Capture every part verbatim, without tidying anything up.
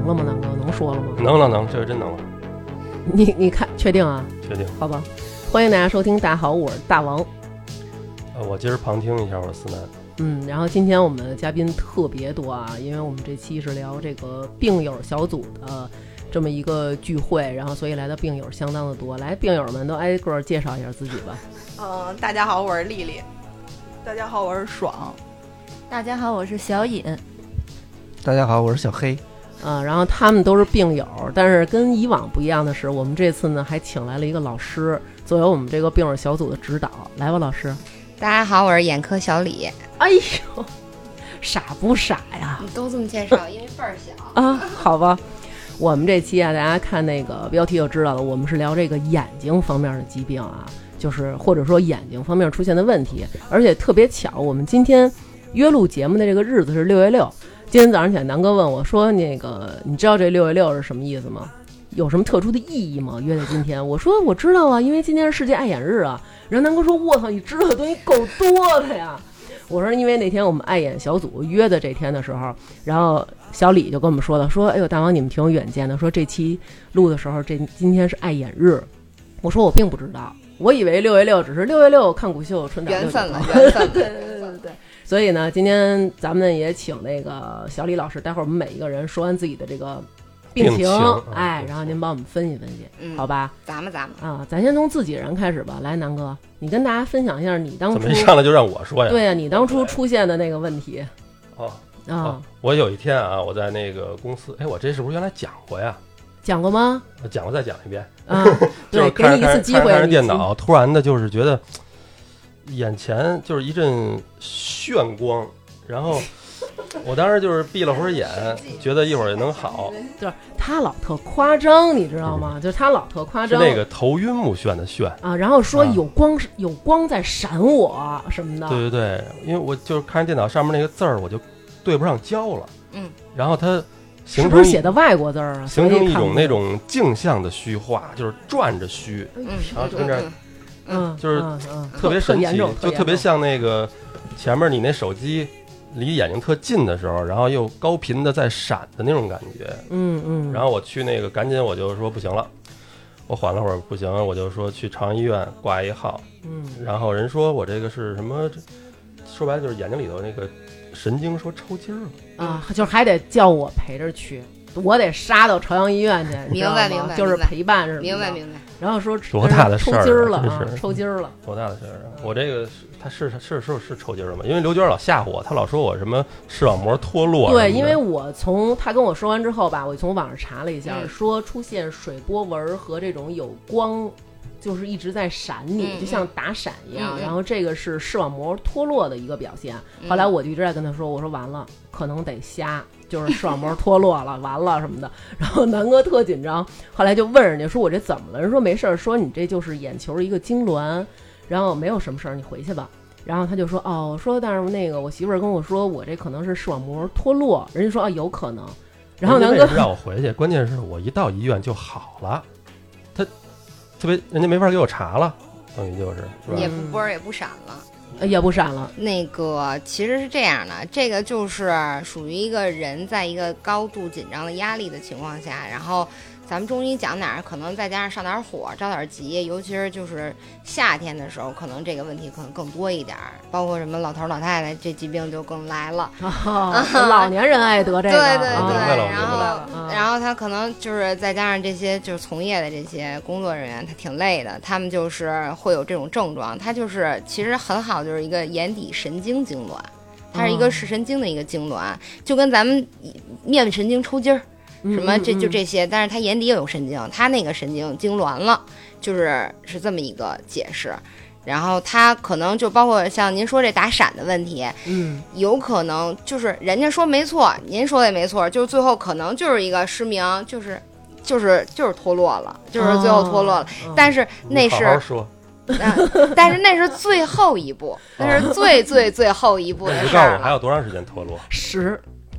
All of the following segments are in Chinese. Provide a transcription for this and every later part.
了吗？南哥能说了吗？ 能了能，这个真能了。 你你看确定啊？ 确定。 好吧，欢迎大家收听。大家好，我是大王。 呃，我今儿旁听一下，我是思南。 嗯，然后今天我们的嘉宾特别多啊，因为我们这期是聊这个病友小组的这么一个聚会，然后所以来的病友相当的多。来，病友们都挨个介绍一下自己吧。 嗯，大家好，我是丽丽。大家好，我是爽。 大家好，我是小尹。 大家好，我是小黑。 啊，然后他们都是病友，但是跟以往不一样的是，我们这次呢还请来了一个老师，作为我们这个病友小组的指导。来吧，老师。 大家好，我是眼科小李。 哎呦，傻不傻呀？ 你都这么介绍，因为辈儿小啊。好吧，我们这期啊，大家看那个标题就知道了，我们是聊这个眼睛方面的疾病啊，就是或者说眼睛方面出现的问题，而且特别巧，我们今天约录节目的这个日子是六月六。今天早上起来，南哥问我说：“那个，你知道这六月六是什么意思吗？有什么特殊的意义吗？约在今天？”我说：“我知道啊，因为今天是世界爱眼日啊。”然后南哥说：“我操，你知道的东西够多的呀！”我说：“因为那天我们爱眼小组约的这天的时候，然后小李就跟我们说了，说：‘哎呦，大王你们挺有远见的，说这期录的时候，这今天是爱眼日。’我说我并不知道，我以为六月六只是六月六看古秀春打缘分了，缘分了， 对对对对对。”所以呢，今天咱们也请那个小李老师，待会儿我们每一个人说完自己的这个病情， 病情哎，然后您帮我们分析分析， 嗯、 好吧？ 咱们咱们啊，咱先从自己人开始吧。来，南哥，你跟大家分享一下你当初怎么一上来就让我说呀？ 对呀、啊，你当初出现的那个问题。 哦啊、 哦，我有一天啊，我在那个公司，哎，我这是不是原来讲过呀？ 讲过吗？ 讲过，再讲一遍。 啊， 就是给你一次机会。 看着电脑，突然的就是觉得眼前就是一阵眩光。然后我当时就是闭了会儿眼，觉得一会儿也能好。 就是他老特夸张，你知道吗？嗯、就是他老特夸张， 是那个头晕目眩的眩啊。然后说有光、啊、有光在闪我什么的。 对对对，因为我就是看着电脑上面那个字儿，我就对不上焦了。 嗯。 然后它形成是不是写的外国字儿啊？ 形成一种那种镜像的虚化，就是转着虚。 嗯。 然后跟这儿， 嗯， 就是特别神奇，就特别像那个前面你那手机。离眼睛特近的时候，然后又高频的在闪的那种感觉， 嗯嗯。 然后我去那个，赶紧我就说不行了，我缓了会儿不行，我就说去朝阳医院挂一号， 嗯。 然后人说我这个是什么？说白了就是眼睛里头那个神经说抽筋了啊，就是还得叫我陪着去，我得杀到朝阳医院去， 明白明白， 就是陪伴是明白明白。 然后说多大的事儿、啊， 抽筋了啊，抽筋了， 多大的事儿啊！我这个他是是是是抽筋了吗？因为刘娟老吓唬我，他老说我什么视网膜脱落。 对，因为我从他跟我说完之后吧，我从网上查了一下， 嗯、 说出现水波纹和这种有光，就是一直在闪你， 嗯、 就像打闪一样。 嗯、 然后这个是视网膜脱落的一个表现。 嗯、 后来我就一直在跟他说，我说完了，可能得瞎。就是视网膜脱落了，完了什么的。然后南哥特紧张，后来就问人家说：“我这怎么了？”人说没事儿，说你这就是眼球一个痉挛，然后没有什么事儿，你回去吧。然后他就说：“哦，说但是那个我媳妇儿跟我说，我这可能是视网膜脱落。”人家说：“啊，有可能。”然后南哥让我回去，关键是我一到医院就好了，他特别人家没法给我查了，等于就是是吧？ 也不波儿也不闪了。 也不闪了。 那个其实是这样的，这个就是属于一个人在一个高度紧张的压力的情况下，然后咱们中医讲哪儿可能再加上上点火着点急，尤其是就是夏天的时候，可能这个问题可能更多一点，包括什么老头老太太这疾病就更来了。 哦、老年人爱得这个。 对对对， 啊、 然后、嗯、然后他可能就是再加上这些就是从业的这些工作人员，他挺累的，他们就是会有这种症状，他就是其实很好，就是一个眼底神经痉挛，它是一个视神经的一个痉挛，就跟咱们面神经抽筋儿。什么这就这些，但是他眼底也有神经，他那个神经痉挛了，就是是这么一个解释。然后他可能就包括像您说这打闪的问题， 嗯， 有可能就是人家说没错，您说的也没错，就是最后可能就是一个失明，就是就是就是脱落了，就是最后脱落了， 哦、 但是那是好好说。 嗯，但是那是最后一步，那是最最最后一步的事儿了。 你告诉我还有多长时间脱落？ 十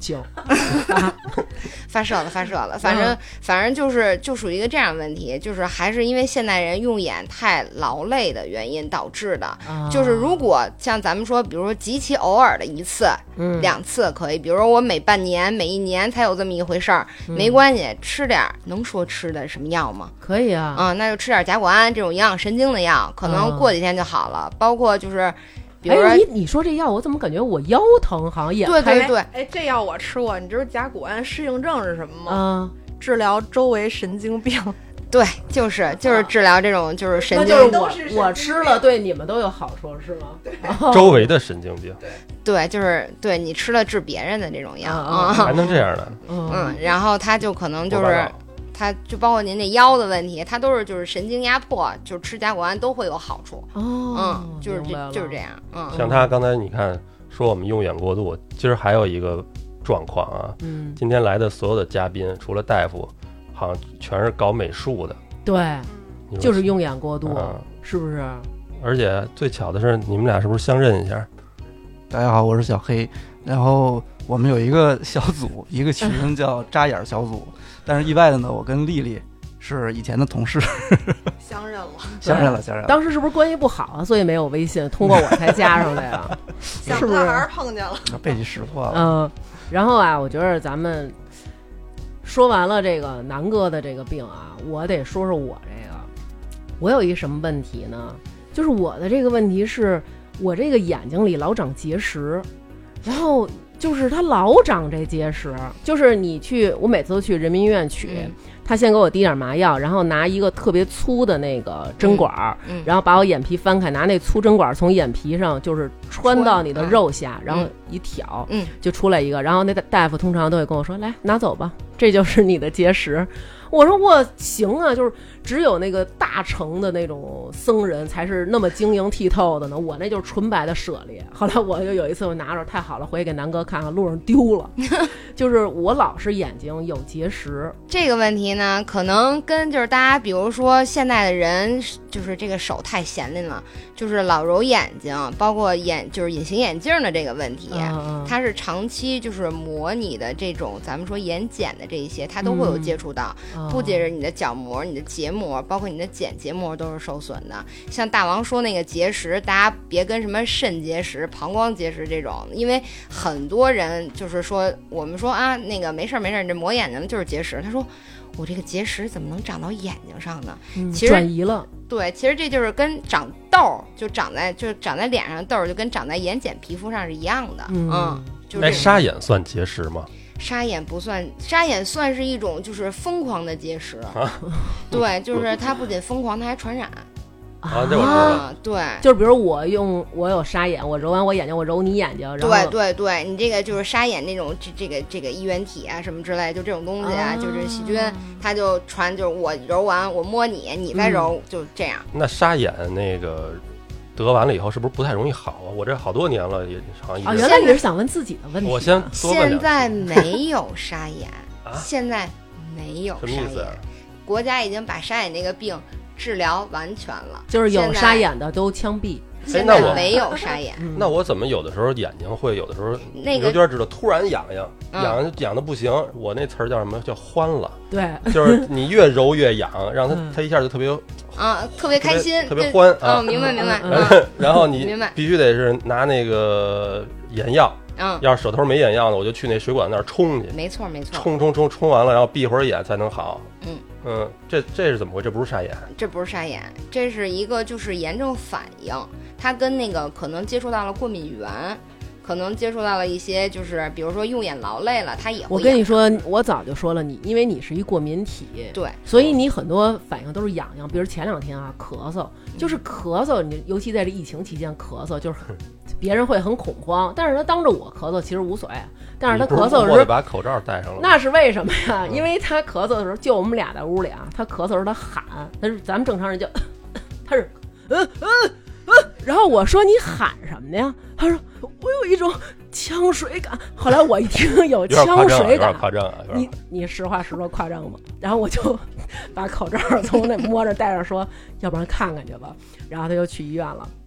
精。 发射了，发射了，反正、 嗯、 反正就是就属于一个这样的问题，就是还是因为现代人用眼太劳累的原因导致的。 啊、 就是如果像咱们说，比如说极其偶尔的一次、 嗯、 两次可以，比如说我每半年、每一年才有这么一回事儿、嗯，没关系，吃点能说吃的什么药吗？ 可以啊， 啊、嗯，那就吃点甲钴胺这种营养神经的药，可能过几天就好了。嗯、包括就是。比如说哎，你你说这药，我怎么感觉我腰疼，好像也对对对。 哎，这药我吃过，你知道甲钴胺适应症是什么吗？ 嗯， 治疗周围神经病。 对，就是就是治疗这种就是神经。 那就是我我吃了对你们都有好处是吗？ 对， 周围的神经病。 对对，就是对你吃了治别人的这种药啊， 还能这样的？ 嗯，然后他就可能就是。它就包括您那腰的问题，它都是就是神经压迫，就是吃甲钴胺都会有好处。 哦， 嗯，就是这就是这样。嗯， 像他刚才你看说我们用眼过度，今儿还有一个状况啊。 嗯， 今天来的所有的嘉宾，除了大夫，好像全是搞美术的。 对，就是用眼过度，嗯、是不是？ 而且最巧的是，你们俩是不是相认一下？ 大家好，我是小黑。然后我们有一个小组，一个群叫扎眼小组。但是意外的呢，我跟丽丽是以前的同事， 相认了， 相认了，相认了。 当时是不是关系不好啊？所以没有微信，通过我才加上的呀？是不是？ 还是碰见了？ 背起识破了。 嗯，然后啊，我觉得咱们说完了这个南哥的这个病啊，我得说说我这个，我有一什么问题呢？就是我的这个问题是我这个眼睛里老长结石，然后。就是他老长这结石，就是你去，我每次都去人民医院取，嗯、他先给我滴点麻药，然后拿一个特别粗的那个针管， 嗯嗯、 然后把我眼皮翻开，拿那粗针管从眼皮上就是穿到你的肉下， 嗯、 然后一挑， 嗯， 就出来一个，然后那大夫通常都会跟我说，来拿走吧，这就是你的结石。我说我行啊，就是只有那个大成的那种僧人才是那么晶莹剔透的呢，我那就是纯白的舍利。后来我就有一次我拿着，太好了，回去给南哥看看，路上丢了。就是我老是眼睛有结石。 这个问题呢，可能跟就是大家比如说现在的人就是这个手太闲练了，就是老揉眼睛，包括眼就是隐形眼镜的这个问题， 嗯、 它是长期就是模拟的这种咱们说眼睑的这一些，它都会有接触到。 嗯不仅是你的角膜、你的结膜，包括你的睑结膜都是受损的。像大王说那个结石，大家别跟什么肾结石、膀胱结石这种，因为很多人就是说，我们说啊，那个没事没事，你这抹眼睛就是结石。他说我这个结石怎么能长到眼睛上呢？ 嗯、 其实转移了。 对，其实这就是跟长痘，就长在就是长在脸上的痘，就跟长在眼睑皮肤上是一样的。 嗯， 嗯就是哎，沙眼算结石吗？ 沙眼不算，沙眼算是一种就是疯狂的结石，啊、对，就是它不仅疯狂，它还传染。 啊，这我知道。 对， 就是比如我用我有沙眼，我揉完我眼睛，我揉你眼睛，然后对对对，你这个就是沙眼那种这这个这个衣原体啊什么之类，就这种东西啊，啊就是细菌，它就传，就是我揉完我摸你，你再揉，嗯、就这样。 那沙眼那个。得完了以后是不是不太容易好啊？我这好多年了，也好像一直。 哦，原来你是想问自己的问题。 我先多问两句。 现在没有沙眼啊， 现在没有沙眼。 什么意思啊？ 国家已经把沙眼这个病治疗完全了， 就是有沙眼的都枪毙。 现在没有沙眼。 那我怎么有的时候眼睛会有的时候那个有点知道突然痒痒， 嗯、 痒痒的不行。我那词儿叫什么？叫欢了。 对， 就是你越揉越痒，让它它一下就特别。 啊，特别开心， 特别欢啊！ 哦，明白明白。 嗯、然后你明白必须得是拿那个眼药， 嗯， 要是手头没眼药呢，我就去那水管那儿冲去。 没错没错， 冲冲冲冲完了，然后闭会儿眼才能好。 嗯嗯，这这是怎么回事？这不是沙眼， 这不是沙眼，这是一个就是炎症反应，它跟那个可能接触到了过敏源。可能接触到了一些，就是比如说用眼劳累了，它也会。 我跟你说，我早就说了你，因为你是一过敏体， 对， 所以你很多反应都是痒痒。比如前两天啊，咳嗽，就是咳嗽，你尤其在这疫情期间咳嗽，就是别人会很恐慌，但是他当着我咳嗽其实无所谓，但是他咳嗽的时候把口罩戴上了， 那是为什么呀？因为他咳嗽的时候，就我们俩在屋里啊，他咳嗽的时候他喊，他是咱们正常人就，他是嗯嗯嗯，然后我说你喊什么呀？他说我有一种呛水感。后来我一听有呛水感， 有点夸张啊！ 你你实话实说夸张吗？然后我就把口罩从那摸着戴着说，要不然看看去吧。然后他就去医院了。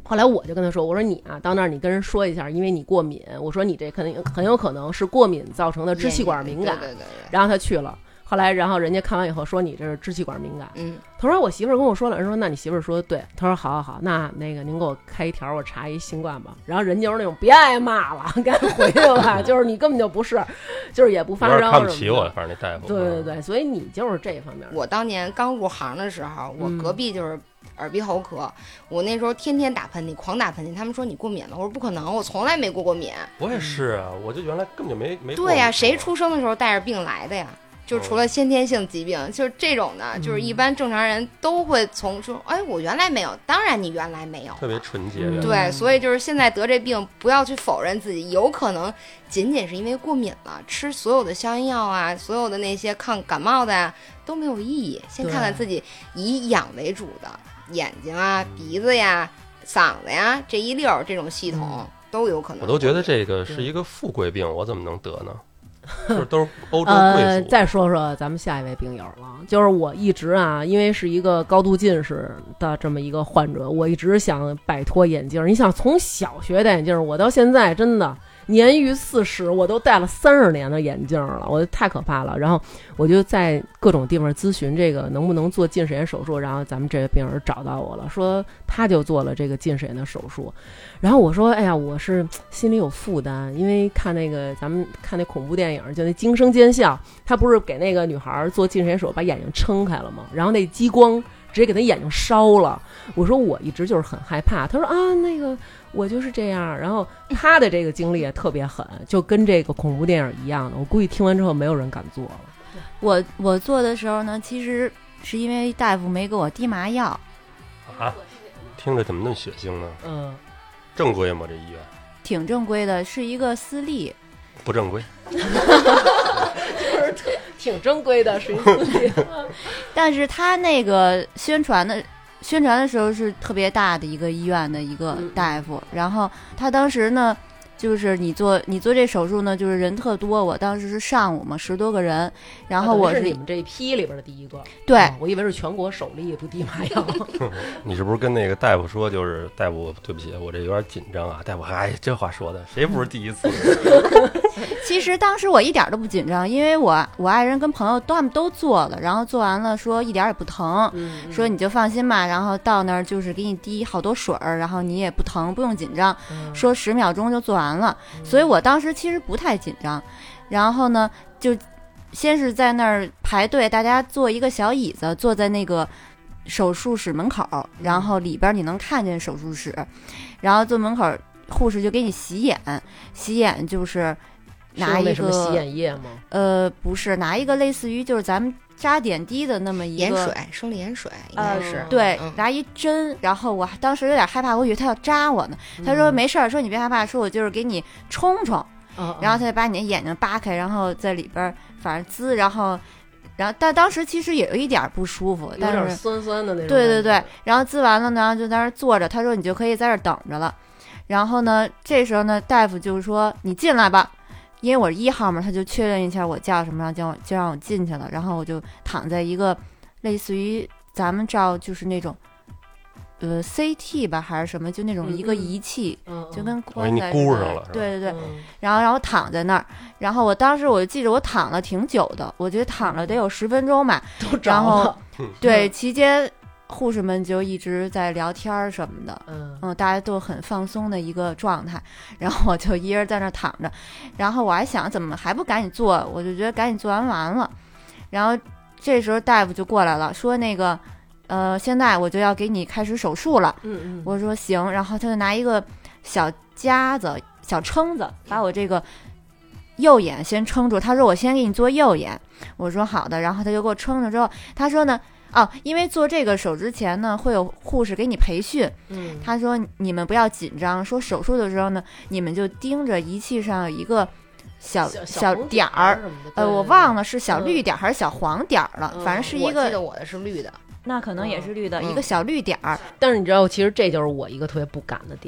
后来我就跟他说，我说你啊，到那儿你跟人说一下，因为你过敏，我说你这肯定很有可能是过敏造成的支气管敏感。 对对对对。 然后他去了，后来然后人家看完以后说你这是支气管敏感。 嗯。 他说我媳妇儿跟我说了，人说那你媳妇儿说的对。他说好好好，那那个您给我开一条，我查一新冠吧。然后人就是那种别挨骂了，赶紧回去吧，就是你根本就不是，就是也不发烧什么的。 看不起我，反正那大夫。 对对对，所以你就是这方面。 我当年刚入行的时候，我隔壁就是。嗯耳鼻喉科，我那时候天天打喷嚏，狂打喷嚏。他们说你过敏了，我说不可能，我从来没过过敏。 我也是啊，我就原来根本就没没。 对呀、啊，谁出生的时候带着病来的呀？就除了先天性疾病，就是这种的，就是一般正常人都会从说，哎，我原来没有，当然你原来没有， 特别纯洁。 对，所以就是现在得这病，不要去否认自己，有可能仅仅是因为过敏了，吃所有的消炎药啊，所有的那些抗感冒的呀、啊、都没有意义。先看看自己以养为主的。眼睛啊、鼻子呀、嗓子呀，这一溜儿这种系统都有可能。 我都觉得这个是一个富贵病，我怎么能得呢？就是都是欧洲贵族。 呃，再说说咱们下一位病友了，就是我一直啊，因为是一个高度近视的这么一个患者，我一直想摆脱眼镜。你想从小学戴眼镜，我到现在真的。年逾四十，我都戴了三十年的眼镜了，我太可怕了。然后我就在各种地方咨询这个能不能做近视眼手术，然后咱们这位病人找到我了，说他就做了这个近视眼的手术。然后我说，哎呀，我是心里有负担，因为看那个咱们看那恐怖电影，就那《惊声尖笑》，他不是给那个女孩做近视眼手术，把眼睛撑开了吗？然后那激光直接给他眼睛烧了。我说我一直就是很害怕。他说啊，那个。我就是这样，然后他的这个经历也特别狠，就跟这个恐怖电影一样的。我估计听完之后没有人敢做了。 我我做的时候呢，其实是因为大夫没给我滴麻药。 啊，听着怎么那么血腥呢？ 嗯， 正规吗？这医院？ 挺正规的，是一个私立。 不正规。 就是挺正规的，是一私立。 但是他那个宣传的。宣传的时候是特别大的一个医院的一个大夫，嗯、然后他当时呢，就是你做你做这手术呢，就是人特多，我当时是上午嘛，十多个人，然后我是、 啊、是你们这一批里边的第一个， 对、 啊，我以为是全国首例不滴麻药。 你是不是跟那个大夫说，就是大夫，对不起，我这有点紧张啊，大夫，哎，这话说的，谁不是第一次？ 其实当时我一点都不紧张，因为我我爱人跟朋友他们都做了，然后做完了说一点也不疼， 嗯嗯、 说你就放心吧，然后到那儿就是给你滴好多水儿，然后你也不疼，不用紧张， 嗯、 说十秒钟就做完了，嗯、所以我当时其实不太紧张。然后呢，就先是在那儿排队，大家坐一个小椅子，坐在那个手术室门口，然后里边你能看见手术室，然后坐门口，护士就给你洗眼，洗眼就是。拿一个洗眼液吗？ 呃，不是，拿一个类似于就是咱们扎点滴的那么一个盐水，生理盐水应该是、 呃、对、 嗯， 拿一针。然后我当时有点害怕，我以为他要扎我呢。他说没事儿，说你别害怕，说我就是给你冲冲。 嗯、 然后他就把你的眼睛扒开，然后在里边反正滋，然后。然后，但当时其实也有一点不舒服，但是有点酸酸的那种。 对对对，然后滋完了呢，就在那儿坐着。他说你就可以在这儿等着了。然后呢，这时候呢，大夫就说你进来吧。因为我是一号嘛，他就确认一下我叫什么，然后就就让我进去了。然后我就躺在一个类似于咱们照就是那种呃 C T 吧还是什么，就那种一个仪器， 嗯嗯、 就跟棺材箍上了。 对对对， 嗯、 然后然后躺在那儿，然后我当时我就记着我躺了挺久的，我觉得躺了得有十分钟吧。然后对期间。护士们就一直在聊天什么的， 嗯嗯，大家都很放松的一个状态，然后我就一人在那躺着，然后我还想怎么还不赶紧做，我就觉得赶紧做完完了，然后这时候大夫就过来了，说那个，呃，现在我就要给你开始手术了， 嗯嗯， 我说行，然后他就拿一个小夹子、小撑子把我这个右眼先撑住，他说我先给你做右眼，我说好的，然后他就给我撑着之后，他说呢。哦，因为做这个手之前呢，会有护士给你培训。 嗯， 他说你们不要紧张，说手术的时候呢，你们就盯着仪器上有一个小小, 小点儿，呃，我忘了是小绿点还是小黄点了，嗯、反正是一个。 我记得我的是绿的， 那可能也是绿的， 嗯、 一个小绿点儿。 但是你知道，其实这就是我一个特别不敢的点。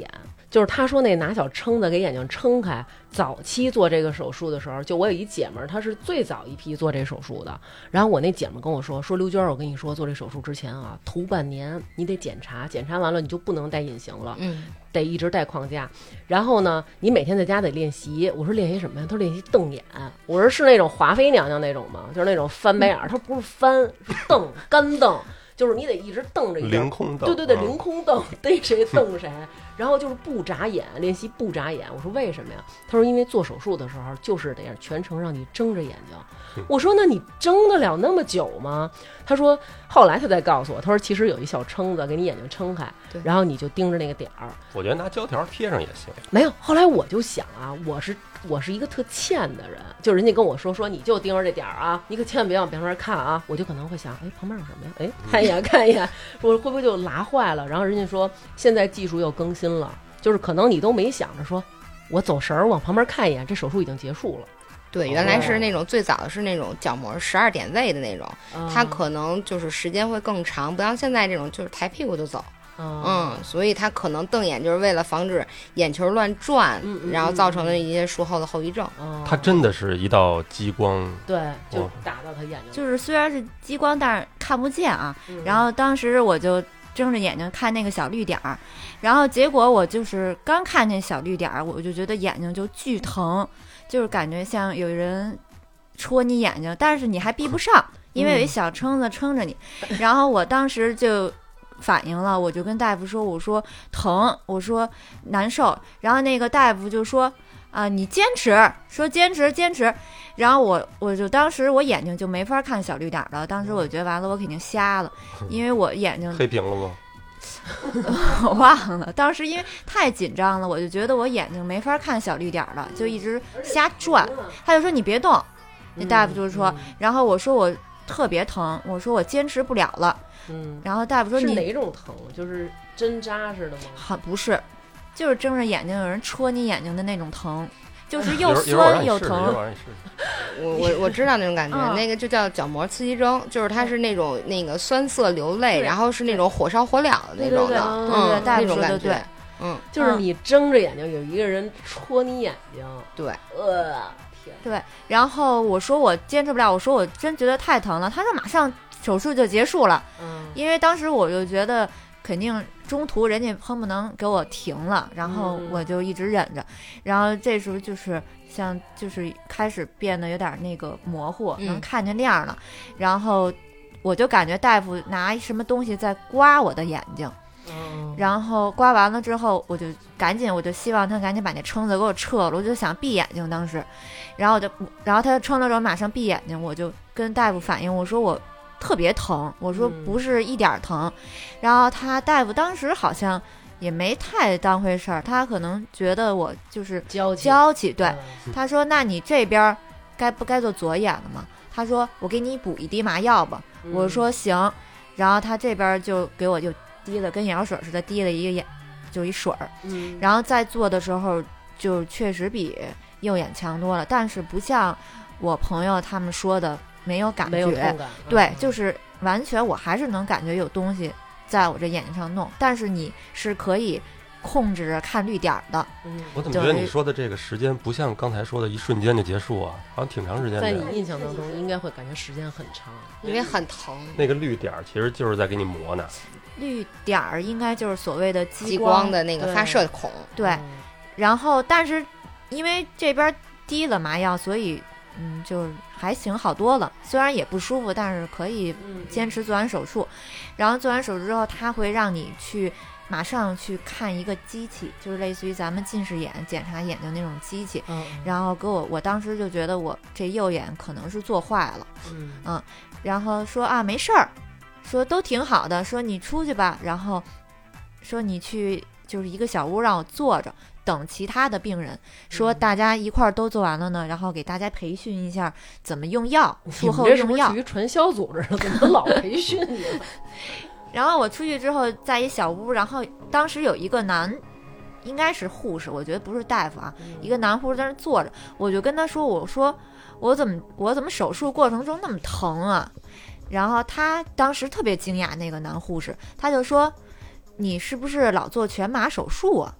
就是他说那拿小撑子给眼睛撑开，早期做这个手术的时候，就我有一姐们儿，她是最早一批做这手术的。然后我那姐们儿跟我说，说刘娟，我跟你说，做这手术之前啊，头半年你得检查，检查完了你就不能戴隐形了， 嗯， 得一直戴框架。然后呢，你每天在家得练习。我说练习什么呀？他说练习瞪眼。我说是那种华妃娘娘那种吗？就是那种翻白眼儿。他不是翻，是瞪，干瞪。就是你得一直瞪着一凌空瞪， 对对对， 嗯凌空瞪，逮谁瞪谁。然后就是不眨眼，练习不眨眼。我说为什么呀？他说因为做手术的时候就是得全程让你睁着眼睛。我说那你睁得了那么久吗？他说后来他再告诉我，他说其实有一小撑子给你眼睛撑开，然后你就盯着那个点儿。 我觉得拿胶条贴上也行。 没有，后来我就想啊，我是我是一个特欠的人，就人家跟我说说你就盯着这点儿啊，你可千万别往边上看啊，我就可能会想，哎，旁边有什么呀？哎，看一眼看一眼，我会不会就拉坏了？然后人家说现在技术又更新了，就是可能你都没想着说，我走神儿往旁边看一眼，这手术已经结束了。 对，原来是那种最早的是那种角膜十二点位的那种， 哦、 它可能就是时间会更长，不像现在这种就是抬屁股就走。 哦、 嗯，所以它可能瞪眼就是为了防止眼球乱转， 嗯嗯、 然后造成了一些术后的后遗症。 哦、 它真的是一道激光， 对，就打到他眼睛。 就是虽然是激光，但是看不见啊。 嗯、 然后当时我就睁着眼睛看那个小绿点儿，然后结果我就是刚看见小绿点儿，我就觉得眼睛就巨疼，就是感觉像有人戳你眼睛，但是你还闭不上，因为有一小撑子撑着你。嗯、然后我当时就反应了，我就跟大夫说，我说疼，我说难受。然后那个大夫就说啊、呃，你坚持，说坚持坚持。然后我我就当时我眼睛就没法看小绿点了，当时我觉得完了，我肯定瞎了，因为我眼睛黑屏了吗？ 我忘了，当时因为太紧张了，我就觉得我眼睛没法看小绿点了，就一直瞎转。他就说你别动，那大夫就是说，然后我说我特别疼，我说我坚持不了了。 嗯， 然后大夫说你是哪种疼？就是针扎似的吗？ 好，不是，就是睁着眼睛有人戳你眼睛的那种疼，就是又酸又疼。 我我我知道那种感觉， 嗯、 那个就叫角膜刺激症，就是它是那种那个酸涩流泪，然后是那种火烧火燎的那种的， 对对对嗯， 对那种感觉， 嗯， 就是你睁着眼睛有一个人戳你眼睛， 对， 呃，天， 对。然后我说我坚持不了，我说我真觉得太疼了。他说马上手术就结束了， 嗯， 因为当时我就觉得肯定中途人家恨不能给我停了，然后我就一直忍着，嗯、然后这时候就是像就是开始变得有点那个模糊， 嗯、 能看见亮了，然后我就感觉大夫拿什么东西在刮我的眼睛。 嗯、 然后刮完了之后，我就赶紧，我就希望他赶紧把那撑子给我撤了，我就想闭眼睛当时，然后我就，然后他撑了之后马上闭眼睛，我就跟大夫反映，我说我特别疼，我说不是一点疼，嗯、然后他大夫当时好像也没太当回事儿，他可能觉得我就是娇气， 娇气，对， 嗯、 他说那你这边该不该做左眼了吗？他说我给你补一滴麻药吧， 嗯、 我说行，然后他这边就给我就滴了跟眼药水似的滴了一个眼，就一水儿， 嗯， 然后再做的时候就确实比右眼强多了，但是不像我朋友他们说的没有感觉， 没有痛感， 对， 嗯、 就是完全我还是能感觉有东西在我这眼睛上弄，但是你是可以控制着看绿点的。 嗯， 我怎么觉得你说的这个时间不像刚才说的一瞬间就结束啊？好像挺长时间的。 在你印象当中，应该会感觉时间很长， 因为很疼。 那个绿点其实就是在给你磨呢。 绿点儿应该就是所谓的激光光的那个发射孔， 对。嗯、然后，但是因为这边滴了麻药，所以嗯，就是还行，好多了。虽然也不舒服，但是可以坚持做完手术。嗯、然后做完手术之后，他会让你去马上去看一个机器，就是类似于咱们近视眼检查眼睛那种机器。 嗯、 然后给我，我当时就觉得我这右眼可能是做坏了。 嗯, 嗯然后说啊，没事儿。说都挺好的，说你出去吧，然后说你去就是一个小屋让我坐着等其他的病人，说大家一块儿都做完了呢，然后给大家培训一下怎么用药，术后用药。 属于传销组织了，怎么老培训你？ 然后我出去之后，在一小屋，然后当时有一个男，应该是护士，我觉得不是大夫啊， 嗯、 一个男护士在那坐着，我就跟他说，我说我怎么我怎么手术过程中那么疼啊？然后他当时特别惊讶，那个男护士他就说：“你是不是老做全麻手术啊？”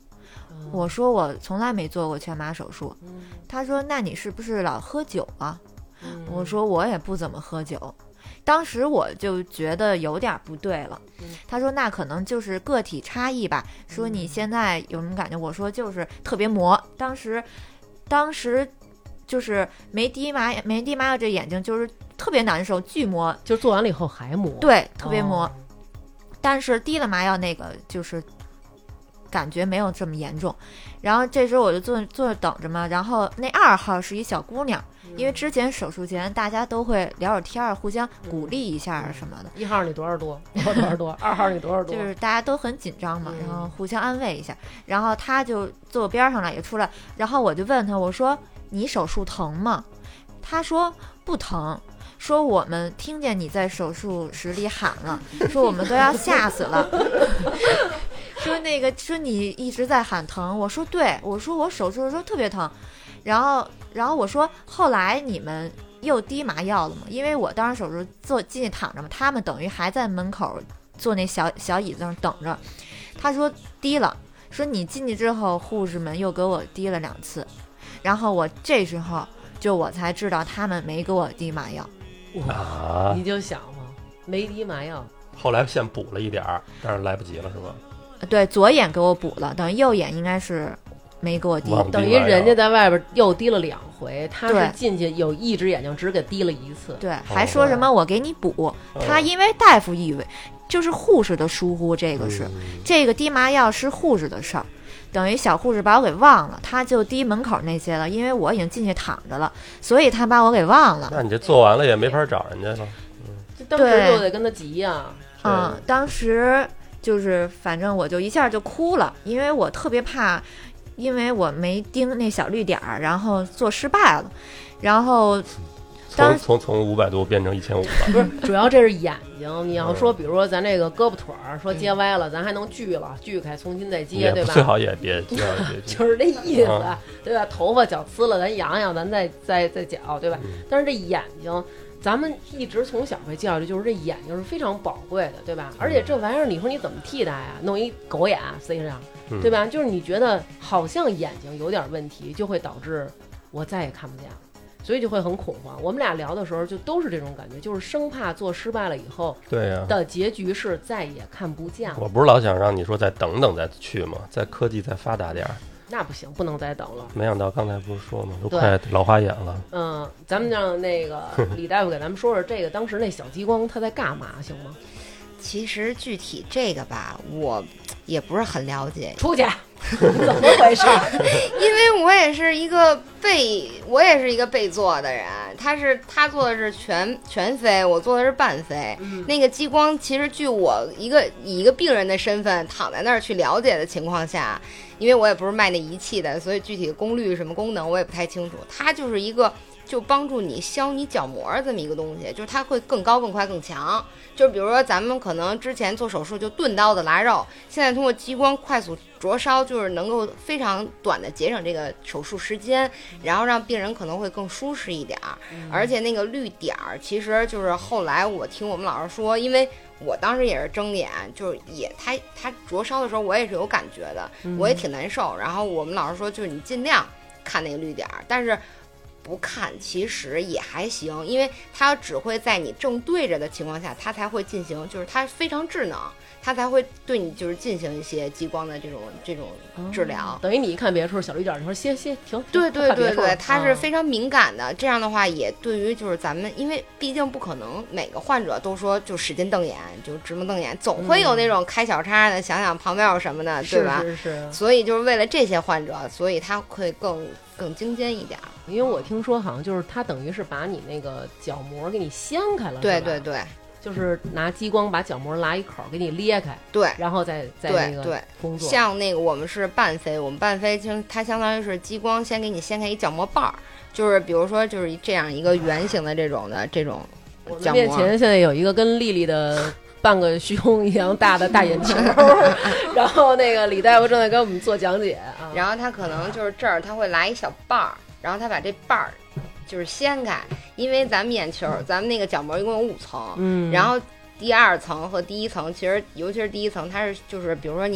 我说我从来没做过全麻手术。 嗯他说那你是不是老喝酒啊？ 嗯我说我也不怎么喝酒。当时我就觉得有点不对了。 嗯他说那可能就是个体差异吧，说你现在有什么感觉？我说就是特别磨。当时当时就是没滴麻没滴麻药，这眼睛就是特别难受，巨磨， 就做完了以后还磨， 对，特别磨。 哦但是滴了麻药那个就是感觉没有这么严重。然后这时候我就坐坐着等着嘛，然后那二号是一小姑娘，因为之前手术前大家都会聊会天儿，互相鼓励一下什么的。 一号你多少多，我多少多，二号你多少多， 就是大家都很紧张嘛， 嗯然后互相安慰一下。然后他就坐我边上了，也出来。然后我就问他，我说你手术疼吗？他说不疼。说我们听见你在手术室里喊了，说我们都要吓死了。说那个说你一直在喊疼，我说对，我说我手术的时候特别疼。然后然后我说后来你们又滴麻药了吗？因为我当时手术坐进去躺着嘛，他们等于还在门口坐那小小椅子上等着。他说滴了，说你进去之后护士们又给我滴了两次。然后我这时候就我才知道他们没给我滴麻药。 啊， 你就想嘛，没滴麻药， 后来先补了一点儿，但是来不及了，是吧？ 对，左眼给我补了，等于右眼应该是没给我滴。 忘等于人家在外边又滴了两回，他是对进去有一只眼睛只给滴了一次。 对，还说什么我给你补， 哦他因为大夫以为就是护士的疏忽，这个是、 嗯这个滴麻药是护士的事儿。等于小护士把我给忘了，他就滴门口那些了，因为我已经进去躺着了，所以他把我给忘了。 那你这做完了也没法找人家了。 这当时就得跟他急呀、 嗯，当时就是反正我就一下就哭了，因为我特别怕，因为我没盯那小绿点儿，然后做失败了，然后当从从从五百多变成一千五了。 不是，主要这是眼睛。你要说，比如说咱这个胳膊腿儿说接歪了，咱还能锯了，锯开重新再接，对吧？ 也最好也别，最好也别就是这意思， 嗯对吧？头发脚呲了，咱养养，咱再再再绞，对吧？ 嗯但是这眼睛，咱们一直从小被教育，就是这眼睛是非常宝贵的，对吧？而且这玩意儿，你说你怎么替代啊？弄一狗眼塞上， 嗯对吧？就是你觉得好像眼睛有点问题，就会导致我再也看不见了。所以就会很恐慌。我们俩聊的时候就都是这种感觉，就是生怕做失败了以后对呀、 的结局是再也看不见了。 我不是老想让你说再等等再去吗？再科技再发达点儿。 那不行，不能再等了。 没想到刚才不是说吗？都对快老花眼了。 嗯，咱们让那个李大夫给咱们说说这个当时那小激光他在干嘛，行吗？ 其实具体这个吧，我也不是很了解， 出去，怎么回事？ 因为我也是一个被，我也是一个被做的人。他是他做的是全全飞，我做的是半飞。 嗯那个激光，其实据我一个以一个病人的身份躺在那儿去了解的情况下，因为我也不是卖那仪器的，所以具体的功率什么功能我也不太清楚。它就是一个就帮助你消你角膜这么一个东西，就是它会更高更快更强。就是比如说咱们可能之前做手术就钝刀子拉肉，现在通过激光快速灼烧，就是能够非常短的节省这个手术时间，然后让病人可能会更舒适一点儿。而且那个绿点儿，其实就是后来我听我们老师说，因为我当时也是睁眼，就是也它它灼烧的时候我也是有感觉的，我也挺难受。然后我们老师说，就是你尽量看那个绿点儿，但是不看其实也还行，因为它只会在你正对着的情况下，它才会进行，就是它非常智能，它才会对你就是进行一些激光的这种这种治疗。 等于你一看别处小绿点，你说歇歇停， 对对对对，它它是非常敏感的。这样的话，也对于就是咱们，因为毕竟不可能每个患者都说就使劲瞪眼，就直目瞪眼，总会有那种开小差的，想想旁边有什么的，对吧？ 是是是。 所以就是为了这些患者，所以他会更更精尖一点。 因为我听说好像就是它等于是把你那个角膜给你掀开了，是吧对对对就是拿激光把角膜拉一口给你裂开， 对。 然后再再那个对对工作。 像那个我们是半飞，我们半飞就它相当于是激光先给你掀开一角膜瓣儿，就是比如说就是这样一个圆形的这种的这种我们角膜。 面前现在有一个跟丽丽的半个胸一样大的大眼球，然后那个李大夫正在给我们做讲解啊。 然后它可能就是这儿它会来一小瓣儿，然后它把这瓣儿就是掀开，因为咱们眼球咱们那个角膜一共有五层， 嗯， 然后第二层和第一层，其实尤其是第一层，它是就是比如说你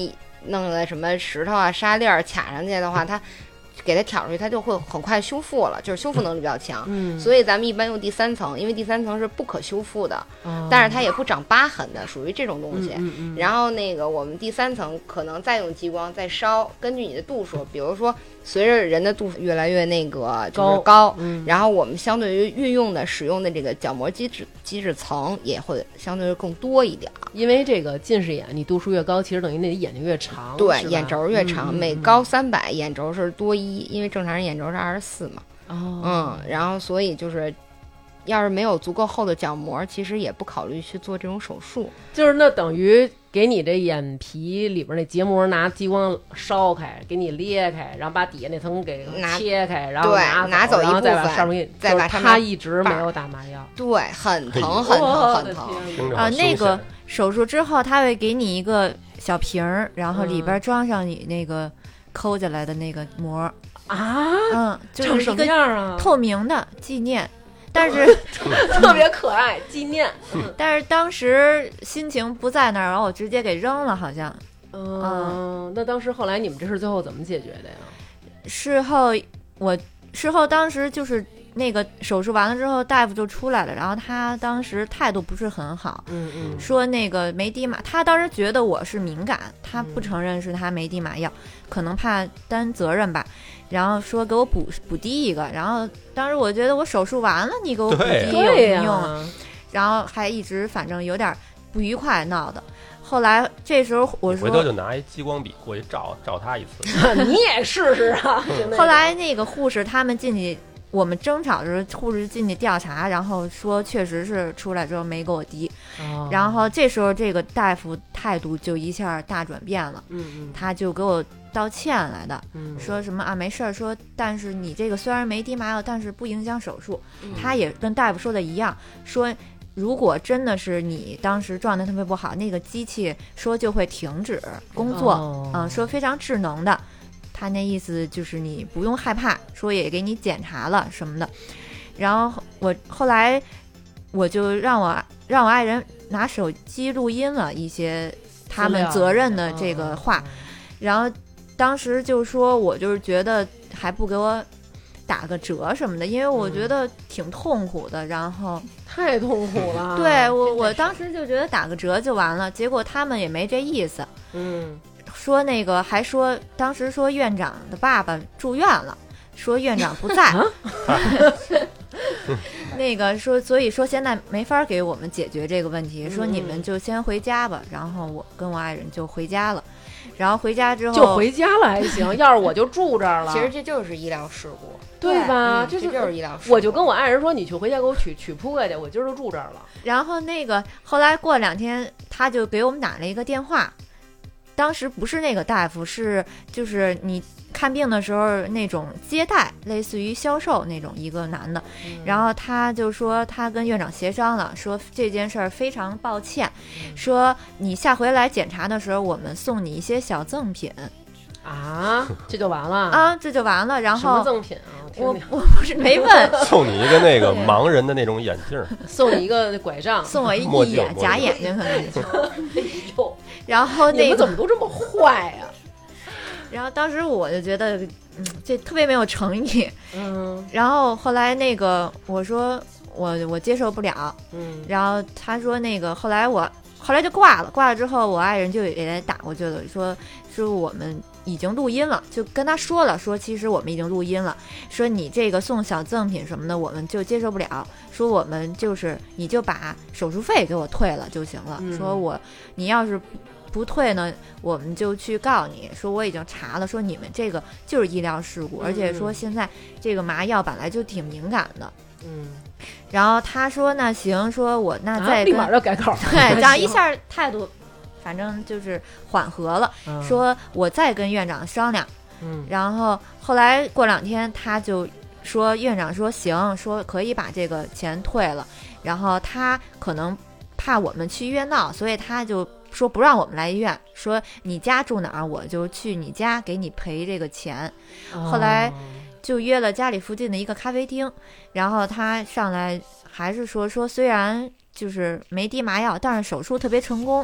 弄了什么石头啊、沙粒儿卡上去的话，它给它挑出去，它就会很快修复了，就是修复能力比较强。 嗯， 所以咱们一般用第三层，因为第三层是不可修复的， 哦、 但是它也不长疤痕的，属于这种东西。 嗯嗯嗯、 然后那个我们第三层可能再用激光再烧，根据你的度数，比如说随着人的度数越来越那个就是高， 嗯、 然后我们相对于运用的使用的这个角膜基质基质层也会相对于更多一点。 因为这个近视眼，你度数越高，其实等于你眼睛越长， 对，眼轴越长， 嗯、 每高三百，眼轴是多一，因为正常人眼轴是二十四嘛。 哦， 嗯，然后所以就是，要是没有足够厚的角膜，其实也不考虑去做这种手术。 就是那等于给你这眼皮里边那结膜拿激光烧开，给你裂开，然后把底下那层给切开，然后拿拿走一部分， 再把上面再把上面。他一直没有打麻药， 对，很疼很疼很疼啊！那个手术之后，他会给你一个小瓶儿，然后里边装上你那个抠下来的那个膜。 啊， 嗯，就是一个透明的纪念，但是特别可爱纪念。 但是当时心情不在那儿，然后我直接给扔了，好像。 嗯，嗯那当时后来你们这事最后怎么解决的呀？ 事后我事后当时就是那个手术完了之后，大夫就出来了，然后他当时态度不是很好， 嗯嗯， 说那个没滴麻，他当时觉得我是敏感，他不承认是他没滴麻药，嗯、可能怕担责任吧。然后说给我补补滴一个，然后当时我觉得我手术完了，你给我补滴有什么用啊？然后还一直反正有点不愉快闹的。后来这时候我说， 回头就拿一激光笔过去照照他一次， 你也试试啊。 后来那个护士他们进去，我们争吵的时候，护士进去调查，然后说确实是出来之后没给我滴， 哦、 然后这时候这个大夫态度就一下大转变了， 嗯嗯， 他就给我道歉来的， 嗯、 说什么啊没事儿，说但是你这个虽然没滴麻药，但是不影响手术。 嗯、 他也跟大夫说的一样，说如果真的是你当时状态特别不好，那个机器说就会停止工作， 哦、 嗯，说非常智能的。他那意思就是你不用害怕，说也给你检查了什么的。然后我后来我就让我让我爱人拿手机录音了一些他们责任的这个话， 哦、 然后当时就说我就是觉得还不给我打个折什么的，因为我觉得挺痛苦的，然后太痛苦了。 对我我当时就觉得打个折就完了，结果他们也没这意思。 嗯。 说那个还说当时说院长的爸爸住院了，说院长不在，那个说所以说现在没法给我们解决这个问题，说你们就先回家吧。然后我跟我爱人就回家了，然后回家之后就回家了还行，要是我就住这儿了。 其实这就是医疗事故， 对吧？ 嗯、这就是医疗事故。 我就跟我爱人说，你去回家给我取取铺盖去，我今儿就住这儿了。 然后那个后来过两天，他就给我们打了一个电话。当时不是那个大夫，是就是你看病的时候那种接待，类似于销售那种一个男的， 嗯、 然后他就说他跟院长协商了，说这件事儿非常抱歉，嗯、说你下回来检查的时候，我们送你一些小赠品。 啊，这就完了啊，这就完了。然后什么赠品啊？ 我我不是没问， 送你一个那个盲人的那种眼镜， 送你一个拐杖， 送我一一眼假眼睛可能。 哎呦， 然后那个你们怎么都这么坏呀、啊？ 然后当时我就觉得，嗯，这特别没有诚意。 嗯。 然后后来那个我说我我接受不了， 嗯。 然后他说那个后来我后来就挂了，挂了之后我爱人就也打过去了，说说我们已经录音了，就跟他说了，说其实我们已经录音了，说你这个送小赠品什么的我们就接受不了，说我们就是你就把手术费给我退了就行了， 嗯、 说我你要是不退呢，我们就去告你，说我已经查了，说你们这个就是医疗事故， 嗯、 而且说现在这个麻药本来就挺敏感的。 嗯， 然后他说那行，说我那再跟、 啊、立马就改口， 对，这样一下态度反正就是缓和了， 嗯、 说我再跟院长商量。 嗯， 然后后来过两天他就说院长说行，说可以把这个钱退了，然后他可能怕我们去医院闹，所以他就说不让我们来医院，说你家住哪儿我就去你家给你赔这个钱。 哦、 后来就约了家里附近的一个咖啡厅，然后他上来还是说说虽然就是没滴麻药，但是手术特别成功，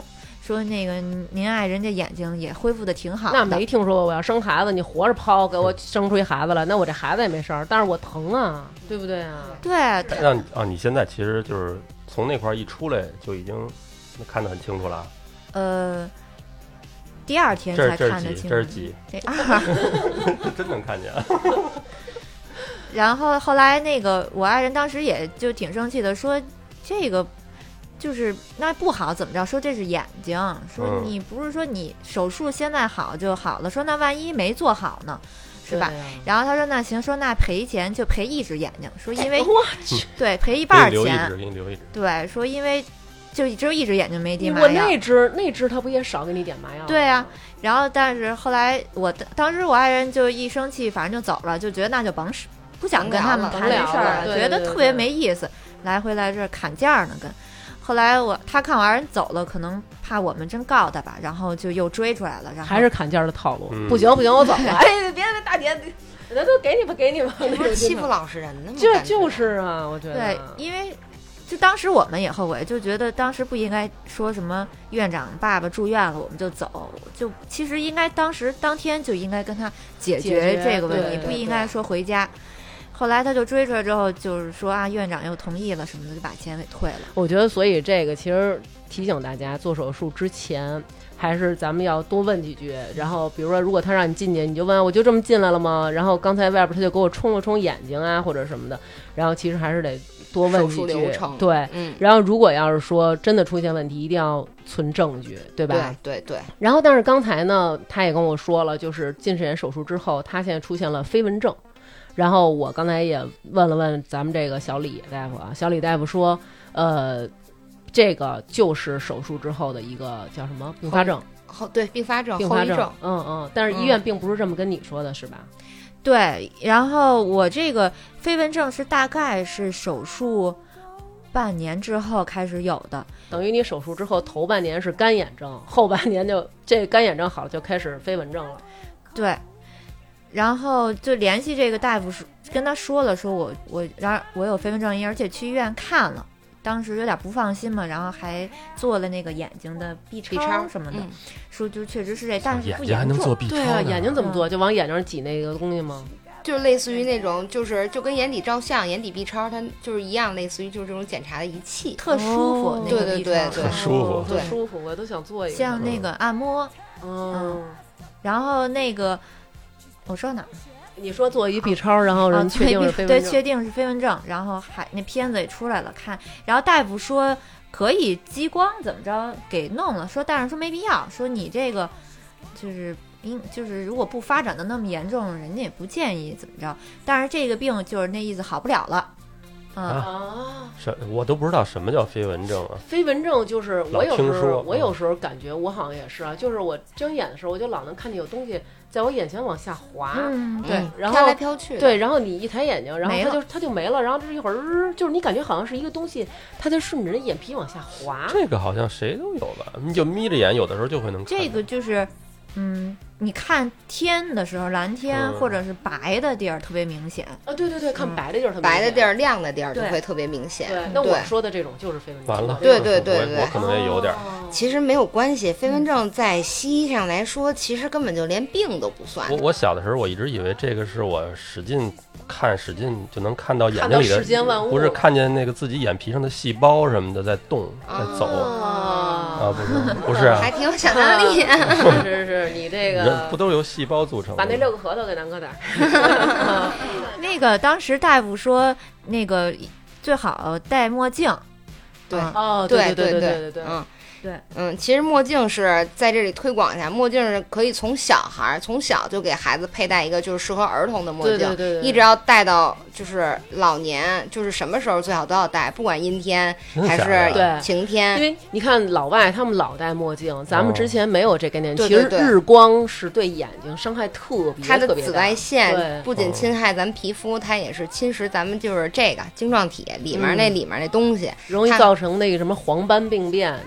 说那个您爱人这眼睛也恢复的挺好的。 那没听说过我要生孩子，你活着抛给我生出一孩子来，那我这孩子也没事儿，但是我疼啊，对不对啊？ 对， 让你啊，你现在其实就是从那块儿一出来就已经看得很清楚了。 呃，第二天才看得清楚。 这是几？ 这二， 真能看见。 然后后来那个我爱人当时也就挺生气的，说这个就是那不好怎么着？说这是眼睛，说你不是说你手术现在好就好了，说那万一没做好呢？是吧？然后他说那行，说那赔钱就赔一只眼睛，说因为对赔一半钱， 给你留一只， 对，说因为就只有一只眼睛没滴麻药。 药， 我那只那只他不也少给你点麻药？ 对啊，然后但是后来我当时我爱人就一生气，反正就走了，就觉得那就甭不想跟他们谈这事儿了，觉得特别没意思，来回来这砍价呢跟。后来我他看我爱人走了，可能怕我们真告他吧，然后就又追出来了，然后还是砍价的套路。 嗯、 不行不行，我走了。哎，别别大姐，人都给你吧，给你吧， 不是欺负老实人呢吗？ 就就是啊，我觉得对，因为就当时我们也后悔，就觉得当时不应该说什么院长爸爸住院了我们就走，就其实应该当时当天就应该跟他解决这个问题，不应该说回家。后来他就追出来之后，就是说啊，院长又同意了什么的，就把钱给退了。 我觉得，所以这个其实提醒大家，做手术之前，还是咱们要多问几句。然后，比如说，如果他让你进去，你就问，我就这么进来了吗？然后刚才外边他就给我冲了冲眼睛啊，或者什么的。然后，其实还是得多问几句。对，嗯。然后，如果要是说真的出现问题，一定要存证据，对吧？ 对对对。 然后，但是刚才呢，他也跟我说了，就是近视眼手术之后，他现在出现了飞蚊症。然后我刚才也问了问咱们这个小李大夫啊，小李大夫说，呃，这个就是手术之后的一个叫什么并发症？ 后对并发症， 并发症， 症嗯嗯。但是医院并不是这么跟你说的，嗯、是吧？ 对。然后我这个飞蚊症是大概是手术半年之后开始有的， 等于你手术之后头半年是干眼症，后半年就这干眼症好了就开始飞蚊症了。 对。然后就联系这个大夫，跟他说了，说我我然后我有飞蚊症，而且去医院看了，当时有点不放心嘛，然后还做了那个眼睛的 B 超什么的，嗯、说就确实是这，但是不严重。 眼睛还能做 B 超？ 对啊，眼睛怎么做？就往眼睛上挤那个东西吗？ 就类似于那种，就是就跟眼底照相、眼底 B 超，它就是一样，类似于就是这种检查的仪器， 特舒服。 哦、对对对对， 特舒服， 特舒服，我都想做一个。 像那个按摩， 嗯， 嗯然后那个。我说哪？ 你说做一 B 超，然后人确定是飞蚊症， 对，确定是飞蚊症，然后还那片子也出来了，看，然后大夫说可以激光怎么着给弄了，说但是说没必要，说你这个就是应就是如果不发展的那么严重，人家也不建议怎么着，但是这个病就是那意思好不了了。嗯、 啊， 什我都不知道什么叫飞蚊症啊！ 飞蚊症就是我有时候我有时候感觉我好像也是啊，就是我睁眼的时候，我就老能看见有东西在我眼前往下滑， 嗯， 对，然后飘来飘去， 对，然后你一抬眼睛，然后它就它就没了，然后这一会儿就是你感觉好像是一个东西，它就顺着人眼皮往下滑。 这个好像谁都有吧？你就眯着眼，有的时候就会能看。 这个就是，嗯。你看天的时候，蓝天、嗯、或者是白的地儿特别明显啊！对对对，看白的地儿特别明显、 嗯、白的地儿、亮的地儿就会特别明显。 对，那我说的这种就是飞蚊症。 完了， 对对对对， 我可能也有点、 哦。 其实没有关系，飞蚊症在西医上来说，其实根本就连病都不算。 我我小的时候，我一直以为这个是我使劲看、使劲就能看到眼睛里的世间万物， 不是看见那个自己眼皮上的细胞什么的在动、在走。 啊啊，不是不是啊， 还挺有想象力。 是是是，你这个人不都由细胞组成的？ 把那六个核桃给咱搁点儿。 那个当时大夫说，那个最好戴墨镜。 对， 哦， 对对对对对对， 嗯。 对， 嗯，其实墨镜是在这里推广一下，墨镜是可以从小孩从小就给孩子佩戴一个就是适合儿童的墨镜， 对对对对， 一直要戴到就是老年，就是什么时候最好都要戴，不管阴天还是晴天。 因为你看老外他们老戴墨镜，咱们之前没有这概念。 哦、 其实日光是对眼睛伤害特别它的特别紫外线不仅侵害咱们皮肤，它也是侵蚀咱们就是这个晶状体里面那、嗯、里面那东西， 容易造成那个什么黄斑病变，对吧？ 白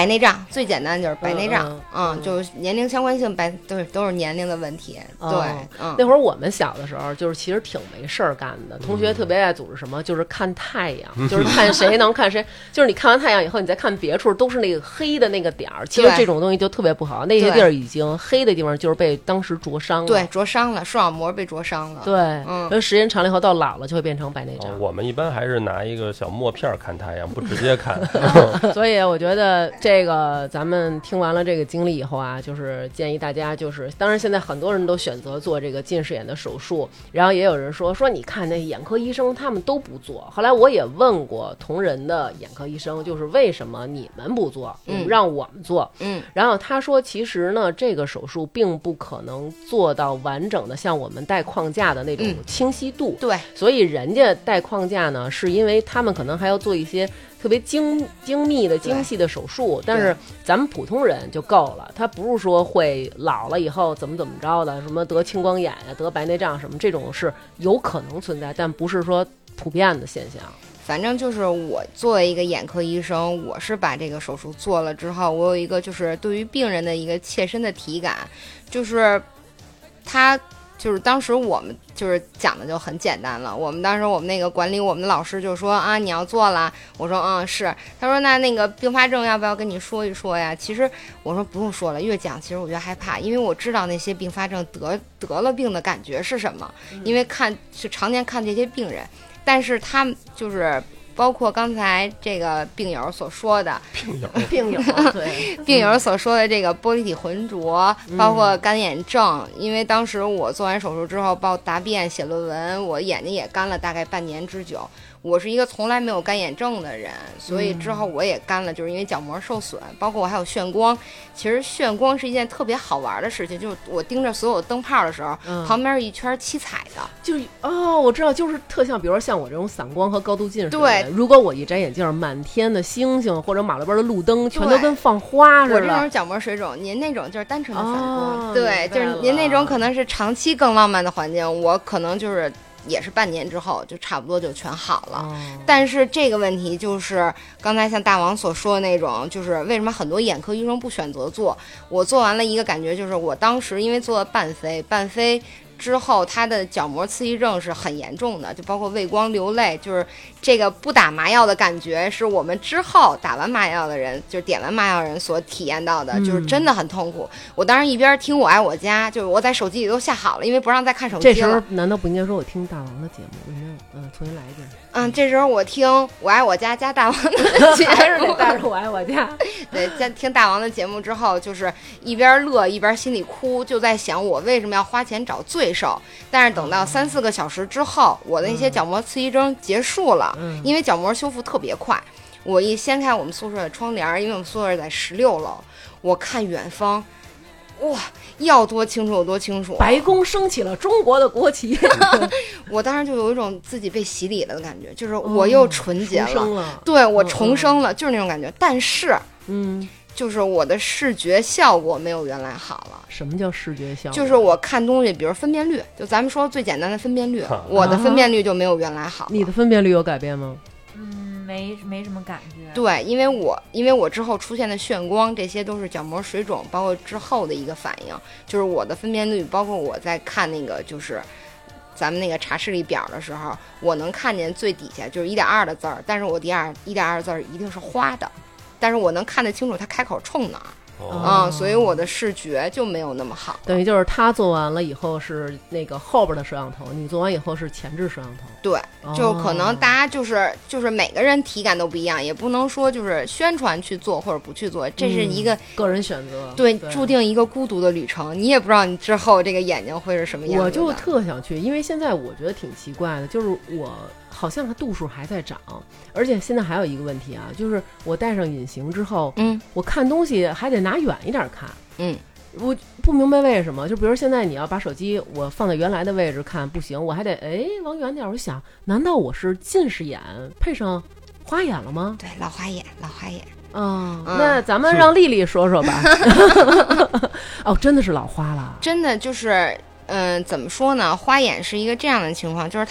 白内障最简单就是白内障， 嗯嗯，嗯就是年龄相关性白都是都是年龄的问题， 哦、 对，嗯， 那会儿我们小的时候，就是其实挺没事儿干的，同学特别爱组织什么，就是看太阳，嗯、就是看谁能看谁，就是你看完太阳以后，你再看别处都是那个黑的那个点儿，其实这种东西就特别不好，那些地儿已经黑的地方就是被当时灼伤了， 对，灼伤了，视网膜被灼伤了， 对，嗯，时间长了以后到老了就会变成白内障。 哦、我们一般还是拿一个小墨片看太阳，不直接看。 所以我觉得这个咱们听完了这个经历以后啊，就是建议大家就是，当然现在很多人都选择做这个近视眼的手术，然后也有人说说你看那眼科医生他们都不做。后来我也问过同仁的眼科医生，就是为什么你们不做，嗯、让我们做？嗯，然后他说其实呢，这个手术并不可能做到完整的像我们带框架的那种清晰度。 嗯、对， 所以人家带框架呢，是因为他们可能还要做一些特别精精密的精细的手术，但是咱们普通人就够了，他不是说会老了以后怎么怎么着的，什么得青光眼呀、得白内障什么，这种是有可能存在，但不是说普遍的现象。 反正就是我作为一个眼科医生，我是把这个手术做了之后，我有一个就是对于病人的一个切身的体感，就是他就是当时我们就是讲的就很简单了，我们当时我们那个管理我们的老师就说啊你要做了，我说嗯是，他说那那个并发症要不要跟你说一说呀？其实我说不用说了，越讲其实我觉得害怕，因为我知道那些并发症得得了病的感觉是什么，因为看是常年看这些病人，但是他们就是包括刚才这个病友所说的病友病友对病友所说的这个玻璃体浑浊， 嗯、 包括干眼症，因为当时我做完手术之后报答辩写论文，我眼睛也干了大概半年之久。我是一个从来没有干眼症的人，所以之后我也干了，就是因为角膜受损，包括我还有眩光。其实眩光是一件特别好玩的事情，就是我盯着所有灯泡的时候，嗯、旁边一圈七彩的， 就哦，我知道，就是特像，比如说像我这种散光和高度近视。 对， 如果我一摘眼镜，满天的星星或者马路边的路灯，全都跟放花似的。 我这种角膜水肿，您那种就是单纯的散光， 哦、 对，就是您那种可能是长期更浪漫的环境，我可能就是。也是半年之后就差不多就全好了、哦、但是这个问题就是刚才像大王所说的那种，就是为什么很多眼科医生不选择做，我做完了一个感觉就是我当时因为做了半飞半飞之后，他的角膜刺激症是很严重的，就包括畏光流泪，就是这个不打麻药的感觉是我们之后打完麻药的人，就是点完麻药人所体验到的、嗯、就是真的很痛苦。我当时一边听我爱我家，就是我在手机里都下好了，因为不让再看手机了。 这时候难道不应该说我听大王的节目？为什么嗯重新来一遍？ 嗯，这时候我听我爱我家加大王的节目带着我爱我家对，在听大王的节目之后，就是一边乐一边心里哭，就在想我为什么要花钱找罪受。但是等到三四个小时之后，我的那些角膜刺激症结束了、嗯、因为角膜修复特别快，我一掀开我们宿舍的窗帘，因为我们宿舍在十六楼，我看远方，哇，要多清楚有多清楚， 白宫升起了中国的国旗我当时就有一种自己被洗礼了的感觉，就是我又纯洁了、 哦、重生了， 对，我重生了、嗯、就是那种感觉。但是嗯， 就是我的视觉效果没有原来好了。 什么叫视觉效果？ 就是我看东西比如分辨率，就咱们说最简单的分辨率、啊、我的分辨率就没有原来好了。 你的分辨率有改变吗？ 嗯，没没什么感觉。 对，因为我因为我之后出现的眩光，这些都是角膜水肿，包括之后的一个反应，就是我的分辨率，包括我在看那个就是咱们那个查视力表的时候，我能看见最底下就是一点二的字儿，但是我第二一点二字儿一定是花的，但是我能看得清楚他开口冲哪儿。 哦、 嗯，所以我的视觉就没有那么好。 等于就是他做完了以后是那个后边的摄像头，你做完以后是前置摄像头。 对，就可能大家就是就是每个人体感都不一样，也不能说就是宣传去做或者不去做，这是一个、 嗯、个人选择。 对， 对， 注定一个孤独的旅程，你也不知道你之后这个眼睛会是什么样子。 我就特想去，因为现在我觉得挺奇怪的，就是我好像它度数还在涨，而且现在还有一个问题啊，就是我戴上隐形之后， 嗯， 我看东西还得拿远一点看， 嗯， 我不明白为什么。就比如现在你要把手机我放在原来的位置看不行，我还得哎往远点。我想，难道我是近视眼配上花眼了吗？ 对，老花眼，老花眼。 哦、嗯，那咱们让丽丽说说吧。哦，真的是老花了， 真的就是，嗯、呃，怎么说呢？花眼是一个这样的情况，就是它。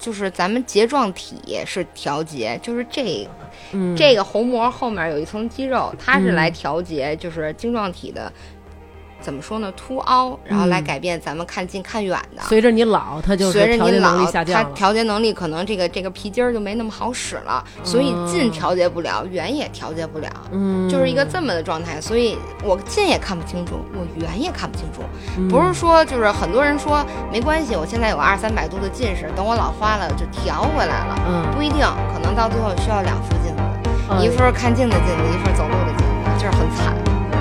就是咱们睫状体是调节，就是这、 嗯、 这个虹膜后面有一层肌肉，它是来调节，就是晶状体的。怎么说呢？凸凹，然后来改变咱们看近看远的。 随着你老，它就随着你老， 它调节能力可能这个这个皮筋儿就没那么好使了，嗯、所以近调节不了，远也调节不了， 嗯， 就是一个这么的状态。所以我近也看不清楚，我远也看不清楚。嗯、不是说就是很多人说没关系，我现在有二三百度的近视，等我老花了就调回来了。 嗯， 不一定，可能到最后需要两副镜子，嗯、一副看近的镜子，一副走路的镜子，就是很惨。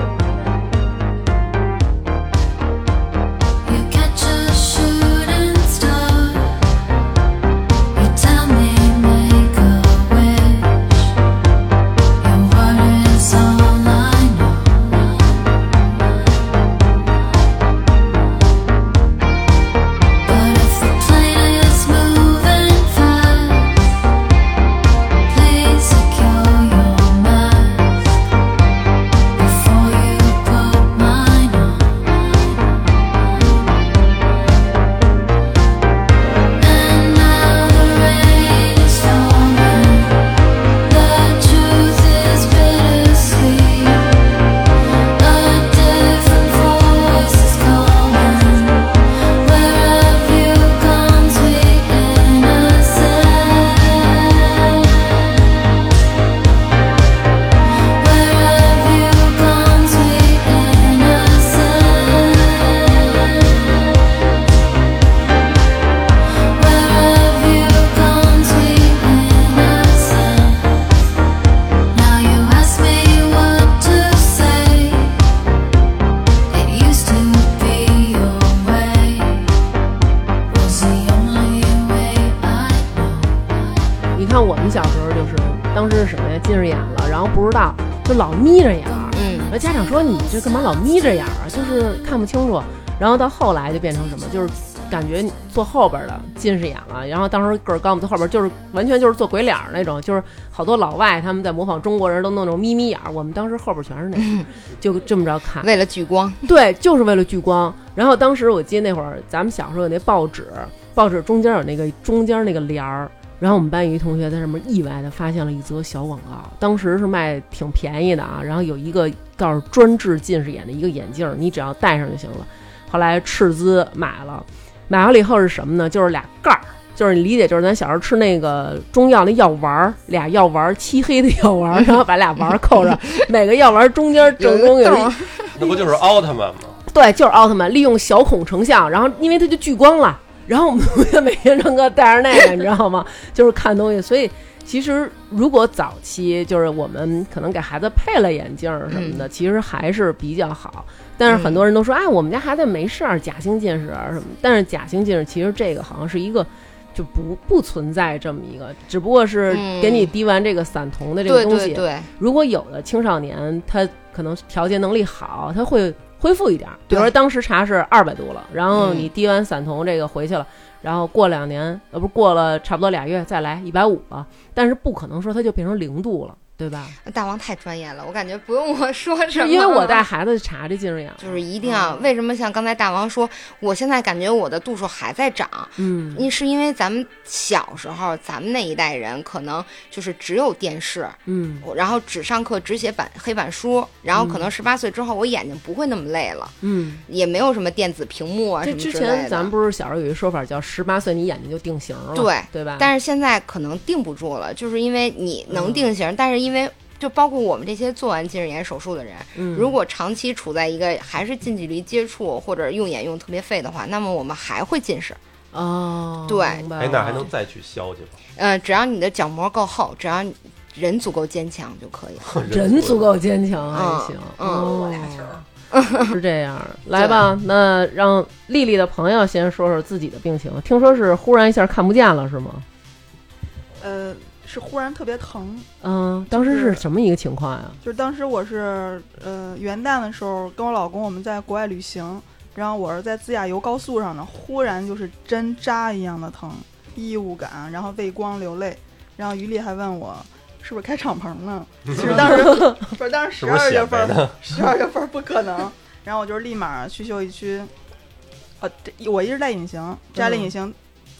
就老眯着眼儿， 嗯， 那家长说你这干嘛老眯着眼儿啊？就是看不清楚。然后到后来就变成什么，就是感觉坐后边的近视眼了。然后当时个儿高，我们坐后边就是完全就是做鬼脸那种，就是好多老外他们在模仿中国人都弄那种眯眯眼儿，我们当时后边全是那种，就这么着看， 为了聚光， 对，就是为了聚光。然后当时我记得那会儿咱们小时候有那报纸，报纸中间有那个中间那个帘儿。然后我们班有一同学在上面意外的发现了一则小广告，当时是卖挺便宜的啊，然后有一个告诉专治近视眼的一个眼镜，你只要戴上就行了。后来斥资买了，买完了以后是什么呢？就是俩盖儿，就是你理解，就是咱小时候吃那个中药那药丸，俩药丸，漆黑的药丸，然后把俩丸扣上，每个药丸中间正中有一， 那不就是奥特曼吗？ 对，就是奥特曼，利用小孔成像，然后因为它就聚光了。然后我们同学每天上课带着那个，你知道吗？就是看东西。所以其实如果早期就是我们可能给孩子配了眼镜什么的，嗯、其实还是比较好。但是很多人都说，哎，我们家孩子没事儿，假性近视啊什么。但是假性近视其实这个好像是一个就不不存在这么一个，只不过是给你滴完这个散瞳的这个东西。 嗯、对对对。如果有的青少年他可能调节能力好，他会恢复一点，比如说当时查是二百度了，然后你滴完散瞳这个回去了，嗯、然后过两年，呃，不是过了差不多俩月再来一百五了，但是不可能说它就变成零度了，对吧？ 大王太专业了，我感觉不用我说什么， 因为我带孩子查这近视眼， 就是一定要。嗯、为什么像刚才大王说，我现在感觉我的度数还在长？ 嗯， 你是因为咱们小时候，咱们那一代人可能就是只有电视， 嗯， 然后只上课只写板黑板书，然后可能十八岁之后，我眼睛不会那么累了， 嗯， 也没有什么电子屏幕啊什么之类的。 之前咱们不是小时候有一说法叫十八岁你眼睛就定型了， 对对吧？ 但是现在可能定不住了，就是因为你能定型，嗯、但是因为就包括我们这些做完近视眼手术的人， 嗯、 如果长期处在一个还是近距离接触或者用眼用特别费的话，那么我们还会近视。 哦， 对， 哎，那还能再去消去吗？ 呃，只要你的角膜够厚，只要人足够坚强就可以了。 人足够坚强还行， 嗯， 我俩球是这样。来吧，那让丽丽的朋友先说说自己的病情。听说是忽然一下看不见了，是吗？ 呃，是忽然特别疼。 嗯，当时是什么一个情况呀？ 就是当时我是呃元旦的时候跟我老公我们在国外旅行，然后我是在自驾游高速上呢，忽然就是针扎一样的疼，异物感，然后畏光流泪，然后于丽还问我是不是开敞篷呢？其实当时不是当时十二月份，十二月份不可能。然后我就立马去秀一区，呃，我一直戴隐形，摘了隐形，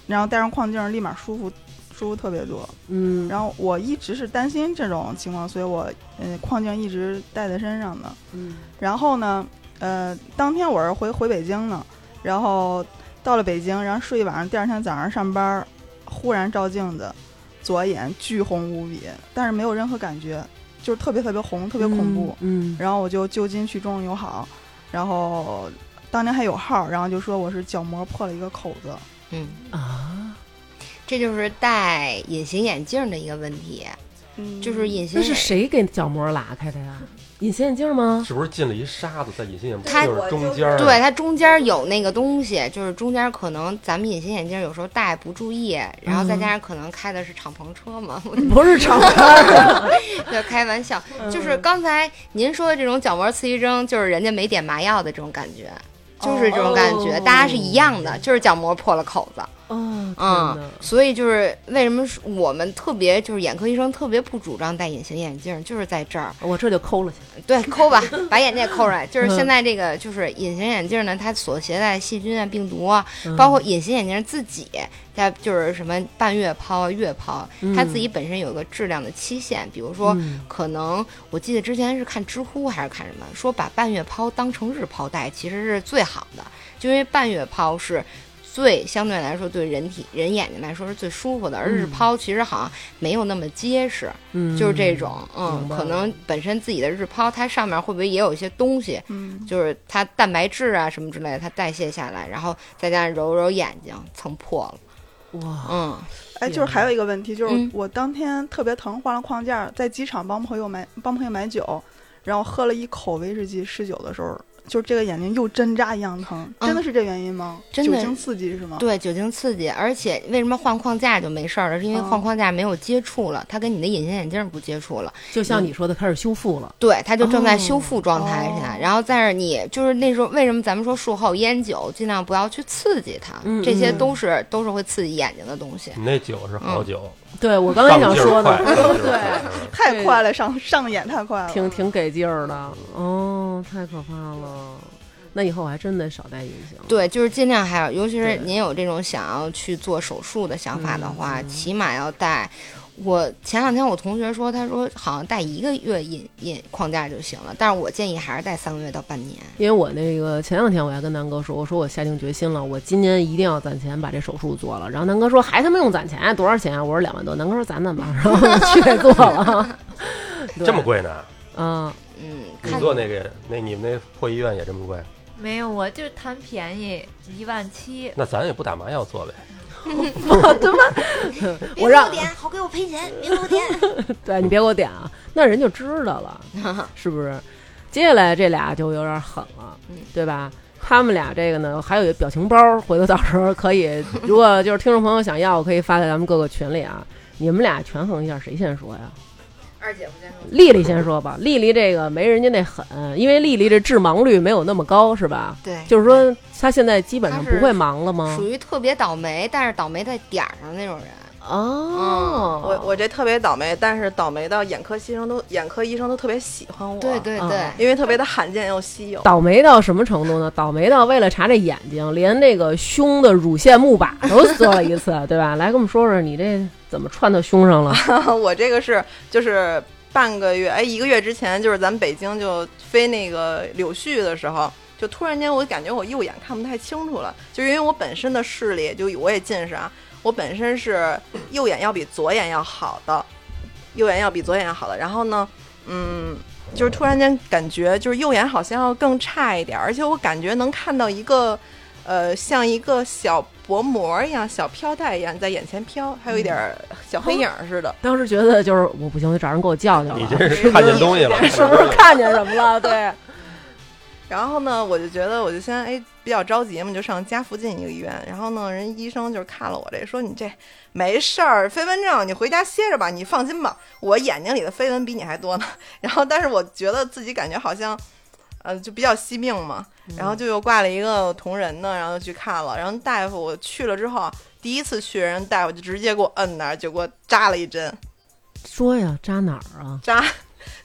然后戴上框镜立马舒服舒服特别多。 嗯， 然后我一直是担心这种情况，所以我呃框镜一直带在身上的。 嗯， 然后呢，呃，当天我是回回北京呢，然后到了北京，然后睡一晚上，第二天早上上班，忽然照镜子，左眼巨红无比，但是没有任何感觉，就是特别特别红，特别恐怖。 嗯，嗯然后我就就近去中日友好，然后当年还有号，然后就说我是角膜破了一个口子。 嗯啊， 这就是戴隐形眼镜的一个问题， 嗯， 就是隐形眼那是谁给角膜拉开的呀？隐形眼镜吗？ 是不是进了一沙子在隐形眼它就是中间儿？ 对，它中间有那个东西，就是中间可能咱们隐形眼镜有时候戴不注意，然后再加上可能开的是敞篷车嘛， 不是敞篷， 对，开玩笑，就是刚才您说的这种角膜刺激征，就是人家没点麻药的这种感觉，就是这种感觉， 哦大家是一样的，就是角膜破了口子。 哦， 嗯，所以就是为什么我们特别就是眼科医生特别不主张戴隐形眼镜，就是在这儿。 我这就抠了去。 对，抠吧，把眼睛也抠出来。就是现在这个就是隐形眼镜呢，它所携带的细菌啊、病毒啊， 嗯包括隐形眼镜自己，它就是什么半月抛啊、月抛， 嗯它自己本身有一个质量的期限。比如说， 嗯可能我记得之前是看知乎还是看什么，说把半月抛当成日抛戴，其实是最好的，就因为半月抛是。最相对来说对人体人眼睛来说是最舒服的，而日抛其实好像没有那么结实， 嗯， 就是这种，嗯明，白可能本身自己的日抛它上面会不会也有一些东西， 嗯， 就是它蛋白质啊什么之类的，它代谢下来，然后再加上揉揉眼睛，蹭破了， 哇， 嗯， 哎，就是还有一个问题，就是嗯我当天特别疼，换了框架，在机场帮朋友买帮朋友买酒，然后喝了一口威士忌试酒的时候，就是这个眼睛又针扎一样疼， 嗯真的是这原因吗？ 真的酒精刺激是吗？ 对，酒精刺激，而且为什么换框架就没事儿了？是因为哦换框架没有接触了，它跟你的隐形眼镜不接触了。 就像你说的，开始修复了。 对，它就正在修复状态哦下，然后在这你就是那时候为什么咱们说术后烟酒尽量不要去刺激它， 嗯这些嗯都是都是会刺激眼睛的东西。 你那酒是好酒， 对我刚才想说的， 上劲儿快对， 太快了，上上眼太快了， 挺挺给劲儿的。哦，太可怕了。那以后我还真得少戴隐形。 对，就是尽量还有，尤其是对您有这种想要去做手术的想法的话， 嗯嗯起码要戴。我前两天我同学说，他说好像戴一个月隐隐框架就行了，但是我建议还是戴三个月到半年。 因为我那个前两天我还跟南哥说，我说我下定决心了，我今年一定要攒钱把这手术做了。然后南哥说还他妈用攒钱，多少钱啊？我说两万多。南哥说攒攒吧，然后去给做了。对这么贵呢？ 嗯， 嗯， 你看做那个那你们那破医院也这么贵？ 没有，我就贪便宜，一万七。 那咱也不打麻药做呗。 我他妈，我让好给我赔钱，别给我点。 对你别给我点啊，那人就知道了，是不是？接下来这俩就有点狠了，对吧？他们俩这个呢，还有一个表情包，回头到时候可以，如果就是听众朋友想要，可以发在咱们各个群里啊。你们俩权衡一下，谁先说呀？ 二姐夫先说。 丽丽先说吧，丽丽这个没人家那狠，因为丽丽这致盲率没有那么高，是吧？ 对， 就是说她现在基本上不会盲了吗属？于特别倒霉，但是倒霉在点儿上那种人。 哦， 我我这特别倒霉，但是倒霉到眼科医生都眼科医生都特别喜欢我， 对对对， 啊因为特别的罕见又稀有。 倒霉到什么程度呢？倒霉到为了查这眼睛，连那个胸的乳腺木靶都做了一次，对吧？来跟我们说说你这怎么穿到胸上了？ 我这个是就是半个月，哎，一个月之前，就是咱们北京就飞那个柳絮的时候，就突然间我感觉我右眼看不太清楚了，就因为我本身的视力，就我也近视啊，我本身是右眼要比左眼要好的，右眼要比左眼要好的。然后呢，嗯，就是突然间感觉就是右眼好像要更差一点，而且我感觉能看到一个，呃，像一个小薄膜一样、小飘带一样在眼前飘，还有一点小黑影似的。 当时觉得就是我不行，我得找人给我叫叫了。 你这是看见东西了， 是不是看见什么了？对。 然后呢，我就觉得我就先哎比较着急嘛，就上家附近一个医院。然后呢，人医生就是看了我这，说你这没事儿，飞蚊症，你回家歇着吧，你放心吧，我眼睛里的飞蚊比你还多呢。然后，但是我觉得自己感觉好像，呃，就比较惜命嘛。然后就又挂了一个同仁呢，然后就去看了。然后大夫我去了之后，第一次去，人大夫就直接给我摁那儿，就给我扎了一针。 说呀，扎哪儿啊？ 扎。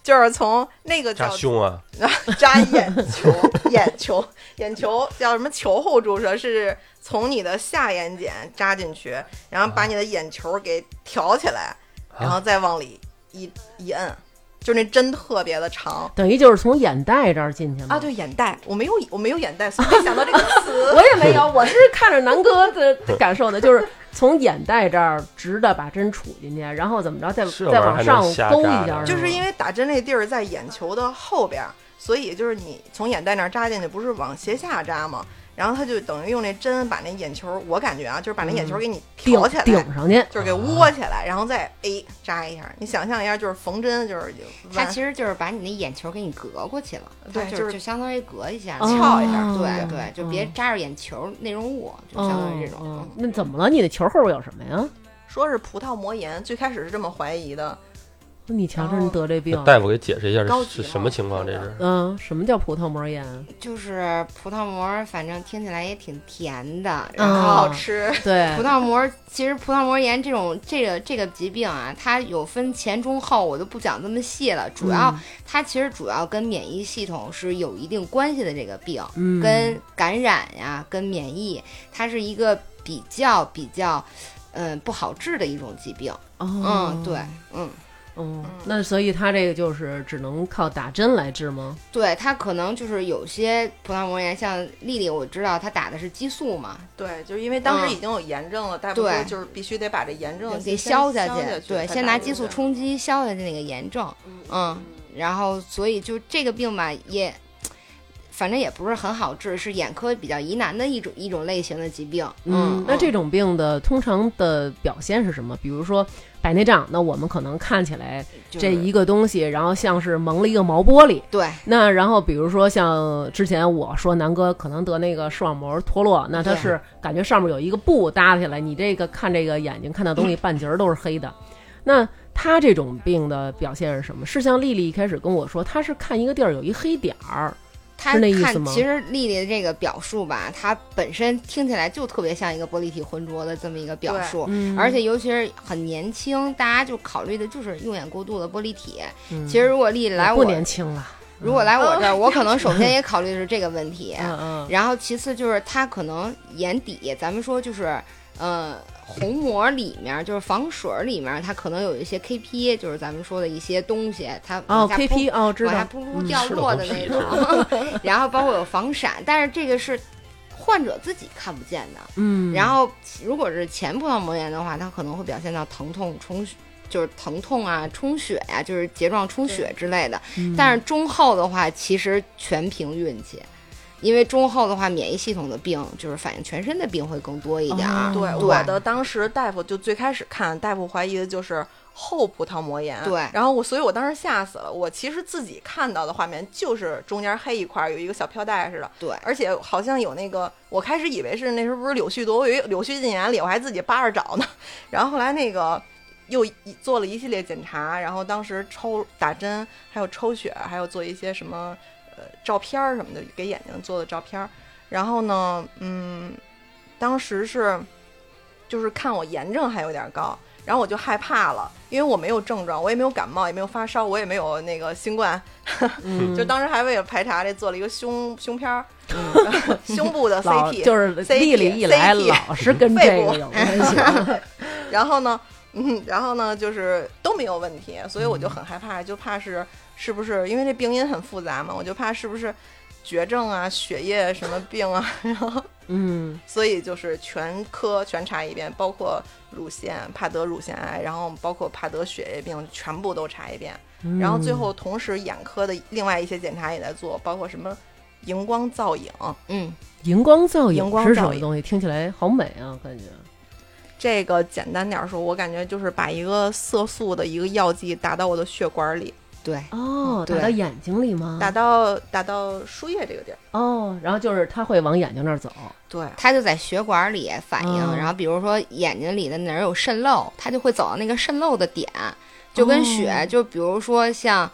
就是从那个叫扎胸啊， 扎眼球，眼球，眼球叫什么球后注射，是从你的下眼睑扎进去，然后把你的眼球给挑起来，然后再往里一一摁，就是那针特别的长， 等于就是从眼袋这儿进去吗？ 啊，对，眼袋，我没有我没有眼袋，所以没想到这个词。 我也没有，我是看着南哥的感受的，就是从眼袋这儿直的把针杵进去，然后怎么着再再往上勾一下， 就是因为打针那地儿在眼球的后边，所以就是你从眼袋那儿扎进去，不是往斜下扎吗？然后他就等于用那针把那眼球，我感觉啊，就是把那眼球给你挑起来， 顶上去， 就是给窝起来，然后再哎扎一下。你想象一下，就是缝针，就是它其实就是把你的眼球给你隔过去了， 对， 就是就相当于隔一下， 翘一下， 对对，就别扎着眼球内容物，就相当于这种。 那怎么了？你的球后边有什么呀？ 说是葡萄膜炎，最开始是这么怀疑的。 你瞧着你得这病， 大夫给解释一下是什么情况？这是嗯，什么叫葡萄膜炎？ 就是葡萄膜，反正听起来也挺甜的， 然后好吃。 对， 葡萄膜其实葡萄膜炎这种这个这个疾病啊，它有分前中后，我就不讲这么细了。主要、嗯、它其实主要跟免疫系统是有一定关系的这个病， 嗯、 跟感染呀、跟免疫，它是一个比较比较嗯不好治的一种疾病。 哦、 嗯，对，嗯。 嗯，那所以他这个就是只能靠打针来治吗？ 对，他可能就是有些葡萄膜炎，像丽丽我知道她打的是激素嘛。 对，就是因为当时已经有炎症了，大夫说就是必须得把这炎症给消下去，对，先拿激素冲击消下去那个炎症，嗯，嗯然后所以就这个病吧也。反正也不是很好治，是眼科比较疑难的一种一种类型的疾病。 嗯，那这种病的通常的表现是什么？比如说白内障，那我们可能看起来这一个东西，然后像是蒙了一个毛玻璃。 对。 那然后比如说像之前我说南哥可能得那个视网膜脱落，那他是感觉上面有一个布搭下来，你这个看这个眼睛看到东西半截都是黑的。那他这种病的表现是什么？是像丽丽一开始跟我说，他是看一个地儿有一黑点儿。 他看，其实丽丽的这个表述吧，它本身听起来就特别像一个玻璃体浑浊的这么一个表述， 嗯、 而且尤其是很年轻，大家就考虑的就是用眼过度的玻璃体。 嗯、 其实如果丽丽来我不年轻了， 如果来我这儿，嗯、我可能首先也考虑的是这个问题， 嗯、 然后其次就是他可能眼底，咱们说就是呃。虹膜里面就是防水里面，它可能有一些 K P， 就是咱们说的一些东西，它哦 K P 哦知道， 往下噗噗掉落的那种，嗯、然后包括有防闪，但是这个是患者自己看不见的， 嗯， 然后如果是前葡萄膜炎的话，它可能会表现到疼痛充血。就是疼痛啊、充血呀、啊，就是结状充血之类的。但是中后的话，其实全凭运气。因为中后的话，免疫系统的病就是反映全身的病会更多一点。 哦、 对，我的当时大夫就最开始看，大夫怀疑的就是后葡萄膜炎。 对， 然后我，所以我当时吓死了。我其实自己看到的画面就是中间黑一块，有一个小飘带似的。 对， 而且好像有那个，我开始以为是那时候不是柳絮多，我以为柳絮进眼里，我还自己扒着找呢。然后后来那个又做了一系列检查，然后当时抽打针，还有抽血，还有做一些什么。呃，照片什么的，给眼睛做的照片。然后呢，嗯，当时是就是看我炎症还有点高，然后我就害怕了，因为我没有症状，我也没有感冒，也没有发烧，我也没有那个新冠， 嗯、 就当时还为了排查这做了一个胸胸片儿，嗯、胸部的 C T， 就是丽丽一来老是跟这个有关系。 然后呢，嗯，然后呢，就是都没有问题，所以我就很害怕，就怕是。是不是因为这病因很复杂嘛？我就怕是不是绝症啊、血液什么病啊，然后嗯， 所以就是全科全查一遍，包括乳腺，怕得乳腺癌，然后包括怕得血液病，全部都查一遍。 嗯、 然后最后同时眼科的另外一些检查也在做，包括什么荧光造影， 嗯， 荧光造影是什么影东西？听起来好美啊，感觉。 这个简单点说，我感觉就是把一个色素的一个药剂打到我的血管里。 对哦，打到眼睛里吗？ 打到打到输液这个地儿哦，然后就是它会往眼睛那儿走， 对， 它就在血管里反应， 哦、 然后比如说眼睛里的哪儿有渗漏，它就会走到那个渗漏的点，就跟血，哦、就比如说像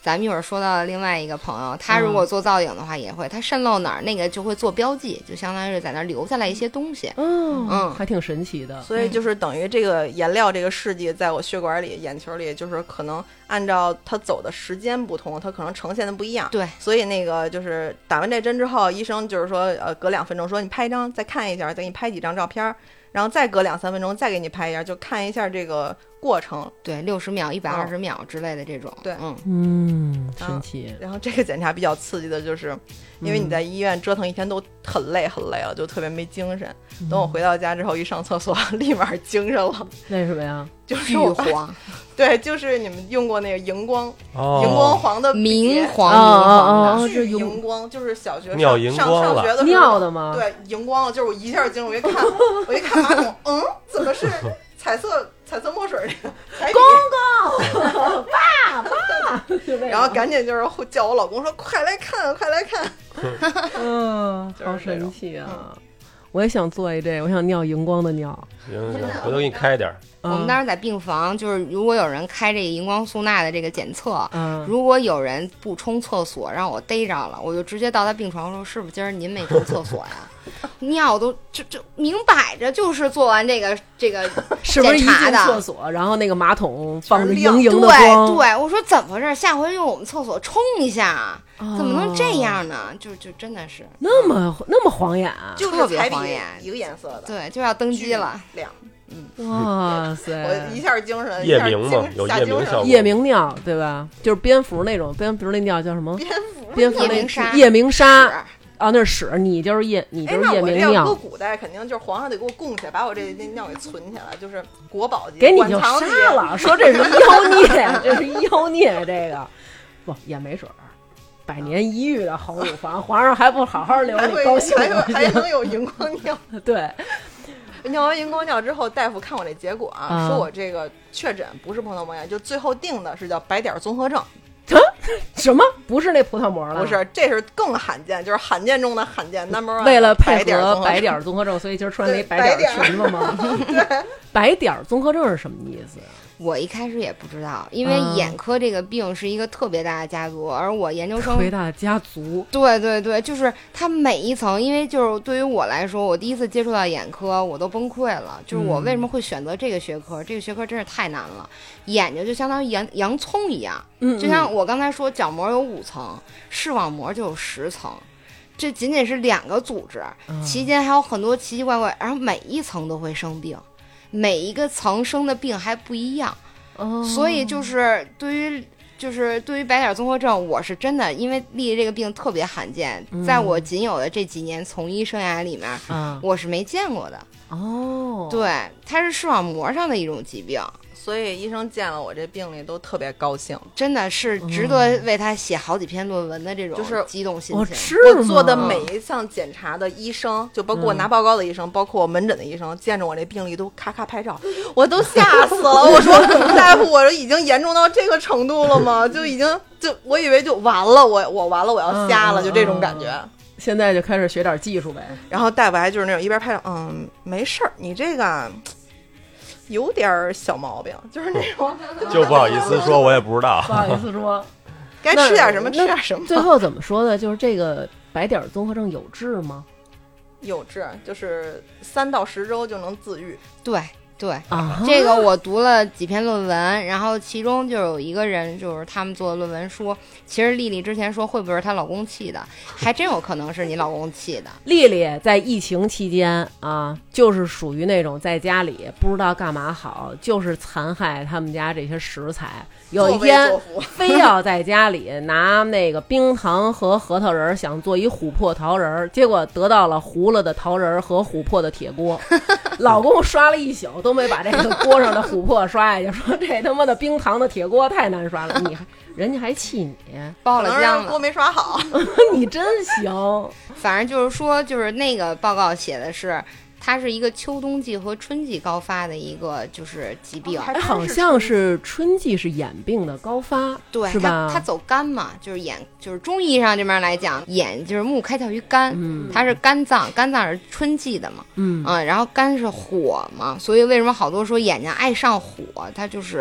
咱们一会儿说到另外一个朋友，他如果做造影的话也会，他渗漏哪儿那个就会做标记，就相当于是在那儿留下来一些东西。 嗯嗯， 还挺神奇的。 所以就是等于这个颜料这个试剂在我血管里、眼球里，就是可能按照它走的时间不同，它可能呈现的不一样。 对， 所以那个就是打完这针之后，医生就是说，呃，隔两分钟说你拍一张，再看一下，再给你拍几张照片，然后再隔两三分钟再给你拍一下，就看一下这个过程。 对，六十秒、一百二十秒之类的这种。 对， 嗯嗯，神奇。 然后这个检查比较刺激的就是，因为你在医院折腾一天都很累很累了，就特别没精神。等我回到家之后，一上厕所立马精神了。 为什么呀？ 就是巨黄。 对，就是你们用过那个荧光， 哦、 荧光黄的明黄明黄的， 巨荧光，就是小学尿荧光上上学的尿的吗？ 对，荧光了，就是我一下惊了，我一看，我一看马桶，嗯，怎么是彩色彩色墨水那个？ 公公，爸爸， 然后赶紧就是叫我老公说，快来看，快来看。 嗯，好神奇啊！我也想做一这，我想尿荧光的尿。 行行，回头给你开点儿。 我们当时在病房，就是如果有人开这个荧光素钠的这个检测， 嗯， 如果有人不冲厕所让我逮着了，我就直接到他病床说：“师傅，今儿您没冲厕所呀？”尿都就就明摆着就是做完这个这个是不是一进厕所，然后那个马桶放着莹莹的光？ 对对，我说怎么回事？下回用我们厕所冲一下， 哦、 怎么能这样呢？就就真的是那么那么晃眼啊， 就是特别晃眼， 一个颜色的， 对，就要登基了， 亮。 嗯， 哇塞！ 我一下精神， 夜明嘛，有夜明效果。 夜明尿对吧？就是蝙蝠那种，蝙蝠那尿叫什么？ 蝙蝠， 蝙蝠夜明砂， 夜明砂。啊，那是屎，你就是夜，你就是夜明尿。 哎，那我这要搁古代，肯定就是皇上得给我供起来，把我这那尿给存起来，就是国宝级。 给你就杀了，说这是妖孽，这是妖孽，这个不也没准儿。百年一遇的好乳房，皇上还不好好留你高兴， 还还能有荧光尿。 对， 尿完荧光尿之后，大夫看我这结果啊， 嗯、 说我这个确诊不是葡萄膜炎，就最后定的是叫白点综合症。 啊？什么？不是那葡萄膜了？ 不是，这是更罕见，就是罕见中的罕见 number one。 为了配合白点综合症，所以今儿穿了一白点裙子吗？ 对， 白点综合症是什么意思？ 我一开始也不知道，因为眼科这个病是一个特别大的家族，而我研究生特别大的家族。 对对对，就是它每一层，因为就是对于我来说，我第一次接触到眼科，我都崩溃了。就是我为什么会选择这个学科？嗯、这个学科真是太难了，眼睛就相当于洋洋葱一样， 嗯， 就像我刚才说，角膜有五层，视网膜就有十层。这仅仅是两个组织， 嗯、 期间还有很多奇奇怪怪，然后每一层都会生病。每一个层生的病还不一样， 哦， 所以就是对于就是对于白点综合症，我是真的因为丽丽这个病特别罕见， 嗯、 在我仅有的这几年从医生涯里面， 嗯、 我是没见过的。 哦， 对，它是视网膜上的一种疾病。 所以医生见了我这病例都特别高兴， 真的是值得为他写好几篇论文的这种就是激动心情。 我做的每一项检查的医生，就包括我拿报告的医生，嗯、包括我门诊的医生，见着我这病例都咔咔拍照，我都吓死了。我说大夫，我已经严重到这个程度了吗？就已经就我以为就完了，我我完了，我要瞎了，嗯、就这种感觉。 现在就开始学点技术呗。 然后大夫还就是那种一边拍照，嗯，没事儿，你这个。有点小毛病，就是那种， 就不好意思说，我也不知道， 不好意思说， 该吃点什么吃点什么。 最后怎么说呢？就是这个白点综合症有治吗？ 有治，就是三到十周就能自愈。 对对、 啊， 这个我读了几篇论文，然后其中就有一个人，就是他们做的论文说，其实丽丽之前说会不会是她老公气的，还真有可能是你老公气的。 丽丽在疫情期间啊，就是属于那种在家里不知道干嘛好，就是残害他们家这些食材。有一天非要在家里拿那个冰糖和核桃仁想做一琥珀桃仁，结果得到了糊了的桃仁和琥珀的铁锅。老公刷了一宿都没把这个锅上的琥珀刷下去，说这他妈的冰糖的铁锅太难刷了，你还人家还气你爆了浆了， 锅没刷好。 你真行。 反正就是说，就是那个报告写的是。它是一个秋冬季和春季高发的一个就是疾病， 哎，好像是春季是眼病的高发， 对， 是吧？ 它, 它走肝嘛，就是眼，就是中医上这边来讲，眼就是目开窍于肝， 嗯， 它是肝脏，肝脏是春季的嘛， 嗯嗯，然后肝是火嘛，所以为什么好多说眼睛爱上火，它就是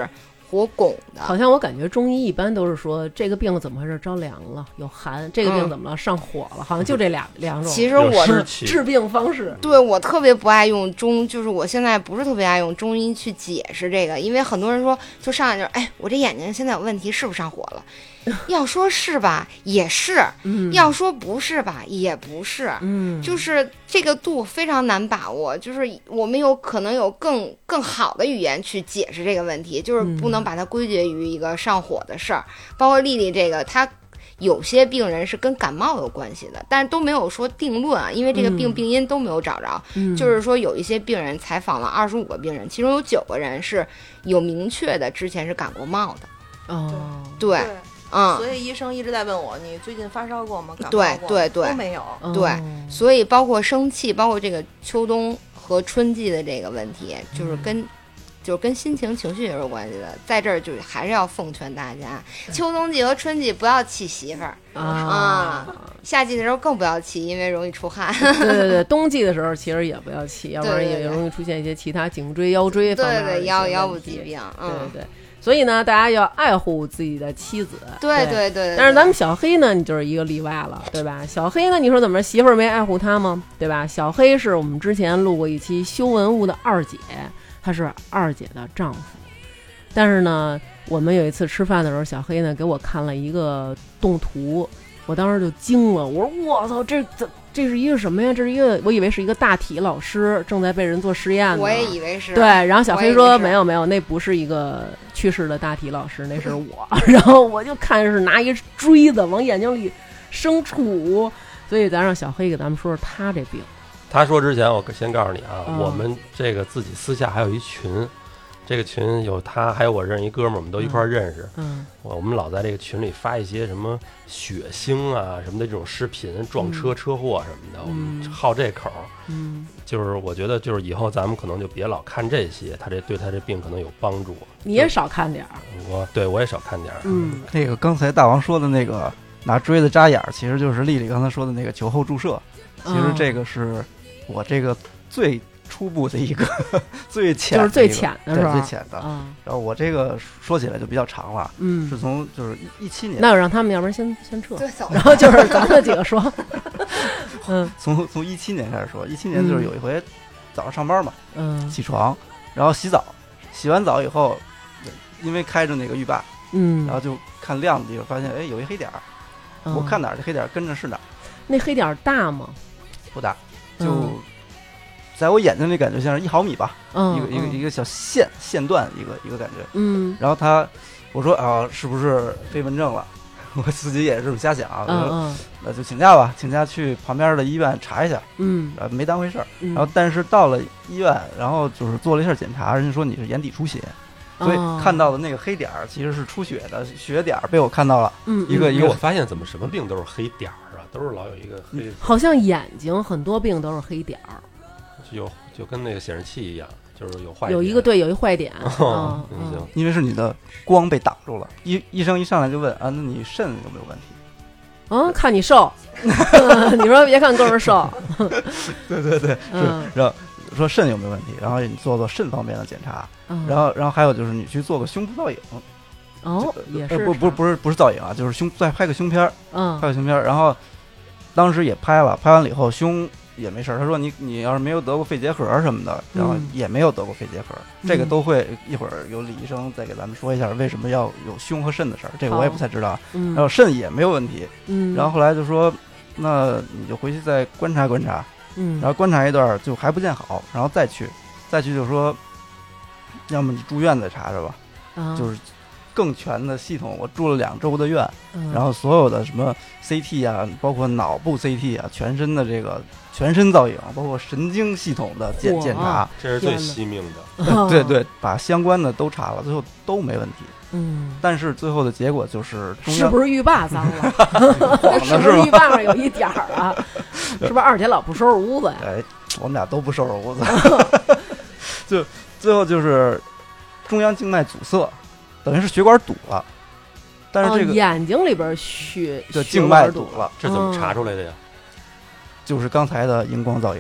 火拱的。 好像我感觉中医一般都是说这个病怎么回事，着凉了有寒，这个病怎么了、嗯、上火了，好像就这俩两种。 其实我是治病方式， 对我特别不爱用中，就是我现在不是特别爱用中医去解释这个，因为很多人说就上来就哎，我这眼睛现在有问题，是不是上火了？要说是吧，也是； 嗯、 要说不是吧，也不是。 嗯， 就是这个度非常难把握，就是我们有可能有更更好的语言去解释这个问题，就是不能把它归结于一个上火的事儿。嗯、包括丽丽这个，她有些病人是跟感冒有关系的，但是都没有说定论啊，因为这个病、嗯、病因都没有找着。 嗯、 就是说有一些病人采访了二十五个病人，其中有九个人是有明确的之前是感过冒的。 哦， 对。对嗯， 所以医生一直在问我，你最近发烧过吗？感冒对过对对， 都没有。 对，所以包括生气，包括这个秋冬和春季的这个问题，就是跟、嗯、就是跟心情情绪也有关系的。在这儿就还是要奉劝大家，秋冬季和春季不要气媳妇儿啊、啊，夏季的时候更不要气，因为容易出汗。 对对对，冬季的时候其实也不要气，要不然也容易出现一些其他颈椎、腰椎方面的对对腰腰部疾病。嗯， 对对对。所以呢，大家要爱护自己的妻子。 对对对, 对, 对。 但是咱们小黑呢，你就是一个例外了，对吧？小黑呢，你说怎么着，媳妇儿没爱护他吗？对吧？小黑是我们之前录过一期修文物的二姐，她是二姐的丈夫。但是呢，我们有一次吃饭的时候，小黑呢给我看了一个动图，我当时就惊了，我说我操，这这。这是一个什么呀？这是一个，我以为是一个大体老师正在被人做实验呢。 我也以为是。 对，然后小黑说没有没有，那不是一个去世的大体老师，那是我。然后我就看是拿一锥子往眼睛里生杵，所以咱让小黑给咱们说说他这病。 他说之前，我先告诉你啊， 嗯、 我们这个自己私下还有一群。这个群有他，还有我认识一哥们儿，我们都一块儿认识。 嗯， 我我们老在这个群里发一些什么血腥啊什么的这种视频，撞车、车祸什么的， 嗯、 我们好这口。 嗯， 就是我觉得，就是以后咱们可能就别老看这些，他这对他这病可能有帮助。 你也少看点儿。 我对我也少看点儿。 嗯， 那个刚才大王说的那个拿锥子扎眼儿，其实就是丽丽刚才说的那个球后注射。其实这个是我这个最。初步的一个最浅的就是最浅的是吧？ 最浅的。 嗯。 然后我这个说起来就比较长了， 嗯， 是从就是一七年。 那我让他们要不然先先撤， 对，走。 然后就是咱们几个说，嗯， 从从一七年开始说，一七年就是有一回早上上班嘛， 嗯， 起床，然后洗澡，洗完澡以后，因为开着那个浴霸， 嗯， 然后就看亮的地方，发现哎有一黑点儿， 嗯、 我看哪儿这黑点儿跟着是哪儿。 那黑点儿大吗？ 不大，就。 嗯在我眼睛里感觉像是一毫米吧， 嗯、 一个一个一个小线线段，一个一个感觉。 嗯， 然后他，我说啊，是不是飞蚊症了？我自己也是瞎想， 嗯嗯， 那就请假吧，请假去旁边的医院查一下。 嗯， 啊，没当回事儿。 嗯、 然后，但是到了医院，然后就是做了一下检查，人家说你是眼底出血，所以看到的那个黑点儿其实是出血的血点儿被我看到了。 嗯， 一个一个， 我发现怎么什么病都是黑点儿啊，都是老有一个黑。 好像眼睛很多病都是黑点儿。 有就跟那个显示器一样，就是有坏有一个对有一坏点， 哦嗯、行， 因为是你的光被挡住了。医医生一上来就问啊，那你肾有没有问题？ 嗯，看你瘦，你说别看哥们儿瘦， 对对对， 嗯， 然后说肾有没有问题，然后你做做肾方面的检查， 嗯、 然后然后还有就是你去做个胸部造影。 哦，也是、 呃、不不不是不是造影啊，就是胸再拍个胸片儿， 嗯， 拍个胸片儿，然后当时也拍了，拍完了以后胸。也没事儿，他说你你要是没有得过肺结核什么的，然后也没有得过肺结核， 嗯、 这个都会一会儿有李医生再给咱们说一下为什么要有胸和肾的事儿，这个我也不太知道。 嗯、 然后肾也没有问题， 嗯， 然后后来就说那你就回去再观察观察， 嗯， 然后观察一段就还不见好，然后再去再去就说，要么你住院再查查吧， 啊、 就是更全的系统，我住了两周的院， 嗯、 然后所有的什么 C T 啊，包括脑部 C T 啊，全身的这个。全身造影，包括神经系统的检检查， 这是最惜命的。 对对，把相关的都查了，最后都没问题。 嗯， 但是最后的结果就是中央是不是浴霸脏了？是不是浴霸上有一点儿啊？是不是二姐老不收拾屋子呀？ 哎，我们俩都不收拾屋子。就最后就是中央静脉阻塞，等于是血管堵了。但是这个、 哦、眼睛里边血的静脉堵了， 这怎么查出来的呀？ 就是刚才的荧光造影，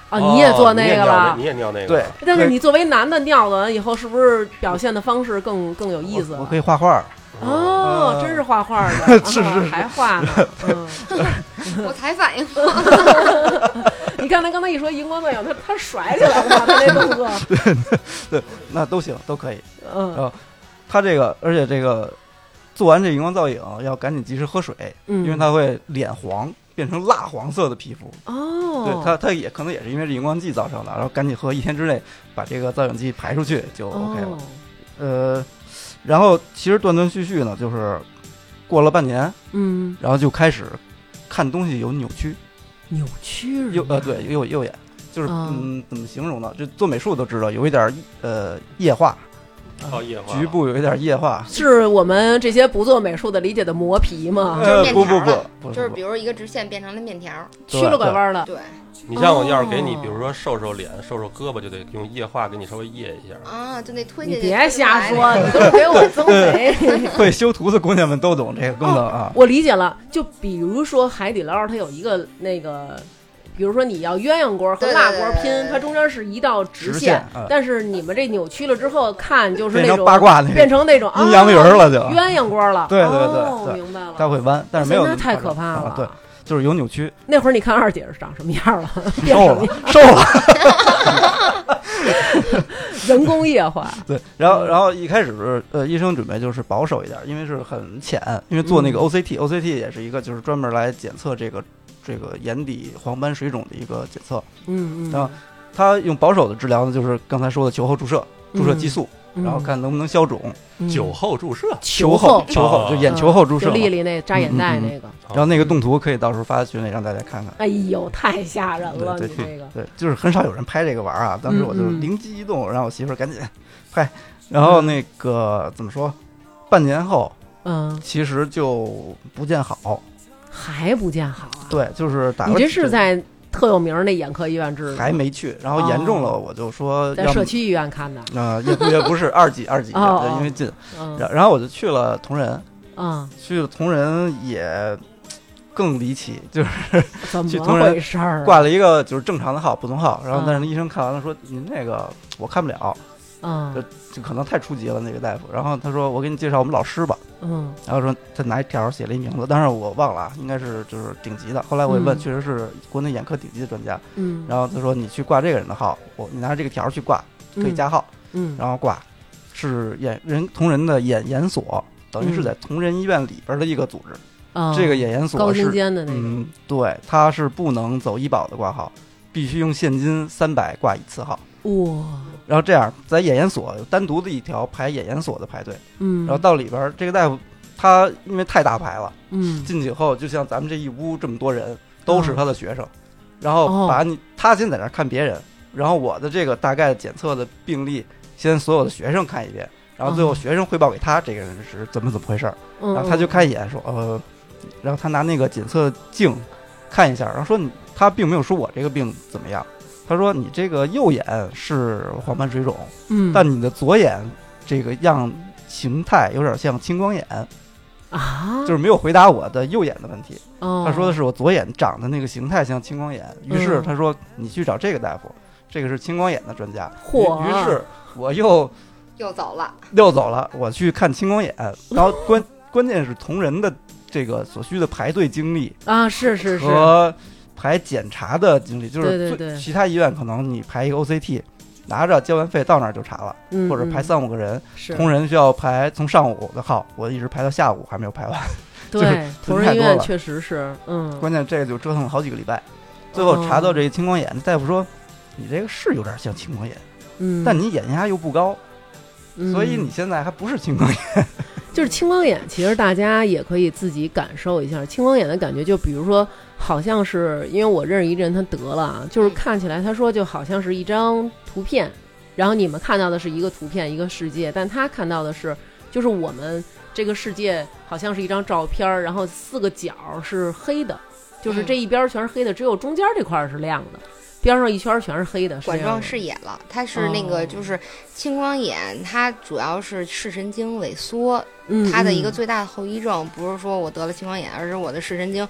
啊，你也做那个哦了， 你也尿那个， 对， 但是你作为男的尿完以后，是不是表现的方式更更有意思了？ 我可以画画。 哦， 呃真是画画的， 是是啊是还画呢。嗯， 我才反应过你看他刚才一说荧光造影，他他甩起来了，他那动作。 对，那都行，都可以。 嗯呃，他这个，而且这个做完这荧光造影要赶紧及时喝水， 嗯， 因为它会脸黄，变成蜡黄色的皮肤。 哦， 对，它它也可能也是因为这荧光剂造成的，然后赶紧喝，一天之内把这个造影剂排出去就 OK 了。 哦呃，然后其实断断续续呢，就是过了半年， 嗯， 然后就开始看东西有扭曲， 扭曲右呃对右右眼，就是、 哦嗯怎么形容呢？就做美术都知道有一点呃液化， 靠液化， 局部有一点液化。 是我们这些不做美术的理解的磨皮吗？ 呃就是面不不不条了不， 就是比如一个直线变成了面条， 曲了拐弯的。 对你像我要是给你哦， 比如说瘦瘦脸、瘦瘦胳膊，就得用液化给你稍微液一下。 啊，就那推你进去别瞎推出来说，你都是给我增肥。 会修图的姑娘们都懂这个功能啊。 我理解了，就比如说海底捞，它有一个那个，比如说你要鸳鸯锅和对对辣锅拼， 对对对它中间是一道直直线嗯但是你们这扭曲了之后看就是变成那种八卦那个变成那种阴阳鱼儿了就啊鸳鸯锅了。 对对对哦对明白了。 它会弯，但是没有那太么夸张可怕了。 啊对，就是有扭曲， 那会儿你看二姐是长什么样了？变瘦了什么样， 瘦了。 人工液化。 对，然后然后一开始呃，医生准备就是保守一点，因为是很浅，因为做那个 O C T，O C T 也是一个就是专门来检测这个这个眼底黄斑水肿的一个检测。 嗯嗯。 然后他用保守的治疗呢，就是刚才说的球后注射，注射激素， 嗯然后看能不能消肿。 嗯酒后注射， 球后后球后哦就眼球后注射就嘛。 丽丽那扎眼袋嗯嗯嗯那个。 然后那个动图可以到时候发在群里让大家看看。 哎呦，太吓人了！ 对对你这个。 对，就是很少有人拍这个玩儿啊。当时我就嗯嗯灵机一动，让我媳妇儿赶紧拍。然后那个怎么说？半年后， 嗯， 其实就不见好。 还不见好啊？ 对，就是打了你这几针是在特有名儿那眼科医院治的？ 还没去，然后严重了，我就说在要么社区医院看的？ 呃也不也不是二级二级， 哦哦因为近。 嗯然然后我就去了同仁， 嗯， 去了同仁也更离奇，就是怎么去同仁回事儿啊？ 挂了一个就是正常的号，普通号。然后嗯但是医生看完了说您那个我看不了， 嗯就可能太初级了那个大夫。然后他说我给你介绍我们老师吧。 嗯然后说他拿一条写了一名字，当然我忘了啊，应该是就是顶级的。后来我也问， 嗯确实是国内眼科顶级的专家。 嗯， 然后他说你去挂这个人的号，我你拿着这个条去挂，可以加号， 嗯， 然后挂是眼人同仁的眼研所，等于是在同仁医院里边的一个组织。 嗯这个眼研所高精是尖的那个， 嗯，对，它是不能走医保的挂号，必须用现金三百挂一次号。 哇， 然后这样在眼研所有单独的一条排眼研所的排队， 嗯， 然后到里边这个大夫他因为太大牌了。 嗯进去以后，就像咱们这一屋这么多人都是他的学生，然后哦把你他先在那儿看别人，然后我的这个大概检测的病例先所有的学生看一遍，然后最后哦学生汇报给他这个人是怎么怎么回事儿， 嗯， 然后他就看一眼说呃，然后他拿那个检测镜看一下，然后说你他并没有说我这个病怎么样，他说你这个右眼是黄斑水肿， 嗯， 但你的左眼这个样形态有点像青光眼。 啊， 就是没有回答我的右眼的问题， 哦， 他说的是我左眼长的那个形态像青光眼，于是嗯他说你去找这个大夫，这个是青光眼的专家。 嚯于于是我又又走了。 溜走了，我去看青光眼，然后关关键是同仁的这个所需的排队经历啊，是是是， 和排检查的经历，就是最对对对其他医院可能你排一个 O C T，拿着交完费到那儿就查了， 嗯或者排三五个人， 是同仁需要排从上午的号，我一直排到下午还没有排完。就是对， 人同仁太多了医院确实是，嗯， 关键这个就折腾了好几个礼拜，最后查到这个青光眼，大夫说你这个是有点像青光眼， 嗯， 但你眼压又不高， 嗯所以你现在还不是青光眼。 就是青光眼，其实大家也可以自己感受一下青光眼的感觉。就比如说，好像是因为我认识一个人，他得了啊，就是看起来他说就好像是一张图片，然后你们看到的是一个图片一个世界，但他看到的是就是我们这个世界好像是一张照片，然后四个角是黑的，就是这一边全是黑的，只有中间这块是亮的。边上一圈全是黑的， 管状视野了，它是那个哦就是青光眼，它主要是视神经萎缩， 嗯它的一个最大的后遗症不是说我得了青光眼，而是我的视神经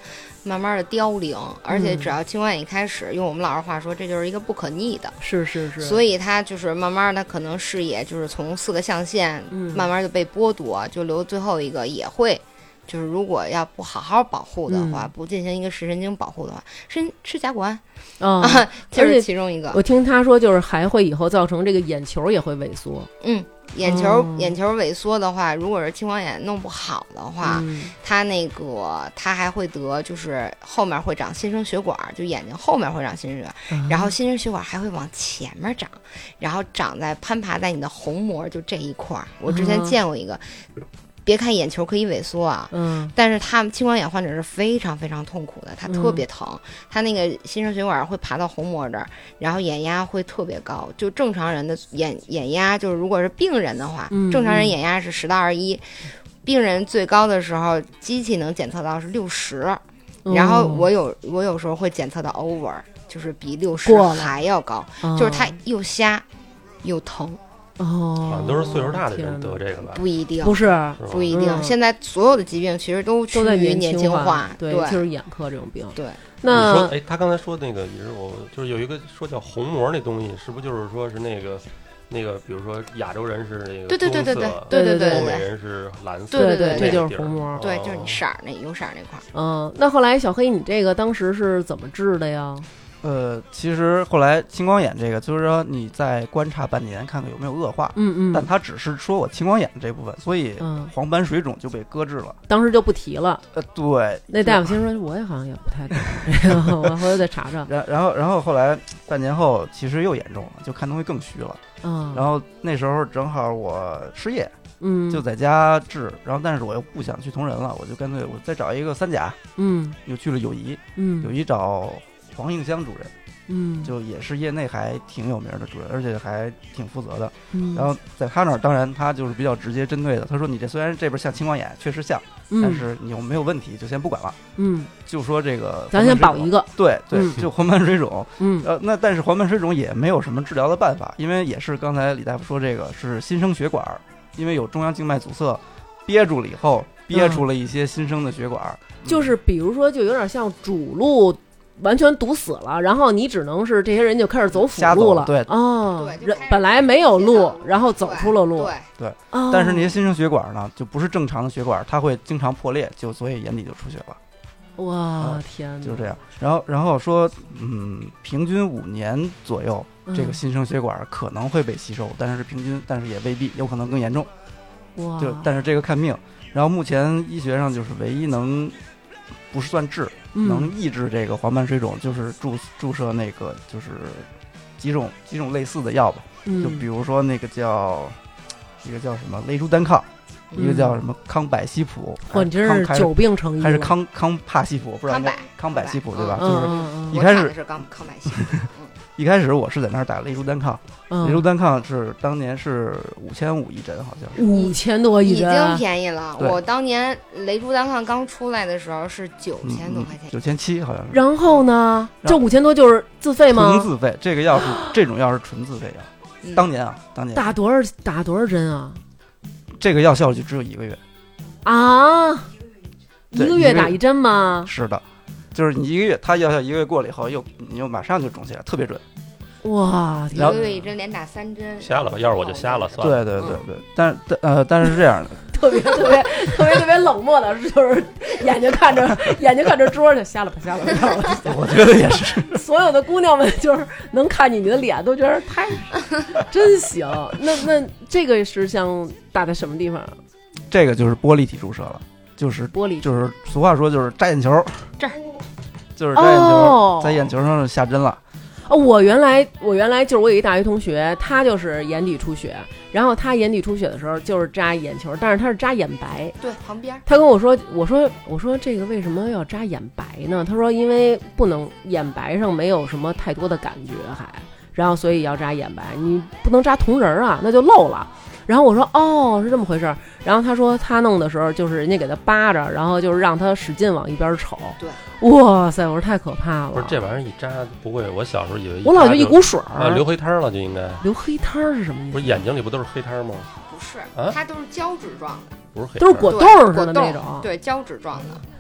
慢慢的凋零，而且只要青光眼一开始，用我们老师话说，这就是一个不可逆的， 是是是， 所以它就是慢慢的可能视野就是从四个象限慢慢就被剥夺，就留最后一个也会。就是如果要不好好保护的话，嗯、不进行一个视神经保护的话，是是甲骨文、 哦、 啊，就是其中一个。 我听他说，就是还会以后造成这个眼球也会萎缩。 嗯，眼球、哦、眼球萎缩的话，如果是青光眼弄不好的话，嗯、它那个它还会得，就是后面会长新生血管，就眼睛后面会长新生血管，嗯、然后新生血管还会往前面长，然后长在攀爬在你的虹膜就这一块儿。我之前见过一个。嗯别看眼球可以萎缩啊，嗯，但是他们青光眼患者是非常非常痛苦的，他特别疼，嗯、他那个新生血管会爬到虹膜这儿，然后眼压会特别高。就正常人的眼眼压，就是如果是病人的话，嗯、正常人眼压是十到二一，病人最高的时候机器能检测到是六十，然后我有我有时候会检测到 over， 就是比六十还要高，就是他又瞎又疼。 哦， 好像都是岁数大的人得这个吧？ 不一定， 不是， 不一定。嗯、现在所有的疾病其实都趋于年轻化， 对， 对就是眼科这种病。 对， 那你说，哎，他刚才说那个也是我，就是有一个说叫虹膜那东西，是不是就是说是那个那个，比如说亚洲人是那个对对对对对对对对， 欧美人是蓝色， 对对对， 这就是虹膜， 对，就是你色儿那有色儿那块儿。 嗯，那后来小黑，你这个当时是怎么治的呀？ 呃，其实后来青光眼这个，就是说你再观察半年，看看有没有恶化。嗯嗯。但他只是说我青光眼这部分，所以黄斑水肿就被搁置了。 嗯、当时就不提了。 呃，对。 那大夫心说，我也好像也不太懂这个，我回头再查查。 然然后然后后来半年后，其实又严重了，就看东西更虚了。嗯。然后那时候正好我失业，嗯，就在家治。然后但是我又不想去同仁了，我就干脆我再找一个三甲，嗯，又去了友谊，嗯，友谊找。黄应香主任，嗯，就也是业内还挺有名的主任，而且还挺负责的。嗯，然后在他那儿，当然他就是比较直接针对的。他说：“你这虽然这边像青光眼，确实像，嗯、但是你有没有问题，就先不管了。嗯，就说这个， 咱先保一个。 对对，嗯、就黄斑水肿。嗯，呃，那但是黄斑水肿也没有什么治疗的办法，因为也是刚才李大夫说，这个是新生血管，因为有中央静脉阻塞，憋住了以后，憋出了一些新生的血管。 嗯、就是比如说，就有点像主路。完全堵死了，然后你只能是这些人就开始走辅路了， 对， 哦，人本来没有路，然后走出了路， 对对。哦、但是那些新生血管呢，就不是正常的血管，它会经常破裂，就所以眼底就出血了。 哇， 呃、 天哪！ 就是这样。然后然后说，嗯，平均五年左右，这个新生血管可能会被吸收，嗯、但是平均，但是也未必，有可能更严重。 哇， 就但是这个看命。然后目前医学上就是唯一能。不是算治，嗯、能抑制这个黄斑水肿，就是注注射那个就是几种几种类似的药吧，嗯、就比如说那个叫一个叫什么雷珠单抗，嗯、一个叫什么康柏西普。 哇，你真是久病成医， 还是康康帕西普？不知道康柏康柏西普对吧？ 嗯、 就是一开始是康康柏西普。 一开始我是在那儿打雷珠单抗，嗯、雷珠单抗是当年是五千五一针，好像是五千多一针， 已经便宜了。我当年雷珠单抗刚出来的时候是九千多块钱， 九千七好像是。 然后呢，这五千多就是自费吗？ 纯自费，这个药是这种药是纯自费药。嗯、当年啊，当年打多少打多少针啊？ 这个药效就只有一个月啊，一个月打一针吗？ 是的。就是你一个月，他药效一个月过了以后，又你又马上就肿起来，特别准。 哇！ 一个月一针，连打三针。 瞎了吧？要是我就瞎了算了。 对对对对，但但呃，但是是这样的， 特别特别特别特别冷漠的，就是眼睛看着眼睛看着桌去，瞎了吧瞎了吧瞎了吧。 我觉得也是。 所有的姑娘们就是能看见你的脸，都觉得太真行。那那这个是像打在什么地方？ 这个就是玻璃体注射了。就是玻璃， 就是俗话说就是扎眼球， 这儿就是扎眼球，哦、在眼球上下针了。 哦，我原来我原来就是我有一大学同学，他就是眼底出血，然后他眼底出血的时候就是扎眼球，但是他是扎眼白， 对，旁边。 他跟我说，我说我说这个为什么要扎眼白呢？他说因为不能眼白上没有什么太多的感觉还，然后所以要扎眼白，你不能扎瞳仁啊，那就漏了。然后我说哦是这么回事，然后他说他弄的时候就是人家给他扒着，然后就是让他使劲往一边瞅。 对， 哇塞，我说太可怕了。 不是这玩意儿一扎不会，我小时候以为我老觉得一股水啊流黑汤了就应该。 流黑汤是什么意思？ 不是眼睛里不都是黑汤吗？ 不是，啊、它都是胶质状的， 不是黑都是果冻似的那种。 对，胶质状的。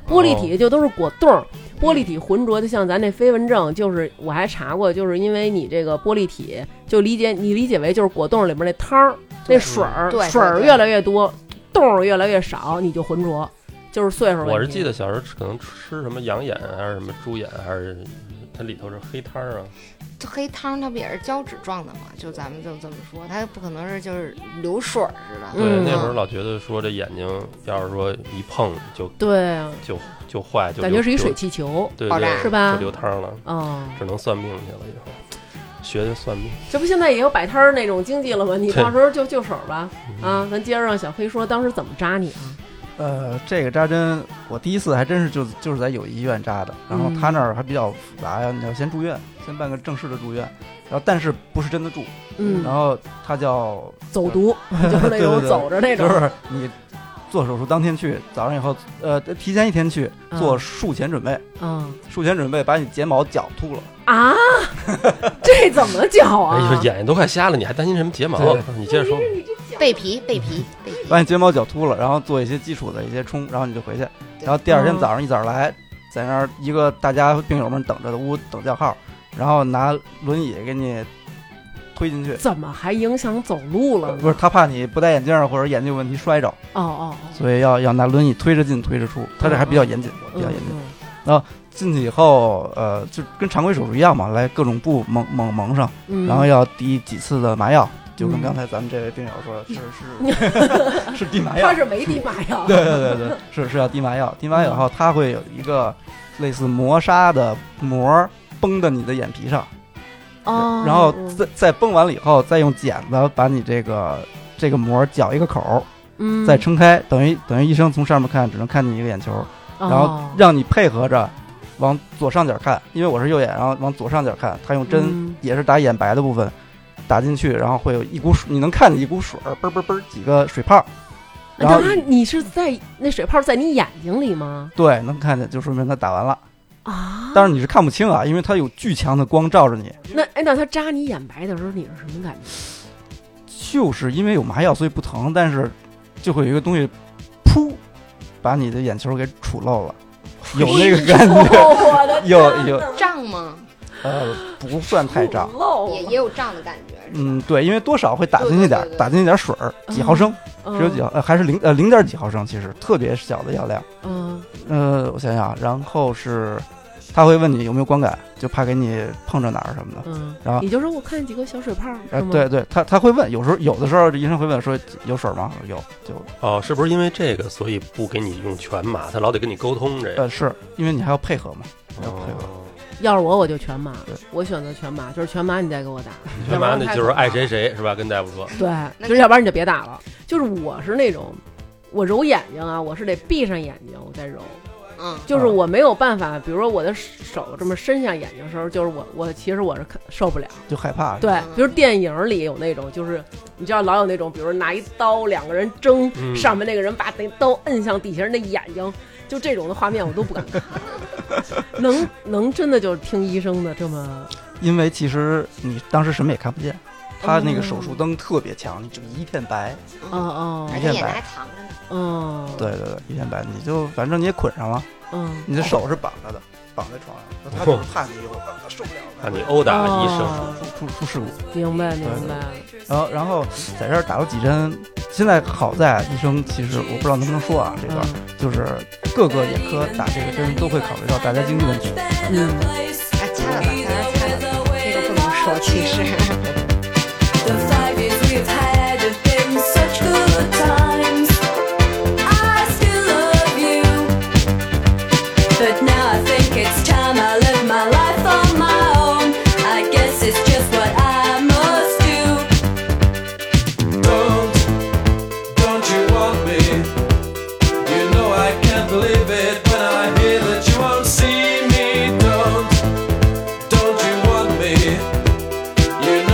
玻璃体就都是果冻。玻璃体浑浊就像咱那飞蚊症，就是我还查过，就是因为你这个玻璃体，就理解你理解为就是果冻里边那汤儿、那水儿，水儿越来越多，冻儿越来越少，你就浑浊，就是岁数问题。 我是记得小时候可能吃什么羊眼还是什么猪眼，还是它里头是黑汤啊。 这黑汤它不也是胶质状的嘛？就咱们就这么说，它不可能是就是流水似的。 对，那会儿老觉得说这眼睛要是说一碰就对啊， 就就坏，就感觉是一水气球， 对对， 是吧？ 就流汤了， 哦， 只能算命去了。以后学学算命， 这不现在也有摆摊儿那种经济了吗？你到时候就就手吧。啊，咱接着让小黑说当时怎么扎你啊？ 呃，这个扎针我第一次还真是就就是在友谊医院扎的，然后他那儿还比较复杂呀，你要先住院，先办个正式的住院，然后但是不是真的住， 嗯， 然后他叫走读，就是那种走着那种， 就是你做手术当天去，早上以后呃提前一天去做术前准备， 嗯， 术前准备把你睫毛绞秃了啊，这怎么绞啊？ 哎呦，眼睛都快瞎了，你还担心什么睫毛？你接着说。 背皮背皮背皮， 把你睫毛绞秃了，然后做一些基础的一些冲，然后你就回去，然后第二天早上一早来，在那儿一个大家病友们等着的屋等叫号，然后拿轮椅给你推进去。 怎么还影响走路了呢？ 不是，他怕你不戴眼镜或者眼睛有问题摔着。 哦哦， 所以要要拿轮椅推着进推着出，他这还比较严谨，比较严谨。然后进去以后，呃，就跟常规手术一样嘛，来各种布蒙蒙蒙上，然后要滴几次的麻药。就跟刚才咱们这位病友说，是是是滴麻药， 他是没滴麻药， 对对对对，是是要滴麻药。滴麻药以后，它会有一个类似磨砂的膜绷在你的眼皮上， 哦， 然后再再绷完了以后，再用剪子把你这个这个膜绞一个口， 嗯， 再撑开，等于等于医生从上面看只能看见一个眼球， 哦、 然后让你配合着往左上角看，因为我是右眼，然后往左上角看，他用针、嗯、也是打眼白的部分。打进去，然后会有一股水，你能看见一股水，嘣嘣嘣，几个水泡。 然后你是在那水泡在你眼睛里吗？ 对，能看见，就说明它打完了啊。 但是你是看不清啊，因为它有巨强的光照着你。 那哎，那它扎你眼白的时候，你是什么感觉？ 就是因为有麻药，所以不疼，但是就会有一个东西，噗，把你的眼球给杵漏了，有那个感觉。有有胀吗？ 呃，不算太胀， 也也有胀的感觉。 嗯，对，因为多少会打进去点，打进去点水儿，几毫升， 嗯、 只有几毫，呃，还是零呃零点几毫升，其实特别小的药量。 嗯， 呃，我想想，然后是他会问你有没有光感，就怕给你碰着哪儿什么的。 嗯， 然后你就说我看见几个小水泡。 呃，对对，他他会问，有时候有的时候医生会问说有水吗？有就。 哦，是不是因为这个，所以不给你用全麻？他老得跟你沟通这个。 呃，是因为你还要配合嘛，要配合。 哦要是我，我就全麻。我选择全麻，就是全麻你再给我打。 全麻那就是爱谁谁是吧？跟大夫说。 对，就是要不然你就别打了。就是我是那种，我揉眼睛啊，我是得闭上眼睛我再揉。 嗯， 就是我没有办法，比如说我的手这么伸向眼睛的时候，就是我我其实我是受不了， 就害怕。 对，比如电影里有那种，就是你知道老有那种，比如拿一刀两个人争， 嗯、 上面那个人把那刀摁向底下人的眼睛。就这种的画面我都不敢看，能能真的就是听医生的这么？ 因为其实你当时什么也看不见，他那个手术灯特别强，你整一片白， 哦哦， 一片白， 还藏着呢， 嗯， 对对对，一片白，你就反正你也捆上了， 嗯， 你的手是绑着的，绑在床上，他就是怕你以后受不了， 怕你殴打医生， 出出事故， 明白明白。 然后然后在这儿打了几针。现在好在医生其实我不知道能不能说啊，这个、嗯、就是各个眼科打这个针都会考虑到大家经济问题。 嗯， 啊，掐了吧，掐了掐了，这个不能说，其实。 You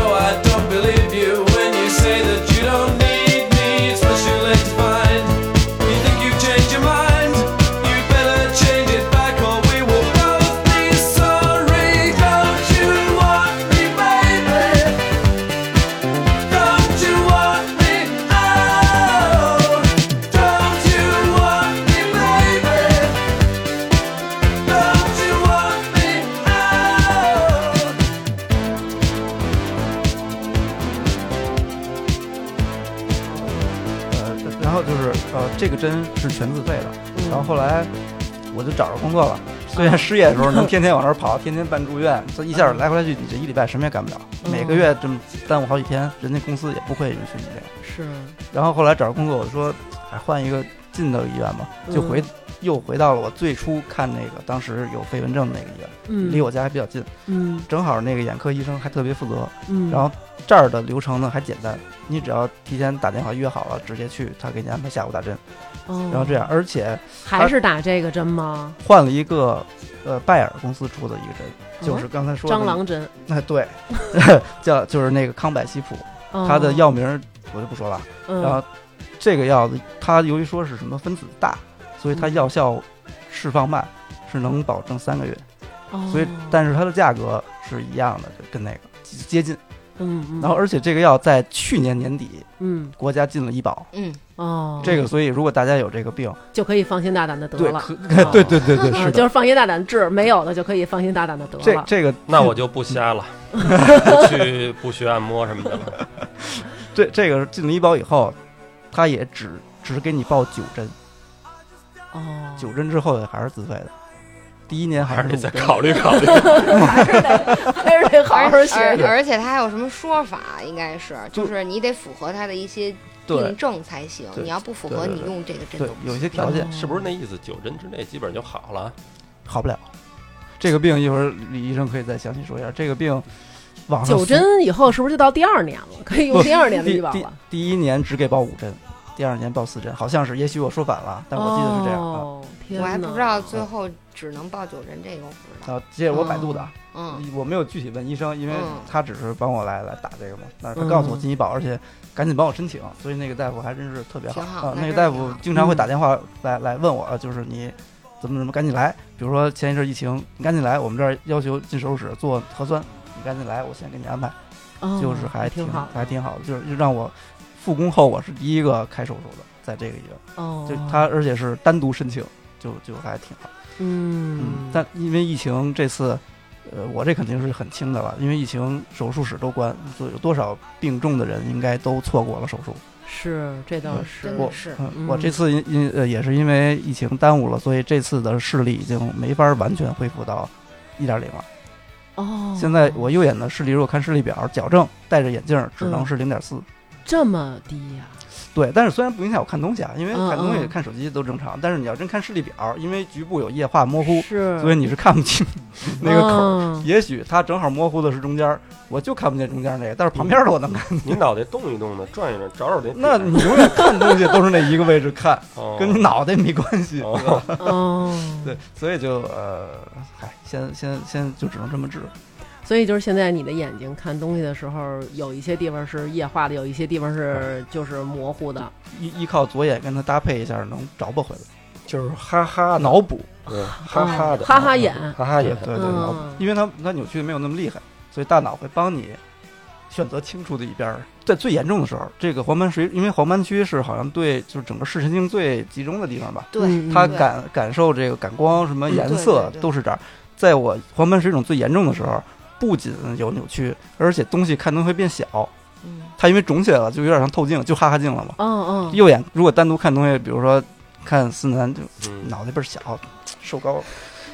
这个针是全自费的。嗯、然后后来我就找着工作了，虽然失业的时候能天天往那儿跑，天天办住院，这一下来回来去，你这一礼拜什么也干不了，嗯、每个月这么耽误好几天，人家公司也不会允许你这样。 是。 然后后来找着工作，我说还换一个近的医院吧，就回。嗯又回到了我最初看那个当时有飞蚊症的那个医院，嗯，离我家还比较近， 嗯， 正好那个眼科医生还特别负责， 嗯， 然后这儿的流程呢还简单，你只要提前打电话约好了，直接去，他给你安排下午打针， 哦， 然后这样，而且还是打这个针吗？ 换了一个呃拜耳公司出的一个针，哦、就是刚才说的蟑螂针， 哎对，叫就是那个康柏西普， 哦、 它的药名我就不说了， 嗯、 然后这个药它由于说是什么分子大。所以它药效释放慢，是能保证三个月， 哦、 所以但是它的价格是一样的，跟那个接近， 嗯，嗯然后而且这个药在去年年底， 嗯， 国家进了医保， 嗯， 哦， 这个所以如果大家有这个病， 就可以放心大胆的得了， 对，对对对对，是的， 就是放心大胆治，没有的就可以放心大胆的得了。 这这个那我就不瞎了，不去不学按摩什么的了。 这这个进了医保以后，他也只只给你报九针。 哦， 九针之后还是自费的，第一年还是得再考虑考虑， 还是得还是得好好学。 而而且他还有什么说法？应该是就是你得符合他的一些病症才行，你要不符合，你用这个针对有一些条件， 是不是那意思？九针之内基本上就好了？ 好不了，这个病一会儿李医生可以再详细说一下。这个病，网上九针以后是不是就到第二年了？可以用第二年的医保了？ 第一年只给报五针。第二年报四针，好像是，也许我说反了，但我记得是这样。 哦， 我还不知道最后只能报九针，这个我不知道。 啊，这是我百度的， 嗯， 我没有具体问医生，因为他只是帮我来来打这个嘛。但是他告诉我进医保，而且赶紧帮我申请，所以那个大夫还真是特别好啊。那个大夫经常会打电话来来问我，就是你怎么怎么赶紧来。比如说前一阵疫情，你赶紧来，我们这儿要求进手术室做核酸，你赶紧来，我先给你安排。就是还挺好， 还挺好的，就是让我。复工后，我是第一个开手术的，在这个医院。 哦， 就他，而且是单独申请，就就还挺好。 嗯, 嗯，但因为疫情这次，呃，我这肯定是很轻的了，因为疫情手术室都关，所以有多少病重的人应该都错过了手术。 是，这倒是， 真的是。 嗯，我这次因因呃也是因为疫情耽误了，所以这次的视力已经没法完全恢复到一点零了。 哦， 现在我右眼的视力，如果看视力表矫正，戴着眼镜只能是零点四。 这么低呀、啊？ 对，但是虽然不影响我看东西啊，因为看东西、看手机都正常，嗯嗯但是你要真看视力表，因为局部有液化模糊， 是， 所以你是看不清那个口。 嗯、 也许它正好模糊的是中间，我就看不见中间那个，但是旁边的我能看见。 你脑袋动一动的，转一转，找找这。 那你永远看东西都是那一个位置看，哦、跟你脑袋没关系， 哦、 是吧？ 哦， 对，所以就呃，嗨，先先先就只能这么治。 所以就是现在你的眼睛看东西的时候，有一些地方是液化的，有一些地方是就是模糊的。 依依靠左眼跟它搭配一下，能找不回来， 就是哈哈脑补， 对，哈哈的， 哈哈眼， 哈哈眼， 对对对， 嗯、 脑补，因为它它扭曲的没有那么厉害，所以大脑会帮你选择清楚的一边。在最严重的时候，这个黄斑水，因为黄斑区是好像对就是整个视神经最集中的地方吧， 对， 它感感受这个感光什么颜色、嗯、都是这儿。在我黄斑水肿最严重的时候。不仅有扭曲，而且东西看东西会变小。 嗯， 它因为肿起来了，就有点像透镜，就哈哈镜了嘛。 嗯嗯。 右眼如果单独看东西，比如说看思南，就、嗯、脑袋倍儿小，瘦高。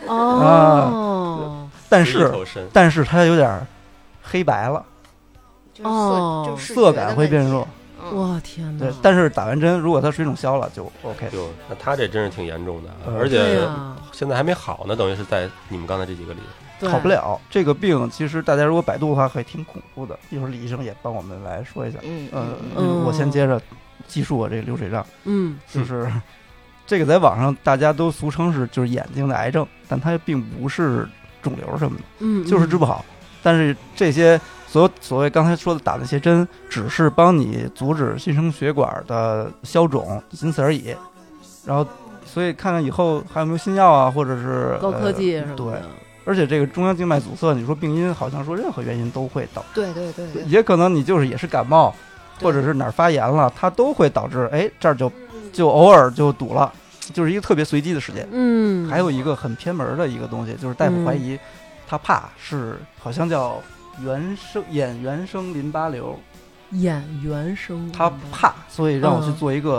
哦。 啊、但是但是它有点黑白了。 哦。 就色感会变弱。 哇天哪！ 对，但是打完针，如果它水肿消了，就 OK。 就那他这真是挺严重的，嗯、而且现在还没好呢，等于是在你们刚才这几个里。 好不了，这个病其实大家如果百度的话，还挺恐怖的。一会儿李医生也帮我们来说一下。 嗯呃、 嗯， 我先接着记述我这个流水账。 嗯， 就是这个在网上大家都俗称是就是眼睛的癌症，但它并不是肿瘤什么的， 嗯， 就是治不好。但是这些所有所谓刚才说的打那些针，只是帮你阻止新生血管的消肿，仅此而已。然后，所以看看以后还有没有新药啊，或者是高科技什么的。 呃、对。而且这个中央静脉阻塞，你说病因好像说任何原因都会导致， 对对 对, 对， 也可能你就是也是感冒，或者是哪儿发炎了，它都会导致，哎，这儿就就偶尔就堵了，就是一个特别随机的事件。 嗯， 还有一个很偏门的一个东西，就是大夫怀疑、嗯、他怕是好像叫原生眼原生淋巴瘤， 眼原生， 他怕，所以让我去做一个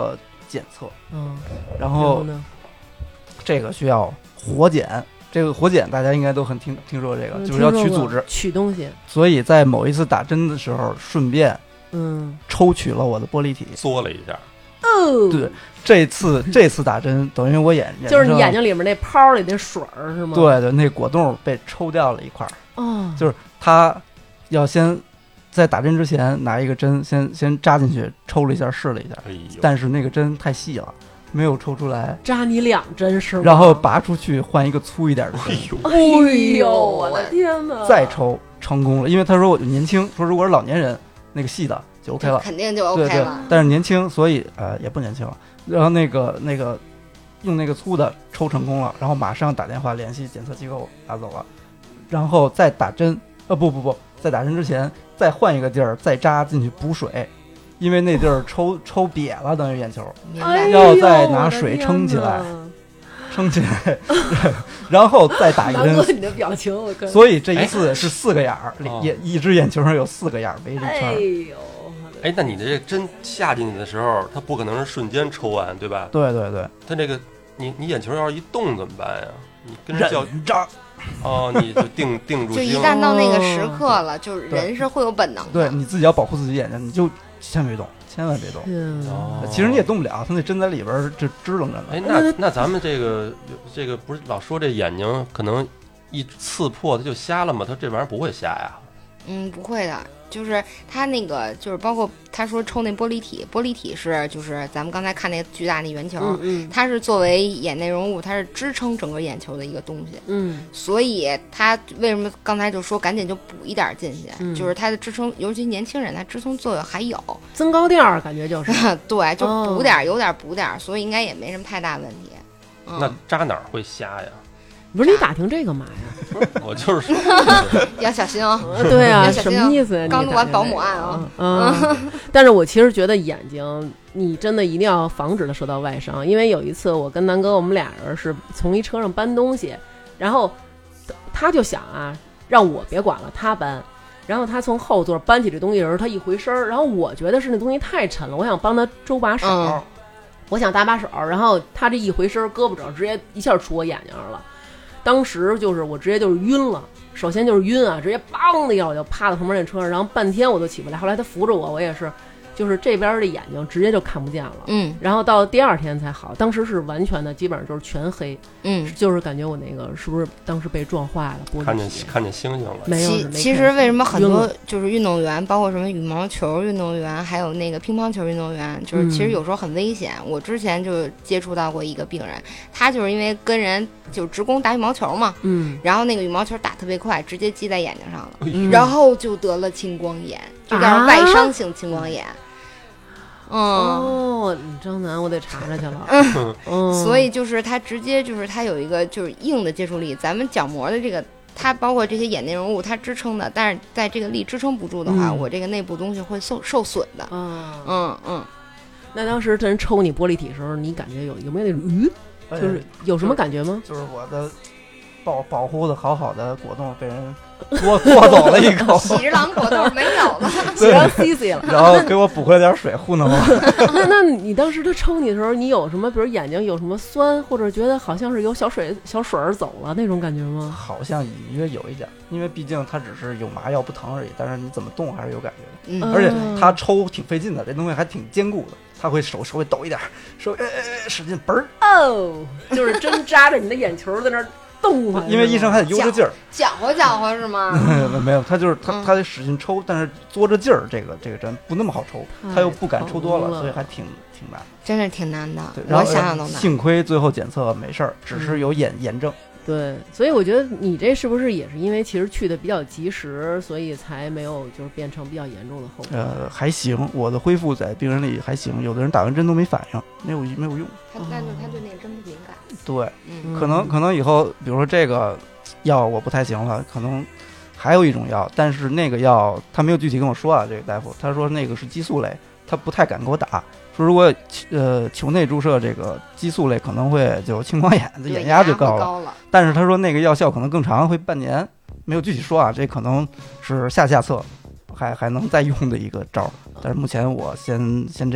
检测， 嗯， 然后呢， 这个需要活检。这个活检大家应该都很听听说这个， 嗯、 就是要取组织、 取东西。 所以在某一次打针的时候，顺便嗯抽取了我的玻璃体， 缩了一下。 哦， 对，这次这次打针等于我眼睛就是你眼睛里面那泡里那水儿是吗？ 对对，那果冻被抽掉了一块儿。 哦， 就是他要先在打针之前拿一个针先先扎进去，抽了一下试了一下， 哎呦， 但是那个针太细了。没有抽出来， 扎你两针是吗？ 然后拔出去换一个粗一点的针。 哎呦，我的天哪！ 再抽成功了，因为他说我年轻，说如果是老年人，那个细的就 OK 了， 肯定就 OK 了。 对对，但是年轻，所以呃也不年轻了。然后那个那个用那个粗的抽成功了，然后马上打电话联系检测机构拿走了，然后再打针，呃不不不，在打针之前再换一个地儿再扎进去补水。因为那地儿抽抽瘪了，等于眼球，要再拿水撑起来，撑起来，然后再打一针。 你的表情，我所以这一次是四个眼儿，眼、哦、一只眼球上有四个眼儿围着一圈。 哎呦， 哎，那你的这针下进去的时候，它不可能是瞬间抽完，对吧？ 对对对。 它这个，你你眼球要是一动怎么办呀？你跟人较扎。 哦，你就定定住就一旦到那个时刻了，哦、就是人是会有本能的。 对，你自己要保护自己眼睛，你就千万别动，千万别动。 哦， 其实你也动不了，它那针在里边儿这支棱着呢。 哎，那那咱们这个这个不是老说这眼睛可能一刺破它就瞎了吗？它这玩意儿不会瞎呀？ 嗯，不会的。就是它那个，就是包括他说抽那玻璃体，玻璃体是就是咱们刚才看那个巨大那圆球， 嗯嗯、 它是作为眼内容物，它是支撑整个眼球的一个东西。 嗯， 所以它为什么刚才就说赶紧就补一点进去， 嗯、 就是它的支撑，尤其年轻人，它支撑作用还有增高垫儿，感觉就是对，就补点，有点补点，所以应该也没什么太大问题。嗯、 那扎哪儿会瞎呀？ 不是你打听这个嘛呀？ 我就是说， 要小心哦。 对啊， 什么意思呀？ 刚录完保姆案啊。 嗯，但是我其实觉得眼睛，你真的一定要防止它受到外伤，因为有一次我跟南哥，我们俩人是从一车上搬东西，然后他就想啊，让我别管了，他搬。然后他从后座搬起这东西的时候，他一回身，然后我觉得是那东西太沉了，我想帮他周把手， 嗯、 我想搭把手，然后他这一回身，胳膊肘直接一下杵我眼睛上了。当时就是我直接就是晕了，首先就是晕啊，直接梆的一下我就趴在旁边那车上，然后半天我都起不来。后来他扶着我，我也是，就是这边的眼睛直接就看不见了。 嗯， 然后到第二天才好，当时是完全的，基本上就是全黑。 嗯， 就是感觉我那个是不是当时被撞坏了？玻璃看见看见星星了。 没有。 其其实为什么很多就是运动员，包括什么羽毛球运动员，还有那个乒乓球运动员，就是其实有时候很危险。嗯、我之前就接触到过一个病人，他就是因为跟人就职工打羽毛球嘛， 嗯， 然后那个羽毛球打特别快，直接击在眼睛上了， 嗯、 然后就得了青光眼，就叫外伤性青光眼。啊嗯哦，张楠，我得查查去了。 嗯， 嗯所以就是它直接就是它有一个就是硬的接触力，咱们角膜的这个，它包括这些眼内容物它支撑的，但是在这个力支撑不住的话， 嗯、 我这个内部东西会受受损的。 嗯嗯嗯。 那当时人抽你玻璃体的时候，你感觉有有没有那种嗯，就是有什么感觉吗？ 就是我的保保护的好好的果冻被人夺夺走了一口， 喜之郎果冻没有了， 喜之郎 C C 了， 然后给我补回点水糊弄我。 那那你当时他抽你的时候，你有什么，比如眼睛有什么酸，或者觉得好像是有小水小水儿走了那种感觉吗？ 好像隐约有一点，因为毕竟它只是有麻药不疼而已，但是你怎么动还是有感觉的。 嗯， 而且他抽挺费劲的，这东西还挺坚固的，他会手手会抖一点，手呃呃使劲嘣儿哦，就是针扎着你的眼球在那儿。动啊！ 因为医生还得悠着劲儿， 搅和搅和是吗？ 没有没有，他就是他他得使劲抽，但是嘬着劲儿，这个这个针不那么好抽，他又不敢抽多了，所以还挺挺难， 真是挺难的。 对， 我想想都难。 幸亏最后检测没事儿，只是有炎炎症。 对，所以我觉得你这是不是也是因为其实去的比较及时，所以才没有就是变成比较严重的后果？ 呃，还行，我的恢复在病人里还行，有的人打完针都没反应，没有没有用。 他那就他对那个针不敏感。 对， 嗯， 可能可能以后，比如说这个药我不太行了，可能还有一种药，但是那个药他没有具体跟我说啊，这个大夫他说那个是激素类，他不太敢给我打。说如果呃球内注射这个激素类可能会就青光眼，这眼压就高了。 高了。 但是他说那个药效可能更长，会半年，没有具体说啊，这可能是下下策，还还能再用的一个招。但是目前我先先这样。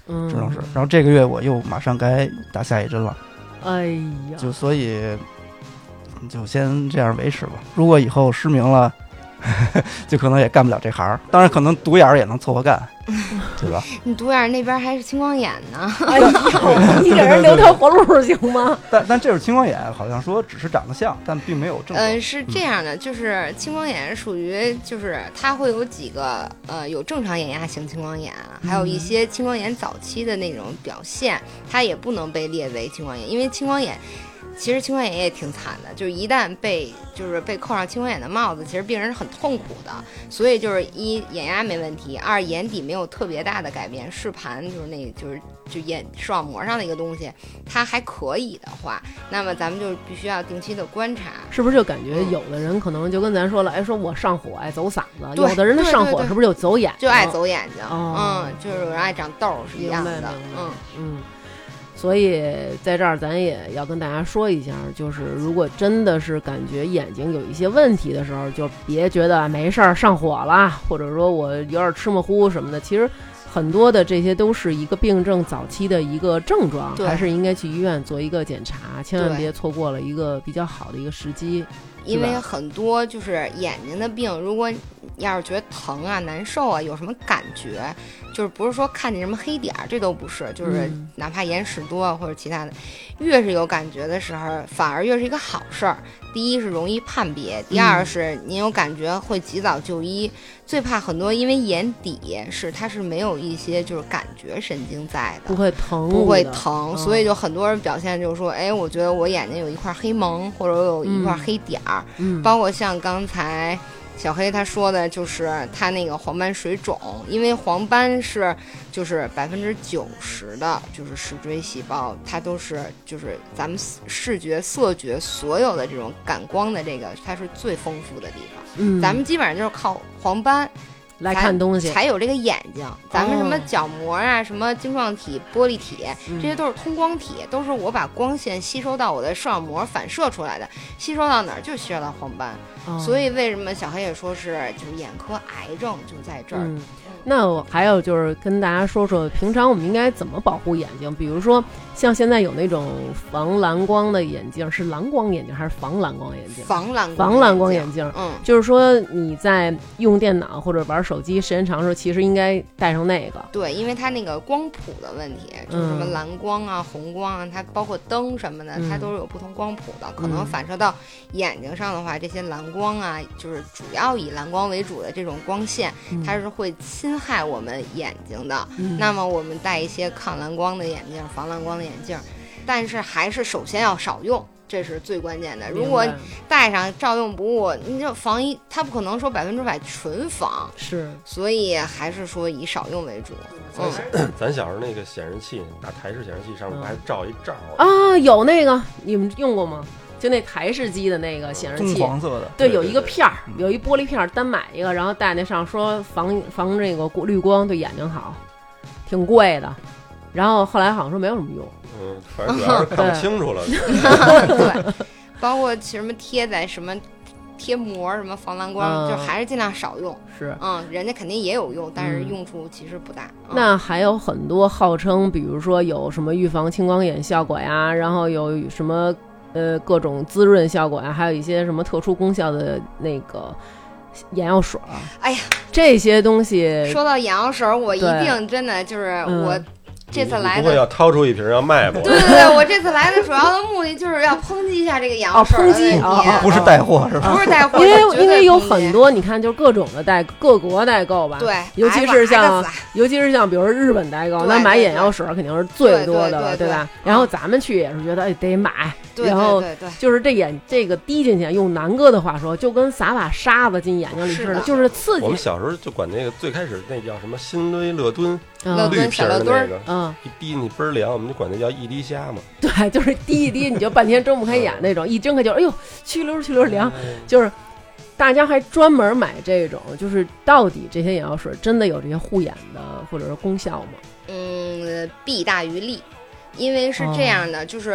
嗯，只能是。然后这个月我又马上该打下一针了， 哎呀， 就所以就先这样维持吧。如果以后失明了，就可能也干不了这行，当然可能独眼也能凑合干，对吧？ 你独眼那边还是青光眼呢， 哎呦，你给人留条活路行吗？ 但但这是青光眼，好像说只是长得像，但并没有症状。 嗯、呃，是这样的，就是青光眼属于就是它会有几个呃有正常眼压型青光眼，还有一些青光眼早期的那种表现，它也不能被列为青光眼，因为青光眼。其实青光眼也挺惨的，就是一旦被就是被扣上青光眼的帽子，其实病人是很痛苦的。所以就是一眼压没问题，二眼底没有特别大的改变，视盘就是那就是就眼视网膜上的一个东西，它还可以的话，那么咱们就必须要定期的观察。 是不是就感觉有的人可能就跟咱说了，哎，说我上火爱走嗓子，有的人的上火是不是就走眼睛？ 就爱走眼睛， 哦、 嗯，就是有人爱长痘是一样的，嗯嗯。所以在这儿咱也要跟大家说一下，就是如果真的是感觉眼睛有一些问题的时候，就别觉得没事儿上火了，或者说我有点吃模糊什么的，其实很多的这些都是一个病症早期的一个症状，还是应该去医院做一个检查，千万别错过了一个比较好的一个时机。 因为很多就是眼睛的病，如果要是觉得疼啊、难受啊，有什么感觉，就是不是说看见什么黑点儿，这都不是，就是哪怕眼屎多啊或者其他的，越是有感觉的时候，反而越是一个好事儿。第一是容易判别，第二是您有感觉会及早就医。嗯、最怕很多因为眼底是它是没有一些就是感觉神经在的， 不会疼， 不会疼， 嗯、 所以就很多人表现就是说，哎，我觉得我眼睛有一块黑蒙，或者我有一块黑点儿， 嗯， 包括像刚才。小黑他说的就是他那个黄斑水肿，因为黄斑是就是百分之九十的，就是视锥细胞，它都是就是咱们视觉、色觉所有的这种感光的这个，它是最丰富的地方。 嗯， 咱们基本上就是靠黄斑来看东西， 才有这个眼睛。咱们什么角膜啊、哦、什么晶状体、玻璃体，这些都是通光体，都是我把光线吸收到我的视网膜反射出来的，吸收到哪儿就吸收到黄斑。哦、所以为什么小黑也说是就是眼科癌症就在这儿。 嗯，那我还有就是跟大家说说，平常我们应该怎么保护眼睛？比如说像现在有那种防蓝光的眼镜，是蓝光眼镜还是防蓝光眼镜？ 防蓝防蓝光眼镜。 嗯， 就是说你在用电脑或者玩手机时间长的时候，其实应该带上那个。 对，因为它那个光谱的问题，就是什么蓝光啊、嗯、红光啊，它包括灯什么的，它都是有不同光谱的，嗯、可能反射到眼睛上的话，这些蓝光啊，就是主要以蓝光为主的这种光线，嗯、它是会侵害我们眼睛的。嗯、那么我们戴一些抗蓝光的眼镜、防蓝光的眼镜，但是还是首先要少用。这是最关键的。如果戴上照用不误，你就防一，它不可能说百分之百纯防， 是， 所以还是说以少用为主。 嗯，咱小时候那个显示器，拿台式显示器上面不还照一罩啊？有那个，你们用过吗？就那台式机的那个显示器， 棕黄色的， 对，有一个片儿，有一玻璃片儿，单买一个，然后戴那上，说防防这个绿光对眼睛好，挺贵的。然后后来好像说没有什么用， 嗯，反正主要是看不清楚了。 对，包括什么贴在什么贴膜什么防蓝光，嗯、就还是尽量少用。 是， 嗯，人家肯定也有用，但是用处其实不大。 嗯、那还有很多号称，比如说有什么预防青光眼效果呀，然后有什么呃各种滋润效果呀，还有一些什么特殊功效的那个眼药水。 哎呀， 这些东西说到眼药水，我一定真的就是我。嗯这次来的不会要掏出一瓶要卖不？ 对对对，我这次来的主要的目的就是要抨击一下这个眼药水的问题， 哦哦、不是带货是吧？ 不是带货， 因为因为有很多，你看就各种的代各国代购吧， 对， 尤其是像尤其是像比如说日本代购，那买眼药水肯定是最多的了，对吧？然后咱们去也是觉得哎得买，然后就是这眼这个滴进去，用南哥的话说，就跟撒把沙子进眼睛里似的，就是刺激。 我们小时候就管那个最开始那叫什么辛雷乐敦。 乐绿瓶的那个， 嗯， 一滴你倍儿凉，我们就管那叫一滴虾嘛。 对，就是滴一滴，你就半天睁不开眼那种，一睁开就哎呦，去溜去溜凉， 嗯、 就是大家还专门买这种，就是到底这些眼药水真的有这些护眼的或者是功效吗？ 嗯，弊大于利，因为是这样的，哦、就是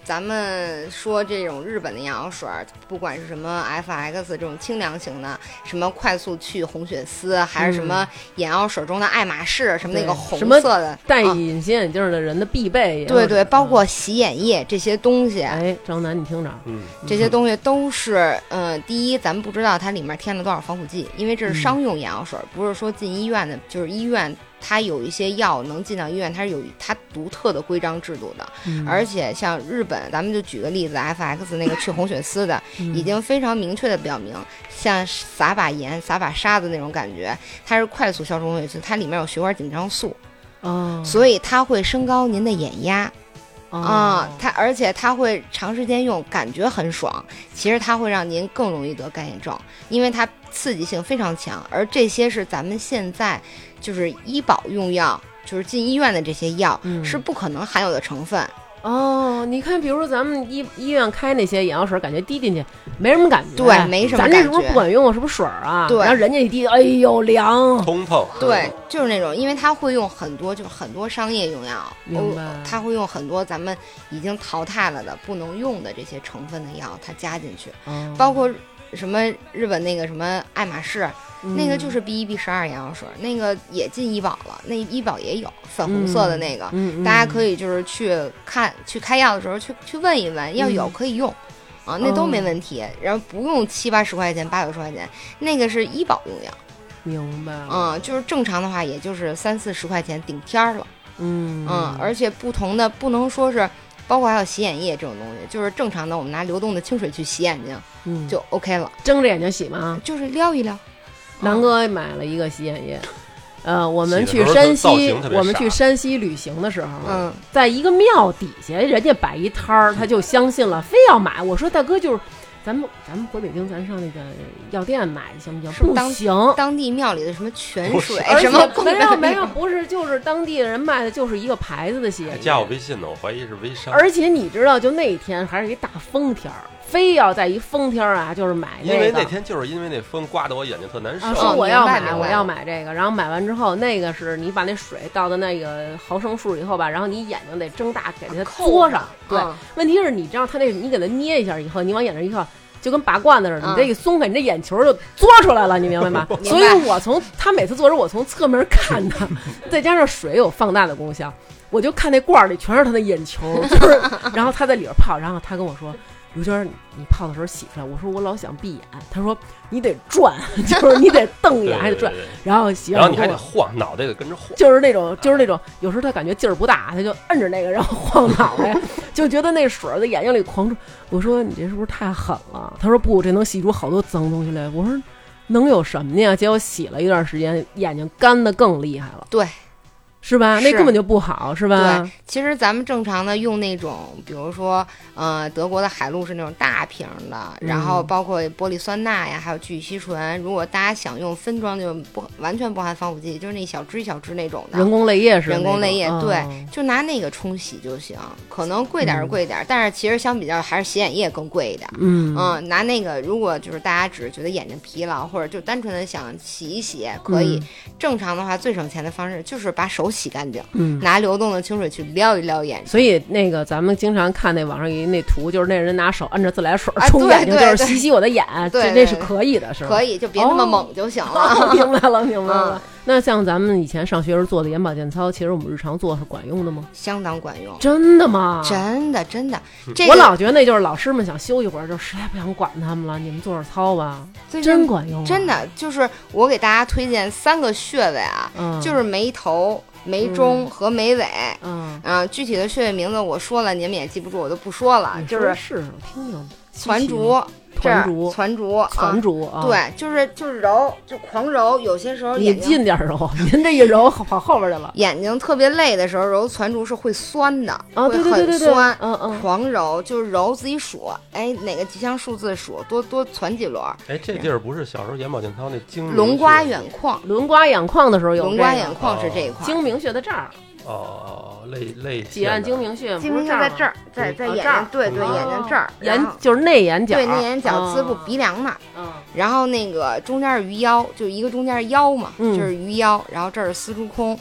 咱们说这种日本的眼药水，不管是什么 F X 这种清凉型的，什么快速去红血丝，还是什么眼药水中的爱马仕，什么那个红色的， 戴隐形眼镜的人的必备， 对对，包括洗眼液这些东西。 哎，张楠，你听着， 嗯， 这些东西都是，嗯，第一，咱们不知道它里面添了多少防腐剂，因为这是商用眼药水，不是说进医院的，就是医院。它有一些药能进到医院，它是有它独特的规章制度的，嗯、而且像日本，咱们就举个例子 ，F X 那个去红血丝的，嗯、已经非常明确的表明，像撒把盐、撒把沙子那种感觉，它是快速消除红血丝，它里面有血管紧张素，哦，所以它会升高您的眼压。啊、嗯，它而且它会长时间用，感觉很爽。其实它会让您更容易得干眼症，因为它刺激性非常强。而这些是咱们现在就是医保用药，就是进医院的这些药、嗯、是不可能含有的成分。 哦，你看，比如说咱们医医院开那些眼药水，感觉滴进去没什么感觉， 对，没什么感觉。 咱这是不是不管用啊？是不是水啊？ 对， 然后人家一滴，哎呦凉， 通透。 对，就是那种，因为他会用很多，就是很多商业用药， 明白？ 他会用很多咱们已经淘汰了的不能用的这些成分的药，他加进去，哦、包括什么日本那个什么爱马仕。嗯、那个就是 B 一 B 十二眼药水，那个也进医保了，那医保也有粉红色的那个，嗯嗯、大家可以就是去看去开药的时候去去问一问，要有可以用，嗯、啊，那都没问题，哦、然后不用七八十块钱八九十块钱，那个是医保用药， 明白了， 嗯，就是正常的话也就是三四十块钱顶天了，嗯嗯，而且不同的不能说是。包括还有洗眼液这种东西，就是正常的我们拿流动的清水去洗眼睛，嗯，就 OK 了。 睁着眼睛洗吗？ 就是撩一撩。 南哥买了一个洗眼液，呃，我们去山西，我们去山西旅行的时候，嗯，在一个庙底下，人家摆一摊儿，他就相信了，非要买。我说大哥，就是咱们咱们回北京，咱上那个药店买行不行？不行， 当地庙里的什么泉水什么没有没有，不是，就是当地人卖的就是一个牌子的洗眼液。 加我微信呢，我怀疑是微商。 而且你知道，就那一天还是一大风天儿。非要在一风天啊，就是买这个， 因为那天就是因为那风刮得我眼睛特难受。 啊、说我要买，我要买这个，然后买完之后，那个是你把那水倒到那个毫升数以后吧，然后你眼睛得睁大，给它嘬上。对，嗯、问题是你知道它那，你给它捏一下以后，你往眼睛一靠，就跟拔罐子似的，你这一松开，你这眼球就嘬出来了，你明白吗？所以我从他每次做时，我从侧面看他，再加上水有放大的功效，我就看那罐里全是他的眼球，就是，然后他在里边泡，然后他跟我说。刘娟，你泡的时候洗出来，我说我老想闭眼，他说你得转，就是你得瞪眼还得转，然后洗完然后你还得晃脑袋，得跟着晃， 就是那种就是那种，有时候他感觉劲儿不大，他就摁着那个，然后晃脑袋，就觉得那水在眼睛里狂出。我说你这是不是太狠了？他说不，这能洗出好多脏东西来。我说能有什么呀？结果洗了一段时间，眼睛干得更厉害了。 对。 是吧？那根本就不好，是吧？ 对，其实咱们正常的用那种，比如说，呃，德国的海露是那种大瓶的，嗯、然后包括玻璃酸钠呀，还有聚乙烯醇。如果大家想用分装，就不完全不含防腐剂，就是那一小支一小支那种的人工泪液是人工泪液，对， 哦、 就拿那个冲洗就行。可能贵点是贵点，嗯、但是其实相比较还是洗眼液更贵一点。嗯嗯，拿那个，如果就是大家只是觉得眼睛疲劳，或者就单纯的想洗一洗，可以。嗯、正常的话，最省钱的方式就是把手洗干净，嗯，拿流动的清水去撩一撩眼睛。 所以那个咱们经常看那网上有那图，就是那人拿手按着自来水冲眼睛，啊、就是洗洗我的眼， 对， 这是可以的，是吧？ 可以，就别那么猛就行了。 哦、明白了，明白了。嗯、那像咱们以前上学时做的眼保健操，其实我们日常做是管用的吗？ 相当管用。 真的吗？ 真的真的。这个、我老觉得那就是老师们想休一会儿，就实在不想管他们了，你们做点操吧。真管用、啊。 真的，就是我给大家推荐三个穴位啊，嗯、就是眉头。眉中和眉尾，嗯啊，具体的穴位名字我说了，你们也记不住，我就不说了。就是是我听听， 攒竹， 攒竹， 攒竹， 攒竹啊！ 对，就是就是揉，就狂揉。有些时候你近点揉，您这一揉跑后边去了。 眼睛特别累的时候揉攒竹是会酸的， 啊， 会很酸。 嗯嗯， 狂揉就是揉自己数，哎，哪个吉祥数字数，多多攒几轮。 哎，这地儿不是小时候眼保健操那睛龙刮眼眶， 轮刮眼眶的时候有龙刮眼眶是这一块， 睛明穴在这儿。 哦，泪泪挤按睛明穴， 睛明穴在这儿，在在眼睛，对对，眼睛这儿， 眼就是内眼角， 对内眼角滋部鼻梁那儿。嗯，然后那个中间是鱼腰，就一个中间是腰嘛，就是鱼腰，然后这儿是丝竹空。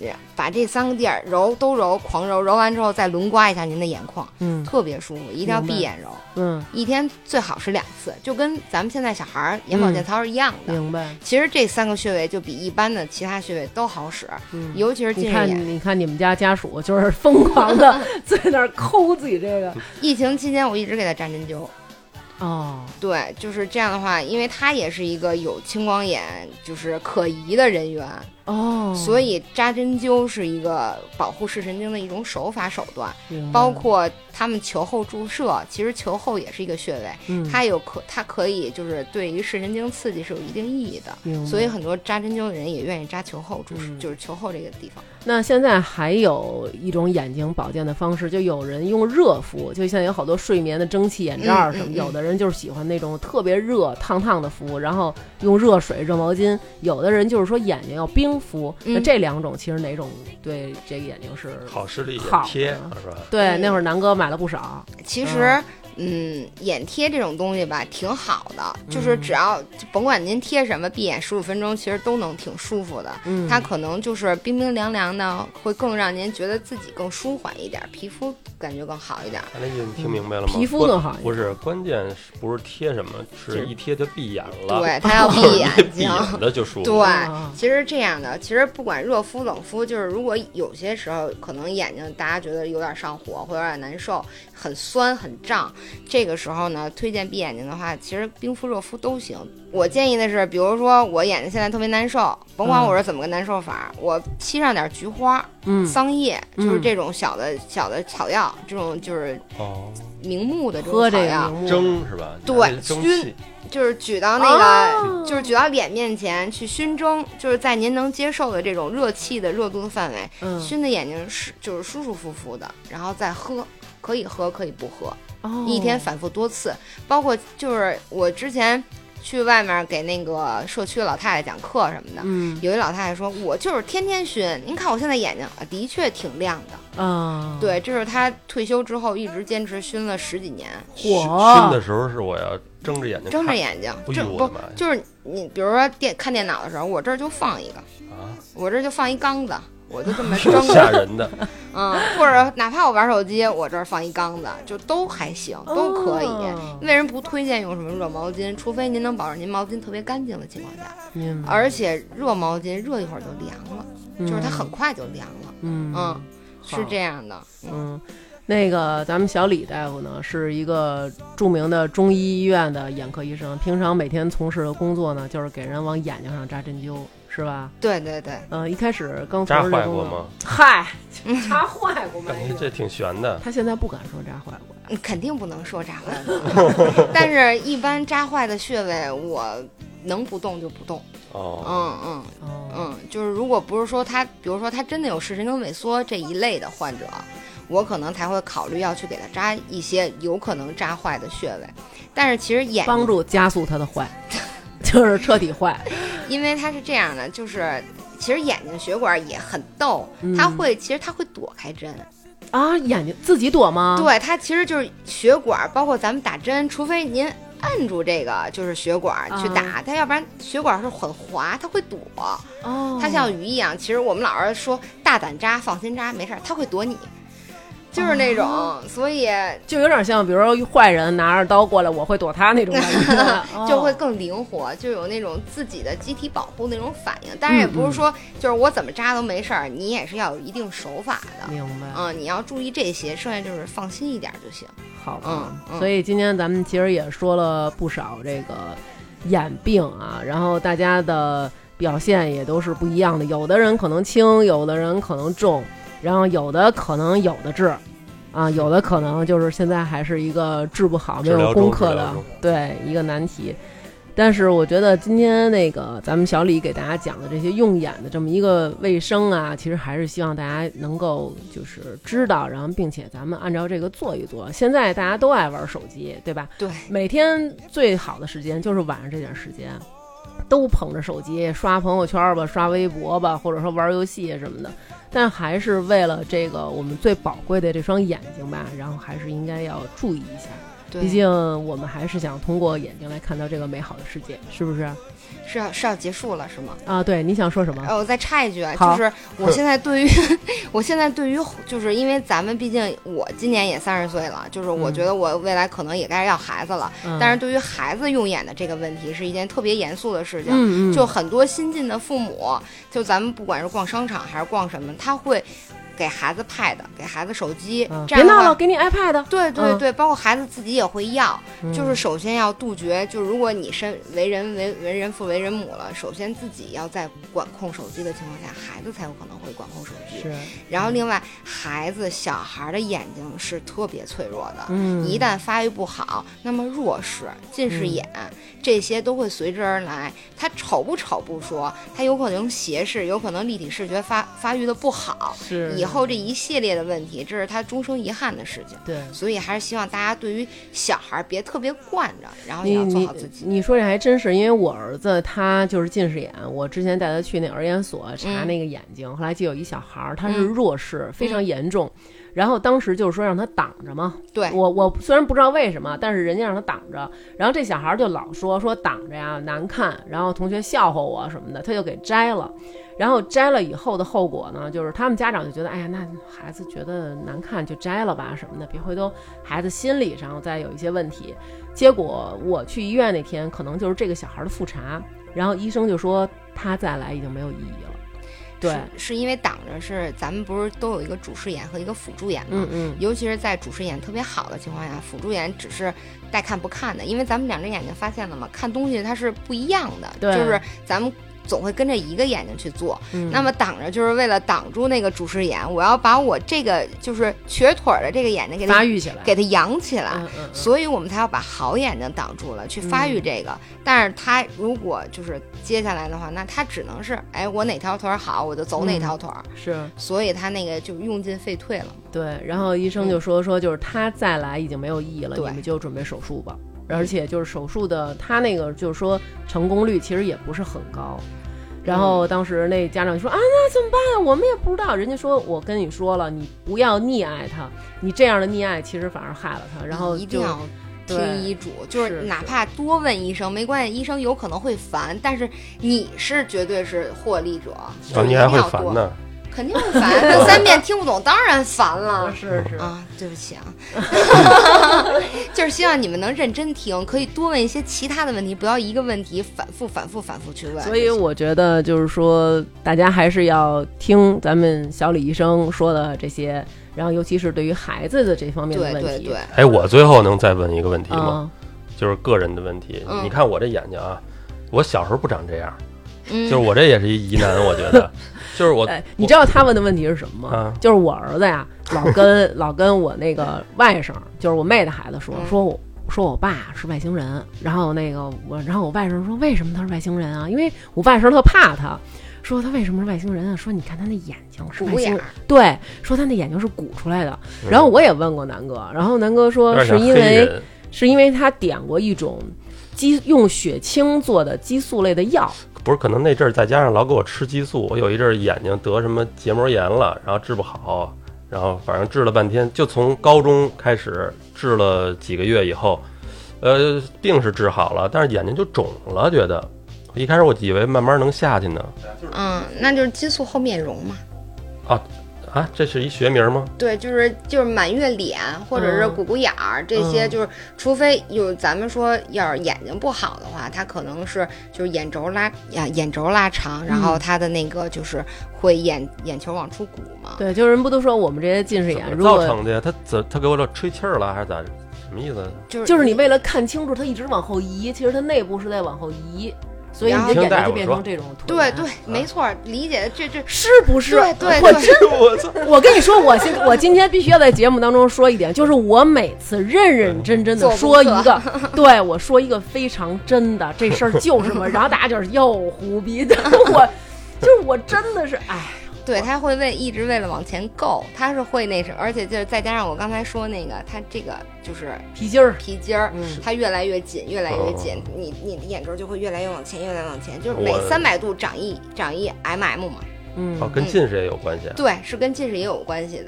把这三个地儿揉都揉，狂揉，揉完之后再轮刮一下您的眼眶， 嗯， 特别舒服，一定要闭眼揉， 嗯， 一天最好是两次，就跟咱们现在小孩眼保健操是一样的。 明白。 其实这三个穴位就比一般的其他穴位都好使， 嗯、 尤其是近视眼。 你看，你看你们家家属就是疯狂的在那儿抠自己这个。 疫情期间，我一直给他扎针灸。 哦， 对，就是这样的话，因为他也是一个有青光眼就是可疑的人员哦， 所以扎针灸是一个保护视神经的一种手法手段，包括他们球后注射，其实球后也是一个穴位，嗯、它有可它可以就是对于视神经刺激是有一定意义的，所以很多扎针灸的人也愿意扎球后注射，嗯、就是球后这个地方。 那现在还有一种眼睛保健的方式，就有人用热敷，就像有好多睡眠的蒸汽眼罩什么，嗯嗯嗯、有的人就是喜欢那种特别热烫烫的敷，然后用热水热毛巾，有的人就是说眼睛要冰敷。嗯、那这两种其实哪种对这个眼睛是好视力眼贴是吧？ 对，嗯、那会儿南哥买了不少。 其实。嗯嗯，眼贴这种东西吧，挺好的，就是只要甭管您贴什么，闭眼十五分钟，其实都能挺舒服的。嗯，它可能就是冰冰凉凉的，会更让您觉得自己更舒缓一点，皮肤感觉更好一点。 那意思听明白了吗？ 皮肤更好一点。 不是，关键是不是贴什么，是一贴就闭眼了。 对，它要闭眼睛，闭眼的就舒服。 对，其实这样的，其实不管热敷冷敷，就是如果有些时候可能眼睛大家觉得有点上火，或者有点难受，很酸很胀。这个时候呢，推荐闭眼睛的话，其实冰敷热敷都行。我建议的是，比如说我眼睛现在特别难受，甭管我是怎么个难受法，嗯、我沏上点菊花、嗯、桑叶，就是这种小的、嗯、小的草药，这种就是明目的这种草药， 蒸是吧？ 对，熏。就是举到那个，哦、就是举到脸面前去熏蒸，就是在您能接受的这种热气的热度的范围，嗯、熏的眼睛是就是舒舒服服的，然后再喝，可以喝可以不喝，哦、一天反复多次，包括就是我之前去外面给那个社区老太太讲课什么的，嗯、有一老太太说，我就是天天熏，您看我现在眼睛的确挺亮的。嗯，对，这是他退休之后一直坚持熏了十几年。 熏熏的时候是我要睁着眼睛， 睁着眼睛，这不就是你，比如说电看电脑的时候，我这儿就放一个啊，我这儿就放一缸子，我就这么睁着， 吓人的。 嗯，或者哪怕我玩手机，我这儿放一缸子，就都还行，都可以。哦、为什么不推荐用什么热毛巾？除非您能保证您毛巾特别干净的情况下，嗯、而且热毛巾热一会儿就凉了，嗯、就是它很快就凉了。嗯嗯。是这样的， 嗯，那个咱们小李大夫呢，是一个著名的中医医院的眼科医生，平常每天从事的工作呢，就是给人往眼睛上扎针灸，是吧？ 对对对， 嗯、呃，一开始刚扎坏过吗？ 嗨，扎坏过吗？ 感觉这挺悬的。 他现在不敢说扎坏过， 肯定不能说扎坏过，但是一般扎坏的穴位，我能不动就不动。哦，嗯嗯嗯嗯，就是如果不是说他，比如说他真的有视神经萎缩这一类的患者，我可能才会考虑要去给他扎一些有可能扎坏的穴位。但是其实眼帮助加速他的坏，就是彻底坏。 因为他是这样的，就是其实眼睛血管也很逗，他会、嗯、其实他会躲开针。 啊，眼睛自己躲吗？ 对，它其实就是血管，包括咱们打针，除非您按住这个就是血管去打，它、啊、要不然血管是很滑，它会躲。哦，它像鱼一样。其实我们老是说大胆扎，放心扎，没事，它会躲你。就是那种，哦、所以就有点像，比如说坏人拿着刀过来，我会躲他那种感觉， 就会更灵活，就有那种自己的机体保护那种反应。当然也不是说，嗯嗯就是我怎么扎都没事儿，你也是要有一定手法的。 明白。 嗯，你要注意这些，剩下就是放心一点就行。 好吧。嗯嗯。所以今天咱们其实也说了不少这个眼病啊，然后大家的表现也都是不一样的，有的人可能轻，有的人可能重。然后有的可能有的治，啊，有的可能就是现在还是一个治不好、没有攻克的，对，一个难题。但是我觉得今天那个咱们小李给大家讲的这些用眼的这么一个卫生啊，其实还是希望大家能够就是知道，然后并且咱们按照这个做一做。现在大家都爱玩手机，对吧？ 对， 每天最好的时间就是晚上这点时间。都捧着手机刷朋友圈吧，刷微博吧，或者说玩游戏什么的，但还是为了这个我们最宝贵的这双眼睛吧，然后还是应该要注意一下。 毕竟我们还是想通过眼睛来看到这个美好的世界，是不是？ 是要是要结束了是吗？ 啊，对，你想说什么？ 呃，我再插一句，就是我现在对于我现在对于，就是因为咱们毕竟我今年也三十岁了，就是我觉得我未来可能也该要孩子了，嗯、但是对于孩子用眼的这个问题是一件特别严肃的事情。 嗯嗯， 就很多新进的父母，就咱们不管是逛商场还是逛什么，他会给孩子 pad 给孩子手机、 嗯、 这样别闹了，给你 iPad。 对对对、嗯、包括孩子自己也会要、 嗯、 就是首先要杜绝，就如果你身为人为为人父为人母了，首先自己要在管控手机的情况下，孩子才有可能会管控手机。 是， 然后另外孩子小孩的眼睛是特别脆弱的、 嗯、 一旦发育不好，那么弱视近视眼、嗯、这些都会随之而来。他丑不丑不说，他有可能斜视，有可能立体视觉发发育的不好， 是以后这一系列的问题，这是他终生遗憾的事情。 对， 所以还是希望大家对于小孩别特别惯着，然后也要做好自己。 你, 你, 你说这还真是，因为我儿子他就是近视眼，我之前带他去那儿研所查那个眼睛、嗯、后来就有一小孩他是弱视、嗯、非常严重、嗯、然后当时就是说让他挡着嘛， 对， 我我虽然不知道为什么，但是人家让他挡着，然后这小孩就老说说挡着呀难看，然后同学笑话我什么的，他就给摘了。然后摘了以后的后果呢，就是他们家长就觉得，哎呀，那孩子觉得难看就摘了吧什么的，别回头孩子心理上再有一些问题。结果我去医院那天，可能就是这个小孩的复查，然后医生就说他再来已经没有意义了。对， 是, 是因为挡着是咱们不是都有一个主视眼和一个辅助眼吗？ 嗯嗯， 尤其是在主视眼特别好的情况下，辅助眼只是带看不看的，因为咱们两只眼睛发现了嘛，看东西它是不一样的， 对， 就是咱们总会跟着一个眼睛去做、 嗯、 那么挡着就是为了挡住那个主视眼，我要把我这个就是瘸腿的这个眼睛给它发育起来， 给它扬起来、 嗯嗯嗯、 所以我们才要把好眼睛挡住了去发育这个、嗯、但是它如果就是接下来的话，那它只能是哎我哪条腿好我就走哪条腿、嗯、 是， 所以它那个就用尽废退了。 对，然后医生就说说就是他再来已经没有意义了、嗯、你们就准备手术吧，而且就是手术的他那个就是说成功率其实也不是很高。然后当时那家长就说啊，那怎么办？我们也不知道。人家说我跟你说了，你不要溺爱他，你这样的溺爱其实反而害了他。然后一定要听医嘱，就是哪怕多问医生没关系，医生有可能会烦，但是你是绝对是获利者。 啊，你还会烦呢？ 肯定会烦，问三遍听不懂，当然烦了。 是是啊，对不起啊，就是希望你们能认真听，可以多问一些其他的问题，不要一个问题反复、反复、反复去问。 所以我觉得就是说，大家还是要听咱们小李医生说的这些，然后尤其是对于孩子的这方面的问题。 对对对。 哎，我最后能再问一个问题吗？ 嗯、 就是个人的问题、嗯。你看我这眼睛啊，我小时候不长这样。 嗯、 就是我这也是一疑难，我觉得，就是我， 哎，你知道他问的问题是什么吗？ 啊、 就是我儿子呀，老跟老跟我那个外甥，就是我妹的孩子说， 嗯、 说我说我爸是外星人，然后那个我，然后我外甥说为什么他是外星人啊？因为我外甥特怕他，说他为什么是外星人啊？说你看他那眼睛是外星人，对，说他那眼睛是鼓出来的。然后我也问过南哥，然后南哥说是因为是因为他点过一种激用血清做的激素类的药。 不是，可能那阵儿再加上老给我吃激素，我有一阵儿眼睛得什么结膜炎了，然后治不好，然后反正治了半天，就从高中开始治了几个月以后，呃，病是治好了，但是眼睛就肿了，觉得一开始我以为慢慢能下去呢。 嗯，那就是激素后面容嘛。 啊啊，这是一学名吗？ 对，就是就是满月脸或者是鼓鼓眼儿、嗯、这些，就是除非有咱们说要是眼睛不好的话，它可能是就是眼轴拉呀眼轴拉长，然后它的那个就是会眼眼球往出鼓嘛。 对，就是人不都说我们这些近视眼造成的呀？他怎他给我这吹气儿了还是咋？什么意思？ 就是就是你为了看清楚，它一直往后移，其实它内部是在往后移。所以你的眼睛就变成这种椭圆。 对对，没错，理解这这是不是？ 对对， 我真我我跟你说，我今我今天必须要在节目当中说一点，就是我每次认认真真的说一个，对我说一个非常真的这事儿就是什么，然后大家就是又胡逼的，我就是我真的是哎。 对，他会为一直为了往前够，他是会那什么，而且就是再加上我刚才说那个，他这个就是皮筋儿， 皮筋儿， 嗯， 它越来越紧，越来越紧，哦、你你的眼轴就会越来越往前，越来越往前，就是每三百度长一长一 mm 嘛， 嗯， 哦，跟近视也有关系、啊嗯，对，是跟近视也有关系的。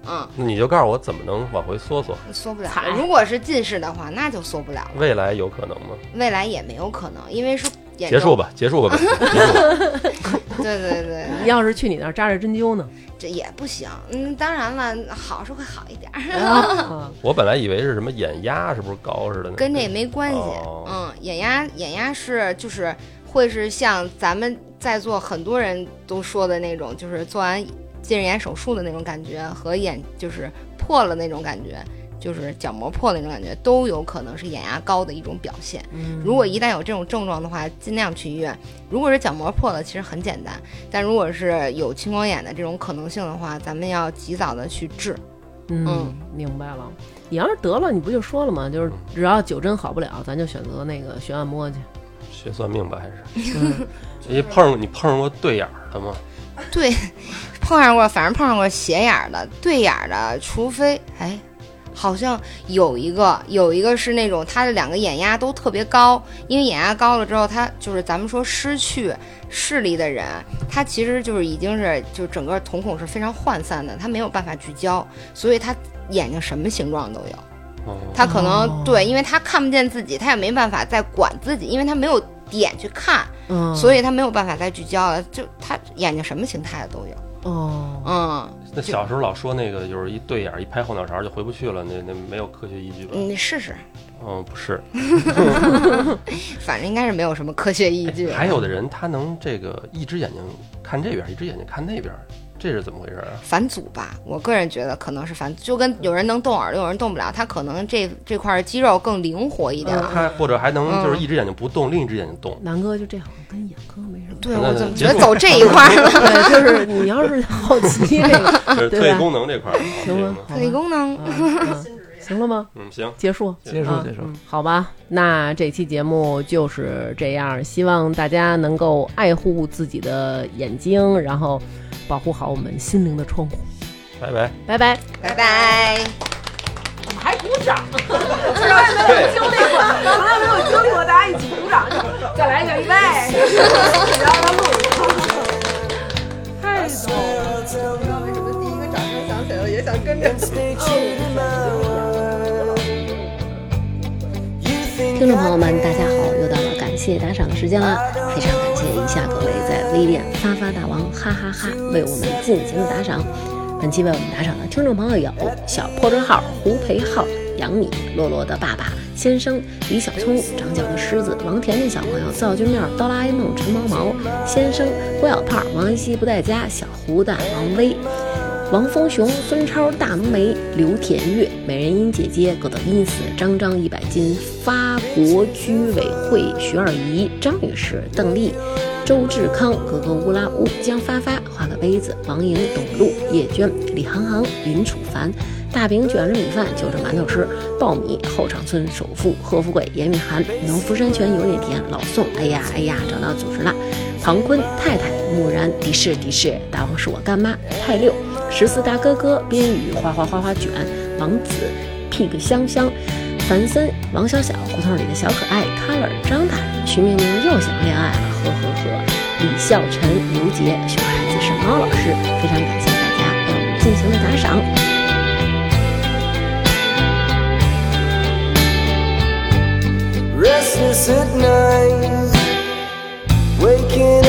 嗯， 那你就告诉我怎么能往回缩缩？ 缩不了。如果是近视的话，那就缩不了了。 未来有可能吗？ 未来也没有可能，因为是眼结束吧，结束吧，结束吧。 对对对， 你要是去你那儿扎着针灸呢？ 这也不行。嗯，当然了，好是会好一点。 啊、 我本来以为是什么眼压是不是高似的呢？ 跟这没关系。哦、嗯，眼压眼压是就是会是像咱们在座很多人都说的那种，就是做完近视眼手术的那种感觉，和眼就是破了那种感觉，就是角膜破那种感觉，都有可能是眼压高的一种表现。 嗯、 如果一旦有这种症状的话，尽量去医院。如果是角膜破了，其实很简单，但如果是有青光眼的这种可能性的话，咱们要及早的去治。 嗯，嗯明白了。你要是得了，你不就说了吗？就是只要九针好不了，咱就选择那个学按摩去。 学算命吧，还是？ 嗯， 你碰你碰上过对眼的吗？ 对，碰上过，反正碰上过斜眼的，对眼的，除非哎，好像有一个，有一个是那种他的两个眼压都特别高，因为眼压高了之后，他就是咱们说失去视力的人，他其实就是已经是就整个瞳孔是非常涣散的，他没有办法聚焦，所以他眼睛什么形状都有。他可能、哦、对，因为他看不见自己，他也没办法再管自己，因为他没有点去看， 嗯， 所以他没有办法再聚焦了，就他眼睛什么形态的都有。 哦， 嗯， 那小时候老说那个就是一对眼一拍后脑勺就回不去了，那那没有科学依据吧？ 你试试。 嗯，不是， 反正应该是没有什么科学依据。 还有的人他能这个一只眼睛看这边，一只眼睛看那边。这是怎么回事啊？ 返祖吧，我个人觉得可能是返祖，就跟有人能动耳朵，有人动不了，他可能这这块肌肉更灵活一点， 他、嗯、或者还能就是一只眼睛不动，嗯、另一只眼睛动。 南哥就这好像跟眼科没什么。 对，我怎么觉得走这一块了？ 对，就是你要是好奇这个， 就是特异功能这块， 行吗？ 特异功能。 嗯行了吗？ 嗯，行， 结束， 结束，结束、 嗯。好吧，那这期节目就是这样，希望大家能够爱护自己的眼睛，然后保护好我们心灵的窗户。 拜拜， 拜拜， 拜拜。 怎么还鼓掌？不知道有没有经历过？从来没有经历过，大家一起鼓掌，再来一个预备，然后录。太逗了！ 不知道为什么第一个掌声响起来了，也想跟着。 听众朋友们，大家好，又到了感谢打赏的时间啦！非常感谢以下各位在微店发发大王哈哈哈为我们进行的打赏。本期为我们打赏的听众朋友有小破折号、胡培浩、杨米、洛洛的爸爸、先生、李小聪、长脚的狮子、王甜甜小朋友、造君面、哆啦 A 梦、陈毛毛、先生、郭小胖、王一希不在家、小胡蛋、王威、王峰雄、孙超、大浓眉、刘田月、美人音姐姐、葛德因斯、张张一百斤、法国居委会徐二姨、张女士、邓丽、周志康、格格乌拉乌、江发发、画个杯子、王莹、董路、叶娟、李航航、林楚凡、大饼卷着米饭就着馒头吃、爆米、后场村首富贺富贵、严敏涵、农夫山泉有点甜、老宋、哎呀哎呀找到组织啦、庞坤、太太、木然、迪士迪士、大王是我干妈、太六、十四大哥哥、边宇、花花花花卷、王子、pig 香香、樊森、王小小、胡同里的小可爱、color、张大人、徐明明又想恋爱了，呵呵呵。李孝晨、刘杰、熊孩子是猫老师，非常感谢大家为我们进行的打赏。 Restless at night, waking